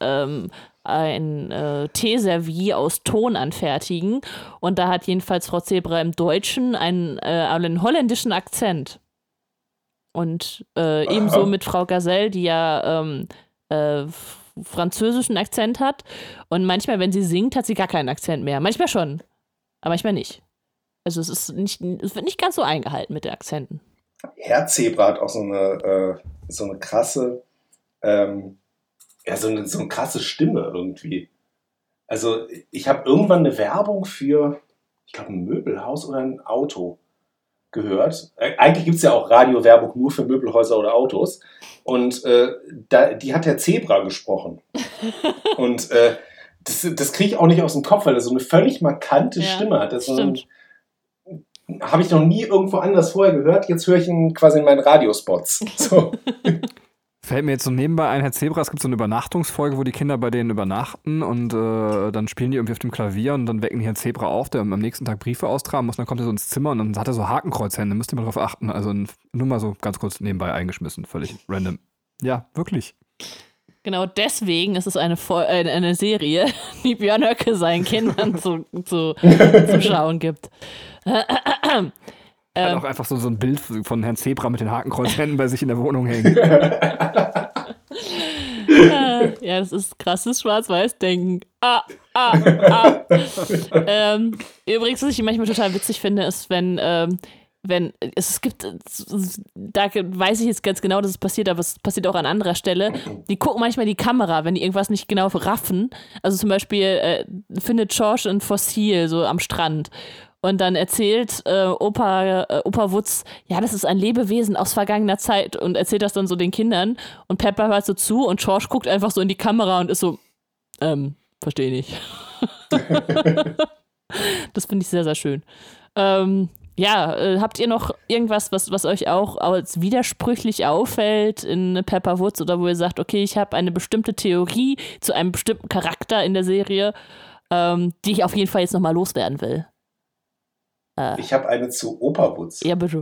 Teeservie aus Ton anfertigen. Und da hat jedenfalls Frau Zebra im Deutschen einen holländischen Akzent. Und ebenso mit Frau Gazelle, die ja französischen Akzent hat. Und manchmal, wenn sie singt, hat sie gar keinen Akzent mehr. Manchmal schon, aber manchmal nicht. Also es wird nicht ganz so eingehalten mit den Akzenten. Herr Zebra hat auch so eine so eine krasse, so eine krasse Stimme irgendwie. Also ich habe irgendwann eine Werbung für, ich glaube, ein Möbelhaus oder ein Auto gehört. Eigentlich gibt es ja auch Radiowerbung nur für Möbelhäuser oder Autos. Und die hat der Zebra gesprochen. Und das kriege ich auch nicht aus dem Kopf, weil er so eine völlig markante Stimme hat. Das habe ich noch nie irgendwo anders vorher gehört. Jetzt höre ich ihn quasi in meinen Radiospots. So. Fällt mir jetzt so nebenbei ein, Herr Zebra, es gibt so eine Übernachtungsfolge, wo die Kinder bei denen übernachten und dann spielen die irgendwie auf dem Klavier und dann wecken die Herrn Zebra auf, der am nächsten Tag Briefe austragen muss und dann kommt er so ins Zimmer und dann hat er so Hakenkreuzhände, müsst ihr mal drauf achten. Also nur mal so ganz kurz nebenbei eingeschmissen, völlig random. Ja, wirklich. Genau deswegen ist es eine Serie, die Björn Höcke seinen Kindern zu schauen gibt. Hat auch einfach so ein Bild von Herrn Zebra mit den Hakenkreuzhänden bei sich in der Wohnung hängen. Ja, das ist krasses Schwarz-Weiß-Denken. Übrigens, was ich manchmal total witzig finde, ist, wenn es gibt, da weiß ich jetzt ganz genau, dass es passiert, aber es passiert auch an anderer Stelle. Die gucken manchmal die Kamera, wenn die irgendwas nicht genau raffen. Also zum Beispiel findet George ein Fossil so am Strand. Und dann erzählt Opa Wutz, ja, das ist ein Lebewesen aus vergangener Zeit und erzählt das dann so den Kindern. Und Pepper hört so zu und George guckt einfach so in die Kamera und ist so, verstehe nicht. Das finde ich sehr, sehr schön. Habt ihr noch irgendwas, was euch auch als widersprüchlich auffällt in Pepper Woods oder wo ihr sagt, okay, ich habe eine bestimmte Theorie zu einem bestimmten Charakter in der Serie, die ich auf jeden Fall jetzt nochmal loswerden will? Ich habe eine zu Opa Wutz. Ja, bitte.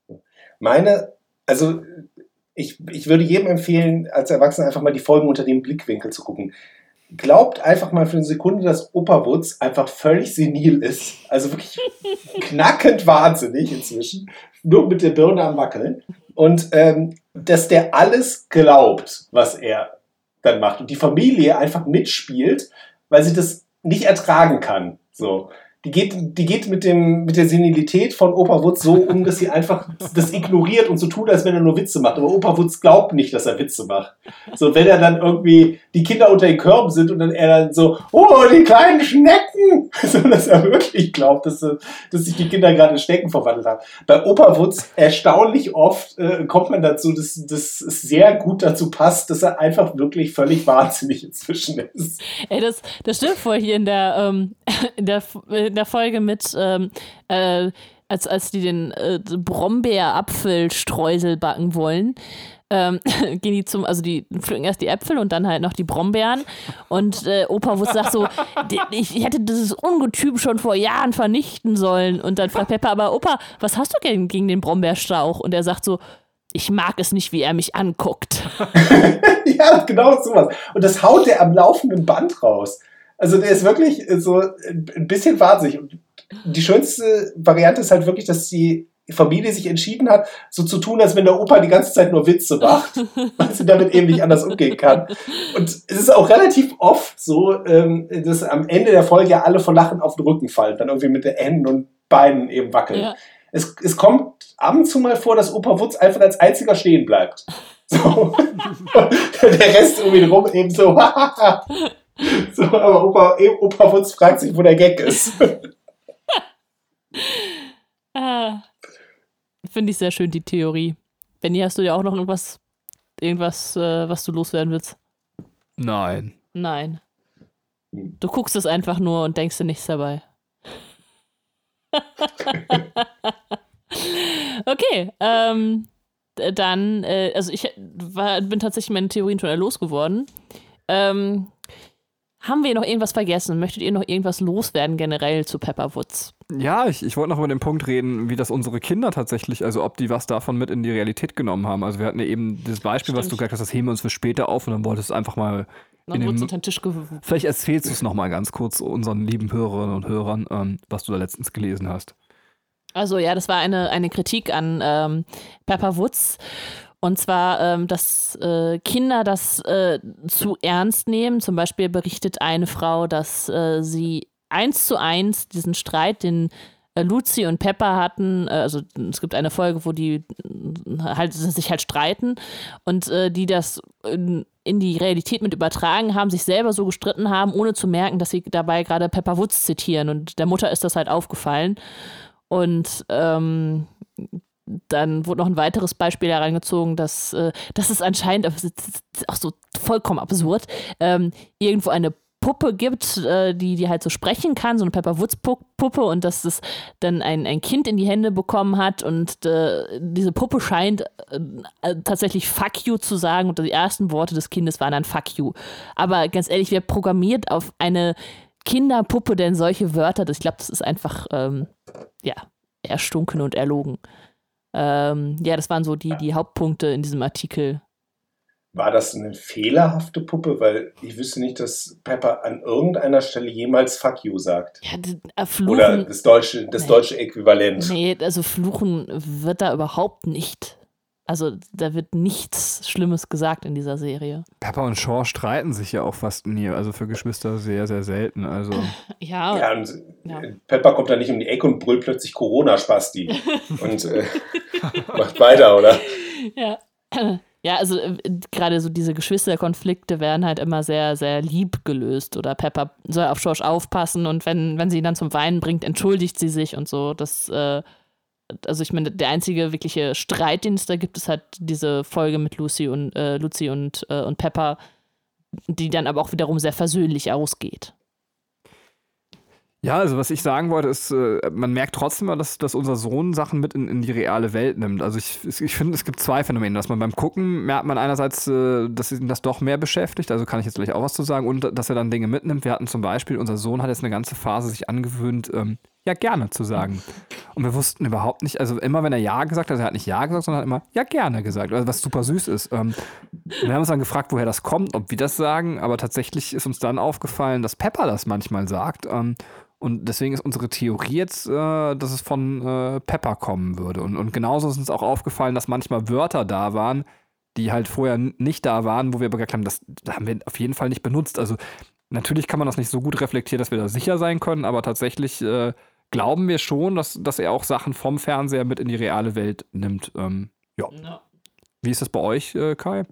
Ich würde jedem empfehlen, als Erwachsener einfach mal die Folgen unter dem Blickwinkel zu gucken. Glaubt einfach mal für eine Sekunde, dass Opa Wutz einfach völlig senil ist. Also wirklich knackend wahnsinnig inzwischen. Nur mit der Birne am Wackeln. Und dass der alles glaubt, was er dann macht. Und die Familie einfach mitspielt, weil sie das nicht ertragen kann. So. Die geht mit der Senilität von Opa Wutz so um, dass sie einfach das ignoriert und so tut, als wenn er nur Witze macht. Aber Opa Wutz glaubt nicht, dass er Witze macht. So, wenn er dann irgendwie die Kinder unter den Körben sind und dann er dann so, oh, die kleinen Schnecken! So, dass er wirklich glaubt, dass sich die Kinder gerade in Schnecken verwandelt haben. Bei Opa Wutz erstaunlich oft kommt man dazu, dass es sehr gut dazu passt, dass er einfach wirklich völlig wahnsinnig inzwischen ist. Ey, das stimmt voll hier in der Folge mit, als die den Brombeerapfelstreusel backen wollen, gehen die die pflücken erst die Äpfel und dann halt noch die Brombeeren und Opa Wutz sagt so, ich hätte dieses Ungetüm schon vor Jahren vernichten sollen und dann fragt Pepper, aber Opa, was hast du gegen den Brombeerstrauch? Und er sagt so, ich mag es nicht, wie er mich anguckt. Ja, genau sowas. Und das haut der am laufenden Band raus. Also der ist wirklich so ein bisschen wahnsinnig. Und die schönste Variante ist halt wirklich, dass die Familie sich entschieden hat, so zu tun, als wenn der Opa die ganze Zeit nur Witze macht, weil sie damit eben nicht anders umgehen kann. Und es ist auch relativ oft so, dass am Ende der Folge ja alle vor Lachen auf den Rücken fallen, dann irgendwie mit den Händen und Beinen eben wackeln. Ja. Es kommt ab und zu mal vor, dass Opa Wutz einfach als einziger stehen bleibt. So. Der Rest irgendwie rum eben so, so, aber Opa Wutz fragt sich, wo der Gag ist. Finde ich sehr schön, die Theorie. Benni, hast du ja auch noch irgendwas, was du loswerden willst? Nein. Du guckst es einfach nur und denkst dir nichts dabei. Okay, dann, ich bin tatsächlich meine Theorien schon losgeworden. Haben wir noch irgendwas vergessen? Möchtet ihr noch irgendwas loswerden generell zu Pepper Woods? Ja, ich wollte noch über den Punkt reden, wie das unsere Kinder tatsächlich, also ob die was davon mit in die Realität genommen haben. Also wir hatten ja eben das Beispiel, was du gesagt hast, das heben wir uns für später auf und dann wolltest du einfach mal unter den Tisch geworfen. Vielleicht erzählst du es noch mal ganz kurz unseren lieben Hörerinnen und Hörern, was du da letztens gelesen hast. Also ja, das war eine Kritik an Pepper Woods. Und zwar, dass Kinder das zu ernst nehmen. Zum Beispiel berichtet eine Frau, dass sie 1:1 diesen Streit, den Lucy und Pepper hatten, also es gibt eine Folge, wo die sich halt streiten und die das in die Realität mit übertragen haben, sich selber so gestritten haben, ohne zu merken, dass sie dabei gerade Pepper Woods zitieren. Und der Mutter ist das halt aufgefallen. Und dann wurde noch ein weiteres Beispiel herangezogen, dass das ist anscheinend, das ist auch so vollkommen absurd, irgendwo eine Puppe gibt, die halt so sprechen kann, so eine Pepper Woods Puppe, und dass es dann ein Kind in die Hände bekommen hat und diese Puppe scheint tatsächlich Fuck you zu sagen und die ersten Worte des Kindes waren dann Fuck you. Aber ganz ehrlich, wer programmiert auf eine Kinderpuppe denn solche Wörter? Ich glaube, das ist einfach erstunken und erlogen. Das waren so die Hauptpunkte in diesem Artikel. War das eine fehlerhafte Puppe? Weil ich wüsste nicht, dass Pepper an irgendeiner Stelle jemals Fuck you sagt. Ja, Fluchen. Oder das deutsche Äquivalent. Nee, also Fluchen wird da überhaupt nicht. Also da wird nichts Schlimmes gesagt in dieser Serie. Pepper und Shaw streiten sich ja auch fast nie. Also für Geschwister sehr, sehr selten. Also. Ja. Pepper kommt da nicht um die Ecke und brüllt plötzlich Corona-Spasti. Und macht weiter, oder? Ja. Ja, also gerade so diese Geschwisterkonflikte werden halt immer sehr, sehr lieb gelöst. Oder Pepper soll auf George aufpassen und wenn sie ihn dann zum Weinen bringt, entschuldigt sie sich und so. Also ich meine, der einzige wirkliche Streit, den es da gibt, ist halt diese Folge mit Lucy und Pepper, die dann aber auch wiederum sehr versöhnlich ausgeht. Ja, also was ich sagen wollte, ist, man merkt trotzdem mal, dass unser Sohn Sachen mit in die reale Welt nimmt. Also ich finde, es gibt zwei Phänomene, dass man beim Gucken merkt man einerseits, dass ihn das doch mehr beschäftigt, also kann ich jetzt gleich auch was zu sagen, und dass er dann Dinge mitnimmt. Wir hatten zum Beispiel, unser Sohn hat jetzt eine ganze Phase sich angewöhnt, ja gerne zu sagen. Und wir wussten überhaupt nicht, also immer wenn er ja gesagt hat, also er hat nicht ja gesagt, sondern hat immer ja gerne gesagt, also was super süß ist. Wir haben uns dann gefragt, woher das kommt, ob wir das sagen, aber tatsächlich ist uns dann aufgefallen, dass Pepper das manchmal sagt. Und deswegen ist unsere Theorie jetzt, dass es von Pepper kommen würde. Und genauso ist uns auch aufgefallen, dass manchmal Wörter da waren, die halt vorher nicht da waren, wo wir aber gesagt haben, das haben wir auf jeden Fall nicht benutzt. Also natürlich kann man das nicht so gut reflektieren, dass wir da sicher sein können, aber tatsächlich glauben wir schon, dass er auch Sachen vom Fernseher mit in die reale Welt nimmt. Ja. Wie ist das bei euch, Kai?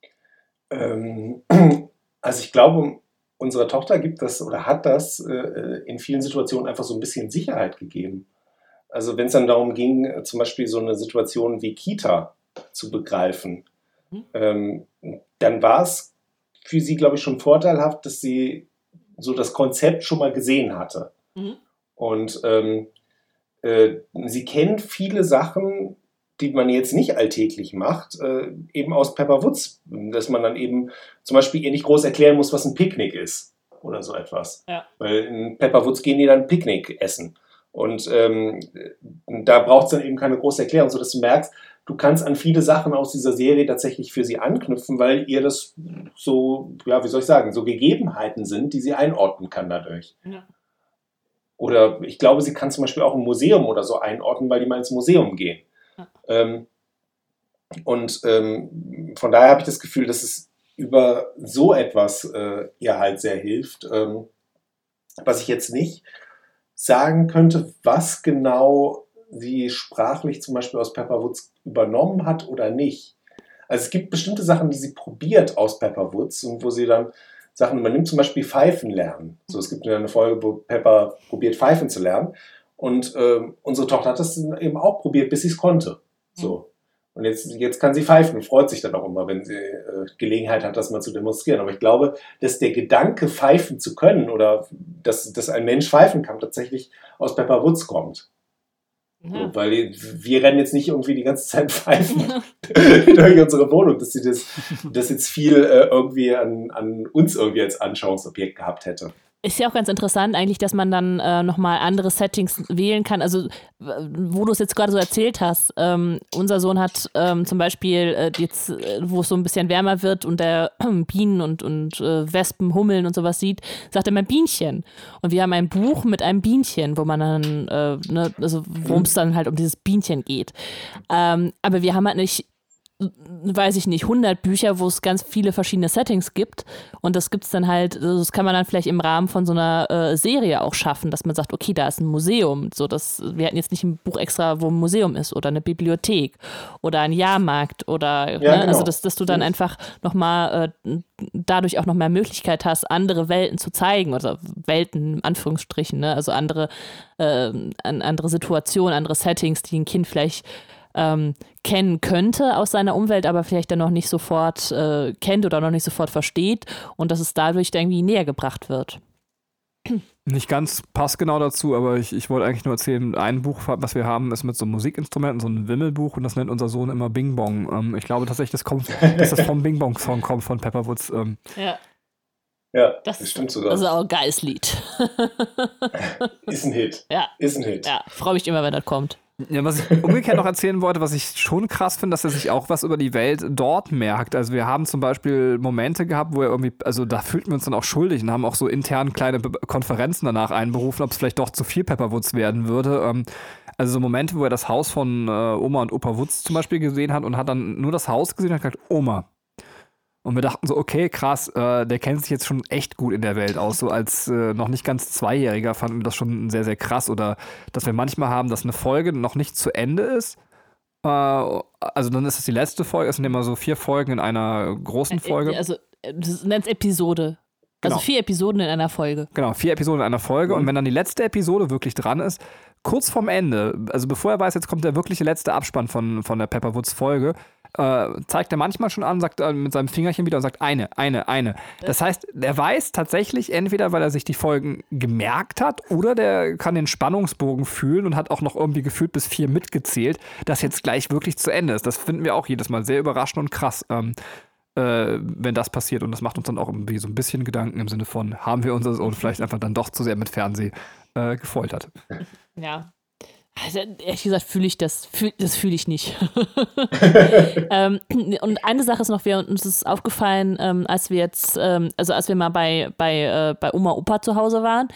Also ich glaube, unsere Tochter gibt das oder hat das in vielen Situationen einfach so ein bisschen Sicherheit gegeben. Also wenn es dann darum ging, zum Beispiel so eine Situation wie Kita zu begreifen, dann war es für sie, glaube ich, schon vorteilhaft, dass sie so das Konzept schon mal gesehen hatte. Mhm. Und sie kennt viele Sachen, die man jetzt nicht alltäglich macht, eben aus Pepper Woods, dass man dann eben zum Beispiel ihr nicht groß erklären muss, was ein Picknick ist oder so etwas. Ja. Weil in Pepper Woods gehen die dann Picknick essen. Und da braucht es dann eben keine große Erklärung, sodass du merkst, du kannst an viele Sachen aus dieser Serie tatsächlich für sie anknüpfen, weil ihr das so, ja, wie soll ich sagen, so Gegebenheiten sind, die sie einordnen kann dadurch. Ja. Oder ich glaube, sie kann zum Beispiel auch ein Museum oder so einordnen, weil die mal ins Museum gehen. Von daher habe ich das Gefühl, dass es über so etwas ihr halt sehr hilft. Was ich jetzt nicht sagen könnte, was genau sie sprachlich zum Beispiel aus Pepper Woods übernommen hat oder nicht. Also es gibt bestimmte Sachen, die sie probiert aus Pepper Woods und wo sie dann Sachen, man nimmt zum Beispiel Pfeifen lernen. So, es gibt eine Folge, wo Pepper probiert, Pfeifen zu lernen. Und unsere Tochter hat das eben auch probiert, bis sie es konnte. So. Und jetzt kann sie pfeifen und freut sich dann auch immer, wenn sie Gelegenheit hat, das mal zu demonstrieren. Aber ich glaube, dass der Gedanke, pfeifen zu können oder dass ein Mensch pfeifen kann, tatsächlich aus Pepper Woods kommt. Ja. So, weil wir rennen jetzt nicht irgendwie die ganze Zeit pfeifen durch unsere Wohnung, dass sie das jetzt viel irgendwie an uns irgendwie als Anschauungsobjekt gehabt hätte. Ist ja auch ganz interessant eigentlich, dass man dann nochmal andere Settings wählen kann. Also, wo du es jetzt gerade so erzählt hast, unser Sohn hat zum Beispiel jetzt, wo es so ein bisschen wärmer wird und der Bienen und Wespen, Hummeln und sowas sieht, sagt er mal Bienchen. Und wir haben ein Buch mit einem Bienchen, wo man dann, worum es dann halt um dieses Bienchen geht. Aber wir haben halt nicht weiß ich nicht, 100 Bücher, wo es ganz viele verschiedene Settings gibt. Und das gibt's dann halt, also das kann man dann vielleicht im Rahmen von so einer Serie auch schaffen, dass man sagt, okay, da ist ein Museum. So, wir hatten jetzt nicht ein Buch extra, wo ein Museum ist oder eine Bibliothek oder ein Jahrmarkt oder, Ja, genau. Also dass du dann einfach nochmal dadurch auch noch mehr Möglichkeit hast, andere Welten zu zeigen, oder Welten in Anführungsstrichen, ne? Also andere Situationen, andere Settings, die ein Kind vielleicht kennen könnte aus seiner Umwelt, aber vielleicht dann noch nicht sofort kennt oder noch nicht sofort versteht, und dass es dadurch dann irgendwie näher gebracht wird. Nicht ganz passgenau dazu, aber ich wollte eigentlich nur erzählen, ein Buch, was wir haben, ist mit so Musikinstrumenten, so ein Wimmelbuch, und das nennt unser Sohn immer Bing Bong. Ich glaube tatsächlich, dass das vom Bing Bong Song kommt von Pepperwoods. Ja, Das stimmt sogar. Das ist auch ein geiles Lied. Ist ein Hit. Ja. Ist ein Hit. Ja, freue mich immer, wenn das kommt. Ja, was ich umgekehrt noch erzählen wollte, was ich schon krass finde, dass er sich auch was über die Welt dort merkt. Also wir haben zum Beispiel Momente gehabt, wo er irgendwie, also da fühlten wir uns dann auch schuldig und haben auch so intern kleine Konferenzen danach einberufen, ob es vielleicht doch zu viel Pepperwoods werden würde. Also so Momente, wo er das Haus von Oma und Opa Woods zum Beispiel gesehen hat und hat dann nur das Haus gesehen und hat gesagt, Oma. Und wir dachten so, okay, krass, der kennt sich jetzt schon echt gut in der Welt aus. So als noch nicht ganz Zweijähriger fanden wir das schon sehr, sehr krass. Oder dass wir manchmal haben, dass eine Folge noch nicht zu Ende ist. Also dann ist es die letzte Folge. Es sind immer so 4 Folgen in einer großen Folge. Also das nennt es Episode. Also Genau. 4 Episoden in einer Folge. Genau, 4 Episoden in einer Folge. Und wenn dann die letzte Episode wirklich dran ist, kurz vorm Ende, also bevor er weiß, jetzt kommt der wirkliche letzte Abspann von der Pepperwoods-Folge, zeigt er manchmal schon an, sagt mit seinem Fingerchen wieder und sagt eine. Das heißt, er weiß tatsächlich entweder, weil er sich die Folgen gemerkt hat, oder der kann den Spannungsbogen fühlen und hat auch noch irgendwie gefühlt bis 4 mitgezählt, dass jetzt gleich wirklich zu Ende ist. Das finden wir auch jedes Mal sehr überraschend und krass, wenn das passiert. Und das macht uns dann auch irgendwie so ein bisschen Gedanken im Sinne von, haben wir unser Sohn vielleicht einfach dann doch zu sehr mit Fernseh gefoltert. Ja. Also, ehrlich gesagt fühle ich das fühle ich nicht. Und eine Sache ist noch, uns ist aufgefallen, als wir jetzt, als wir mal bei Oma und Opa zu Hause waren,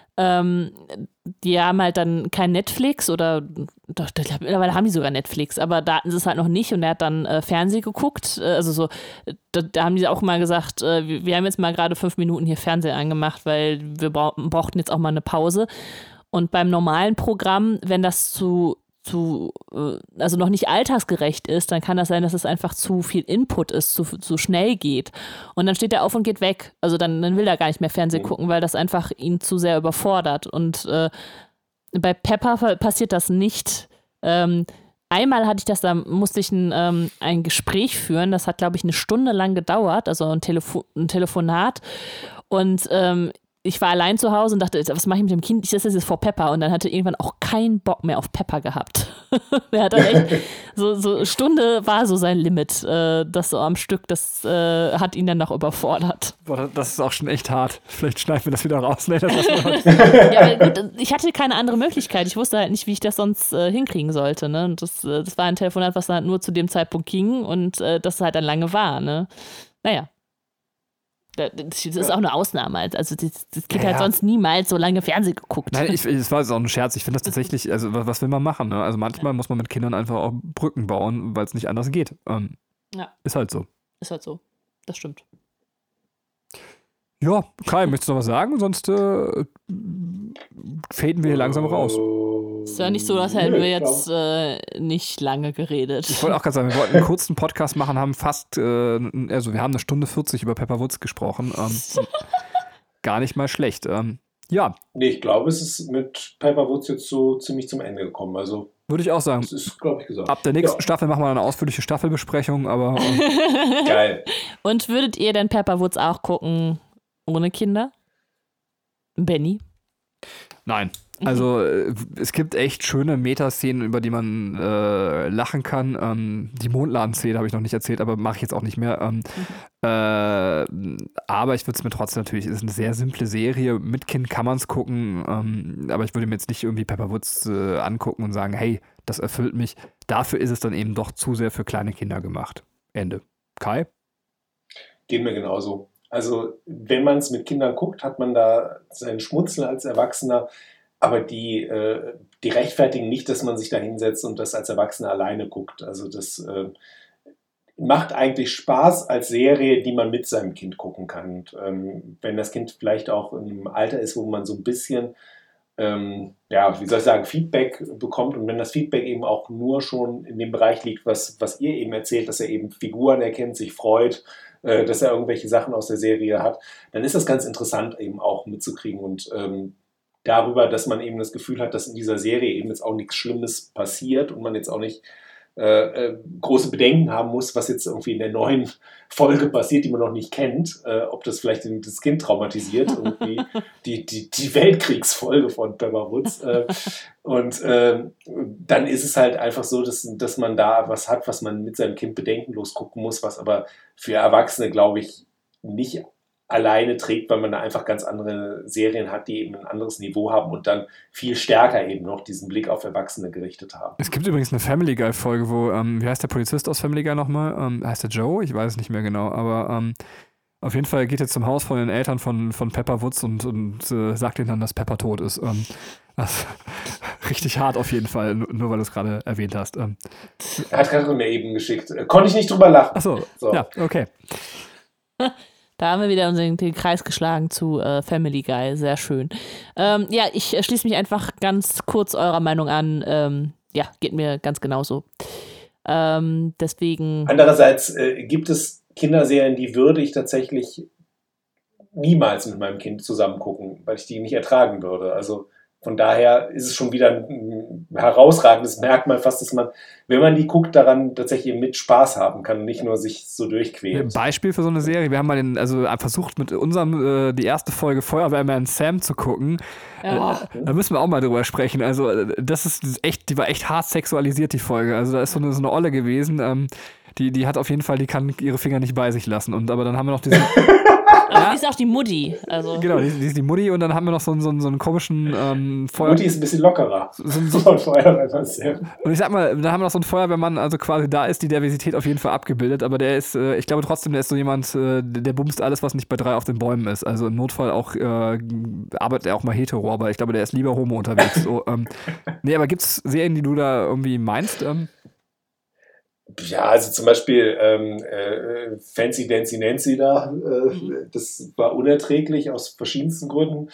die haben halt dann kein Netflix oder, doch, ich glaube, mittlerweile haben die sogar Netflix, aber da hatten sie es halt noch nicht, und er hat dann Fernsehen geguckt, also so, da haben die auch mal gesagt, wir haben jetzt mal gerade 5 Minuten hier Fernsehen angemacht, weil wir brauchten jetzt auch mal eine Pause. Und beim normalen Programm, wenn das also noch nicht alltagsgerecht ist, dann kann das sein, dass es einfach zu viel Input ist, zu schnell geht. Und dann steht er auf und geht weg. Also dann will er gar nicht mehr Fernsehen gucken, weil das einfach ihn zu sehr überfordert. Und bei Pepper passiert das nicht. Einmal hatte ich das, da musste ich ein Gespräch führen, das hat, glaube ich, 1 Stunde lang gedauert, also ein Telefonat. Und ich war allein zu Hause und dachte, was mache ich mit dem Kind? Ich setze das jetzt vor Pepper, und dann hatte irgendwann auch keinen Bock mehr auf Pepper gehabt. Er hat dann echt, so Stunde war so sein Limit, das so am Stück, das hat ihn dann noch überfordert. Boah, das ist auch schon echt hart. Vielleicht schneiden wir das wieder raus. Nee, Ja, aber gut, ich hatte keine andere Möglichkeit. Ich wusste halt nicht, wie ich das sonst hinkriegen sollte. Ne? Und das war ein Telefonat, was dann halt nur zu dem Zeitpunkt ging, und das halt dann lange war. Ne? Naja. Das ist auch eine Ausnahme. Also das Kind hat sonst niemals so lange Fernsehen geguckt. Nein, es war jetzt auch ein Scherz. Ich finde das tatsächlich, also was will man machen? Ne? Also manchmal muss man mit Kindern einfach auch Brücken bauen, weil es nicht anders geht. Ist halt so. Ist halt so. Das stimmt. Ja, Kai, möchtest du noch was sagen? Sonst faden wir hier langsam raus. Ist ja nicht so, als hätten wir jetzt nicht lange geredet. Ich wollte auch gerade sagen, wir wollten einen kurzen Podcast machen, haben fast, wir haben 1 Stunde 40 über Pepperwoods gesprochen. Gar nicht mal schlecht. Ja. Nee, ich glaube, es ist mit Pepperwoods jetzt so ziemlich zum Ende gekommen. Also würde ich auch sagen. Das ist, glaube ich, gesagt. Ab der nächsten Staffel machen wir eine ausführliche Staffelbesprechung, aber. Geil. Und würdet ihr denn Pepperwoods auch gucken ohne Kinder? Benny? Nein. Also es gibt echt schöne Metaszenen, über die man lachen kann. Die Mondladen-Szene habe ich noch nicht erzählt, aber mache ich jetzt auch nicht mehr. Aber ich würde es mir trotzdem natürlich, es ist eine sehr simple Serie. Mit Kind kann man es gucken, aber ich würde mir jetzt nicht irgendwie Pepperwoods angucken und sagen, hey, das erfüllt mich. Dafür ist es dann eben doch zu sehr für kleine Kinder gemacht. Ende. Kai? Geht mir genauso. Also wenn man es mit Kindern guckt, hat man da seinen Schmunzeln als Erwachsener. Aber die rechtfertigen nicht, dass man sich da hinsetzt und das als Erwachsener alleine guckt. Also das macht eigentlich Spaß als Serie, die man mit seinem Kind gucken kann. Und wenn das Kind vielleicht auch in einem Alter ist, wo man so ein bisschen, Feedback bekommt und wenn das Feedback eben auch nur schon in dem Bereich liegt, was ihr eben erzählt, dass er eben Figuren erkennt, sich freut, dass er irgendwelche Sachen aus der Serie hat, dann ist das ganz interessant eben auch mitzukriegen und darüber, dass man eben das Gefühl hat, dass in dieser Serie eben jetzt auch nichts Schlimmes passiert und man jetzt auch nicht große Bedenken haben muss, was jetzt irgendwie in der neuen Folge passiert, die man noch nicht kennt, ob das vielleicht das Kind traumatisiert, irgendwie die Weltkriegsfolge von Pepper Woods. Und dann ist es halt einfach so, dass man da was hat, was man mit seinem Kind bedenkenlos gucken muss, was aber für Erwachsene, glaube ich, nicht alleine trägt, weil man da einfach ganz andere Serien hat, die eben ein anderes Niveau haben und dann viel stärker eben noch diesen Blick auf Erwachsene gerichtet haben. Es gibt übrigens eine Family Guy-Folge, wo, wie heißt der Polizist aus Family Guy nochmal? Heißt der Joe? Ich weiß es nicht mehr genau, aber auf jeden Fall geht er zum Haus von den Eltern von Pepper Woods und sagt ihnen dann, dass Pepper tot ist. Das richtig hart auf jeden Fall, nur weil du es gerade erwähnt hast. Er hat gerade mir eben geschickt. Konnte ich nicht drüber lachen. Achso, so. Ja, okay. Da haben wir wieder den Kreis geschlagen zu Family Guy. Sehr schön. Ich schließe mich einfach ganz kurz eurer Meinung an. Geht mir ganz genauso. Deswegen. Andererseits gibt es Kinderserien, die würde ich tatsächlich niemals mit meinem Kind zusammen gucken, weil ich die nicht ertragen würde. Also von daher ist es schon wieder ein herausragendes Merkmal fast, dass man, wenn man die guckt, daran tatsächlich mit Spaß haben kann und nicht nur sich so durchquälen. Ein Beispiel für so eine Serie, wir haben mal versucht mit unserem die erste Folge Feuerwehrmann Sam zu gucken. Da müssen wir auch mal drüber sprechen. Also das ist echt, die war echt hart sexualisiert, die Folge. Also da ist so eine Olle gewesen, die hat auf jeden Fall, die kann ihre Finger nicht bei sich lassen. Aber dann haben wir noch diesen... Aber die ist auch die Mutti. Also. Genau, die ist die Mutti und dann haben wir noch so einen komischen Feuer... Mutti ist ein bisschen lockerer. Und ich sag mal, da haben wir noch so einen Feuerwehrmann, also quasi da ist die Diversität auf jeden Fall abgebildet, aber der ist, ich glaube trotzdem, der ist so jemand, der bumst alles, was nicht bei 3 auf den Bäumen ist. Also im Notfall auch arbeitet er auch mal hetero, aber ich glaube, der ist lieber homo unterwegs. So, aber gibt's Serien, die du da irgendwie meinst? Ja, also zum Beispiel Fancy Dancy Nancy da, das war unerträglich aus verschiedensten Gründen.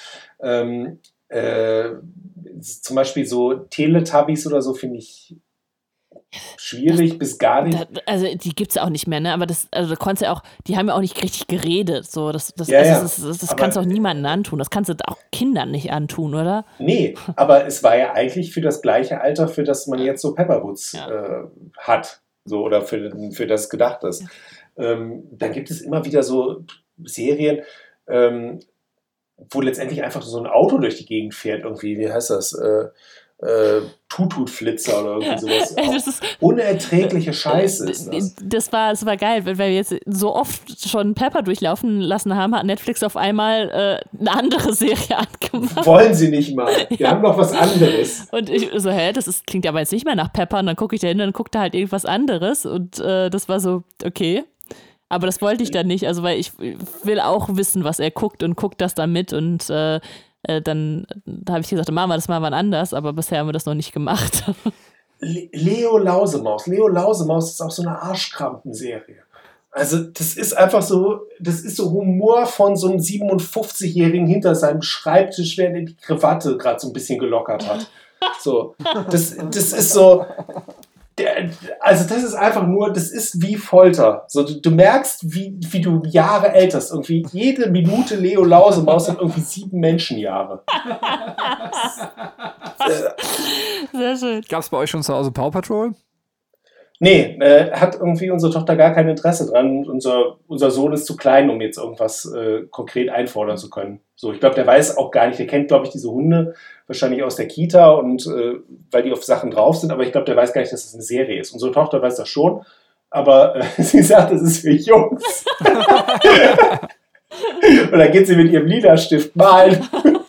Zum Beispiel so Teletubbies oder so finde ich schwierig bis gar nicht. Also die gibt es auch nicht mehr, ne? Aber da konntest ja auch, die haben ja auch nicht richtig geredet. So, das kannst du auch niemandem antun. Das kannst du auch Kindern nicht antun, oder? Nee, aber es war ja eigentlich für das gleiche Alter, für das man jetzt so Pepper Woods hat. So, oder für das gedacht ist. Dann gibt es immer wieder so Serien, wo letztendlich einfach so ein Auto durch die Gegend fährt, irgendwie, wie heißt das? Tutut-Flitzer oder irgendwie sowas. Das ist, unerträgliche Scheiße ist das. Das war geil, weil wir jetzt so oft schon Pepper durchlaufen lassen haben, hat Netflix auf einmal eine andere Serie angemacht. Wollen sie nicht mal. Wir haben noch was anderes. Und ich so, klingt aber jetzt nicht mehr nach Pepper. Und dann gucke ich da hin, dann guckt da halt irgendwas anderes. Und das war so, okay. Aber das wollte ich dann nicht, also weil ich will auch wissen, was er guckt und guckt das dann mit und dann habe ich gesagt, machen wir das mal wann anders, aber bisher haben wir das noch nicht gemacht. Leo Lausemaus. Leo Lausemaus ist auch so eine Arschkrampenserie. Also das ist einfach so, das ist so Humor von so einem 57-Jährigen hinter seinem Schreibtisch, während er die Krawatte gerade so ein bisschen gelockert hat. So, das ist so... Also das ist einfach nur, das ist wie Folter. So, du merkst, wie du Jahre älterst. Irgendwie jede Minute Leo Lausemaus sind irgendwie 7 Menschenjahre. Sehr schön. Gab es bei euch schon zu Hause Paw Patrol? Nee, hat irgendwie unsere Tochter gar kein Interesse dran. Unser Sohn ist zu klein, um jetzt irgendwas konkret einfordern zu können. So, ich glaube, der weiß auch gar nicht, der kennt, glaube ich, diese Hunde wahrscheinlich aus der Kita und weil die auf Sachen drauf sind, aber ich glaube, der weiß gar nicht, dass das eine Serie ist. Unsere Tochter weiß das schon, aber sie sagt, das ist für Jungs. Und dann geht sie mit ihrem Lilastift malen.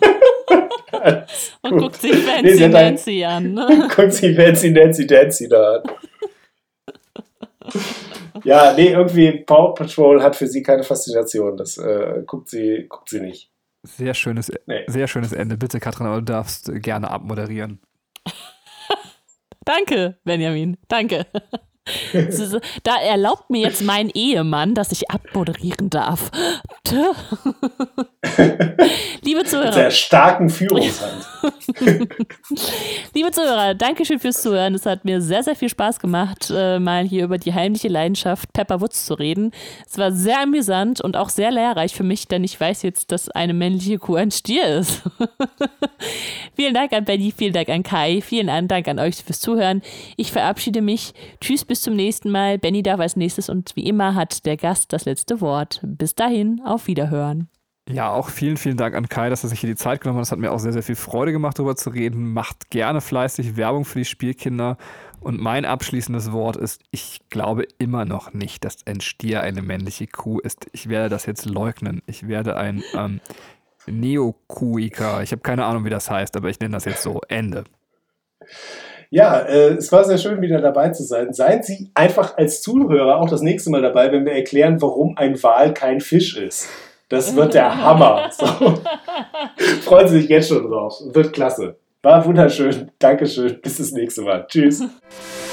Und guckt sich Fancy Nancy an. Ne? Guckt sich Fancy Nancy Dancy da an. Ja, nee, irgendwie Paw Patrol hat für sie keine Faszination. Das guckt sie nicht. Sehr schönes Ende. Bitte, Katrin, aber du darfst gerne abmoderieren. Danke, Benjamin. Danke. Da erlaubt mir jetzt mein Ehemann, dass ich abmoderieren darf. Liebe Zuhörer. Mit sehr starken Führungshand. Liebe Zuhörer, danke schön fürs Zuhören. Es hat mir sehr, sehr viel Spaß gemacht, mal hier über die heimliche Leidenschaft Pepper Woods zu reden. Es war sehr amüsant und auch sehr lehrreich für mich, denn ich weiß jetzt, dass eine männliche Kuh ein Stier ist. Vielen Dank an Benny, vielen Dank an Kai, vielen Dank an euch fürs Zuhören. Ich verabschiede mich. Tschüss, bis zum nächsten Mal. Benny darf als nächstes und wie immer hat der Gast das letzte Wort. Bis dahin, auf Wiederhören. Ja, auch vielen, vielen Dank an Kai, dass er sich hier die Zeit genommen hat. Es hat mir auch sehr, sehr viel Freude gemacht, darüber zu reden. Macht gerne fleißig Werbung für die Spielkinder. Und mein abschließendes Wort ist, ich glaube immer noch nicht, dass ein Stier eine männliche Kuh ist. Ich werde das jetzt leugnen. Ich werde ein Neokuiker. Ich habe keine Ahnung, wie das heißt, aber ich nenne das jetzt so. Ende. Ja, es war sehr schön, wieder dabei zu sein. Seien Sie einfach als Zuhörer auch das nächste Mal dabei, wenn wir erklären, warum ein Wal kein Fisch ist. Das wird der Hammer. So. Freuen Sie sich jetzt schon drauf. Wird klasse. War wunderschön. Dankeschön. Bis das nächste Mal. Tschüss.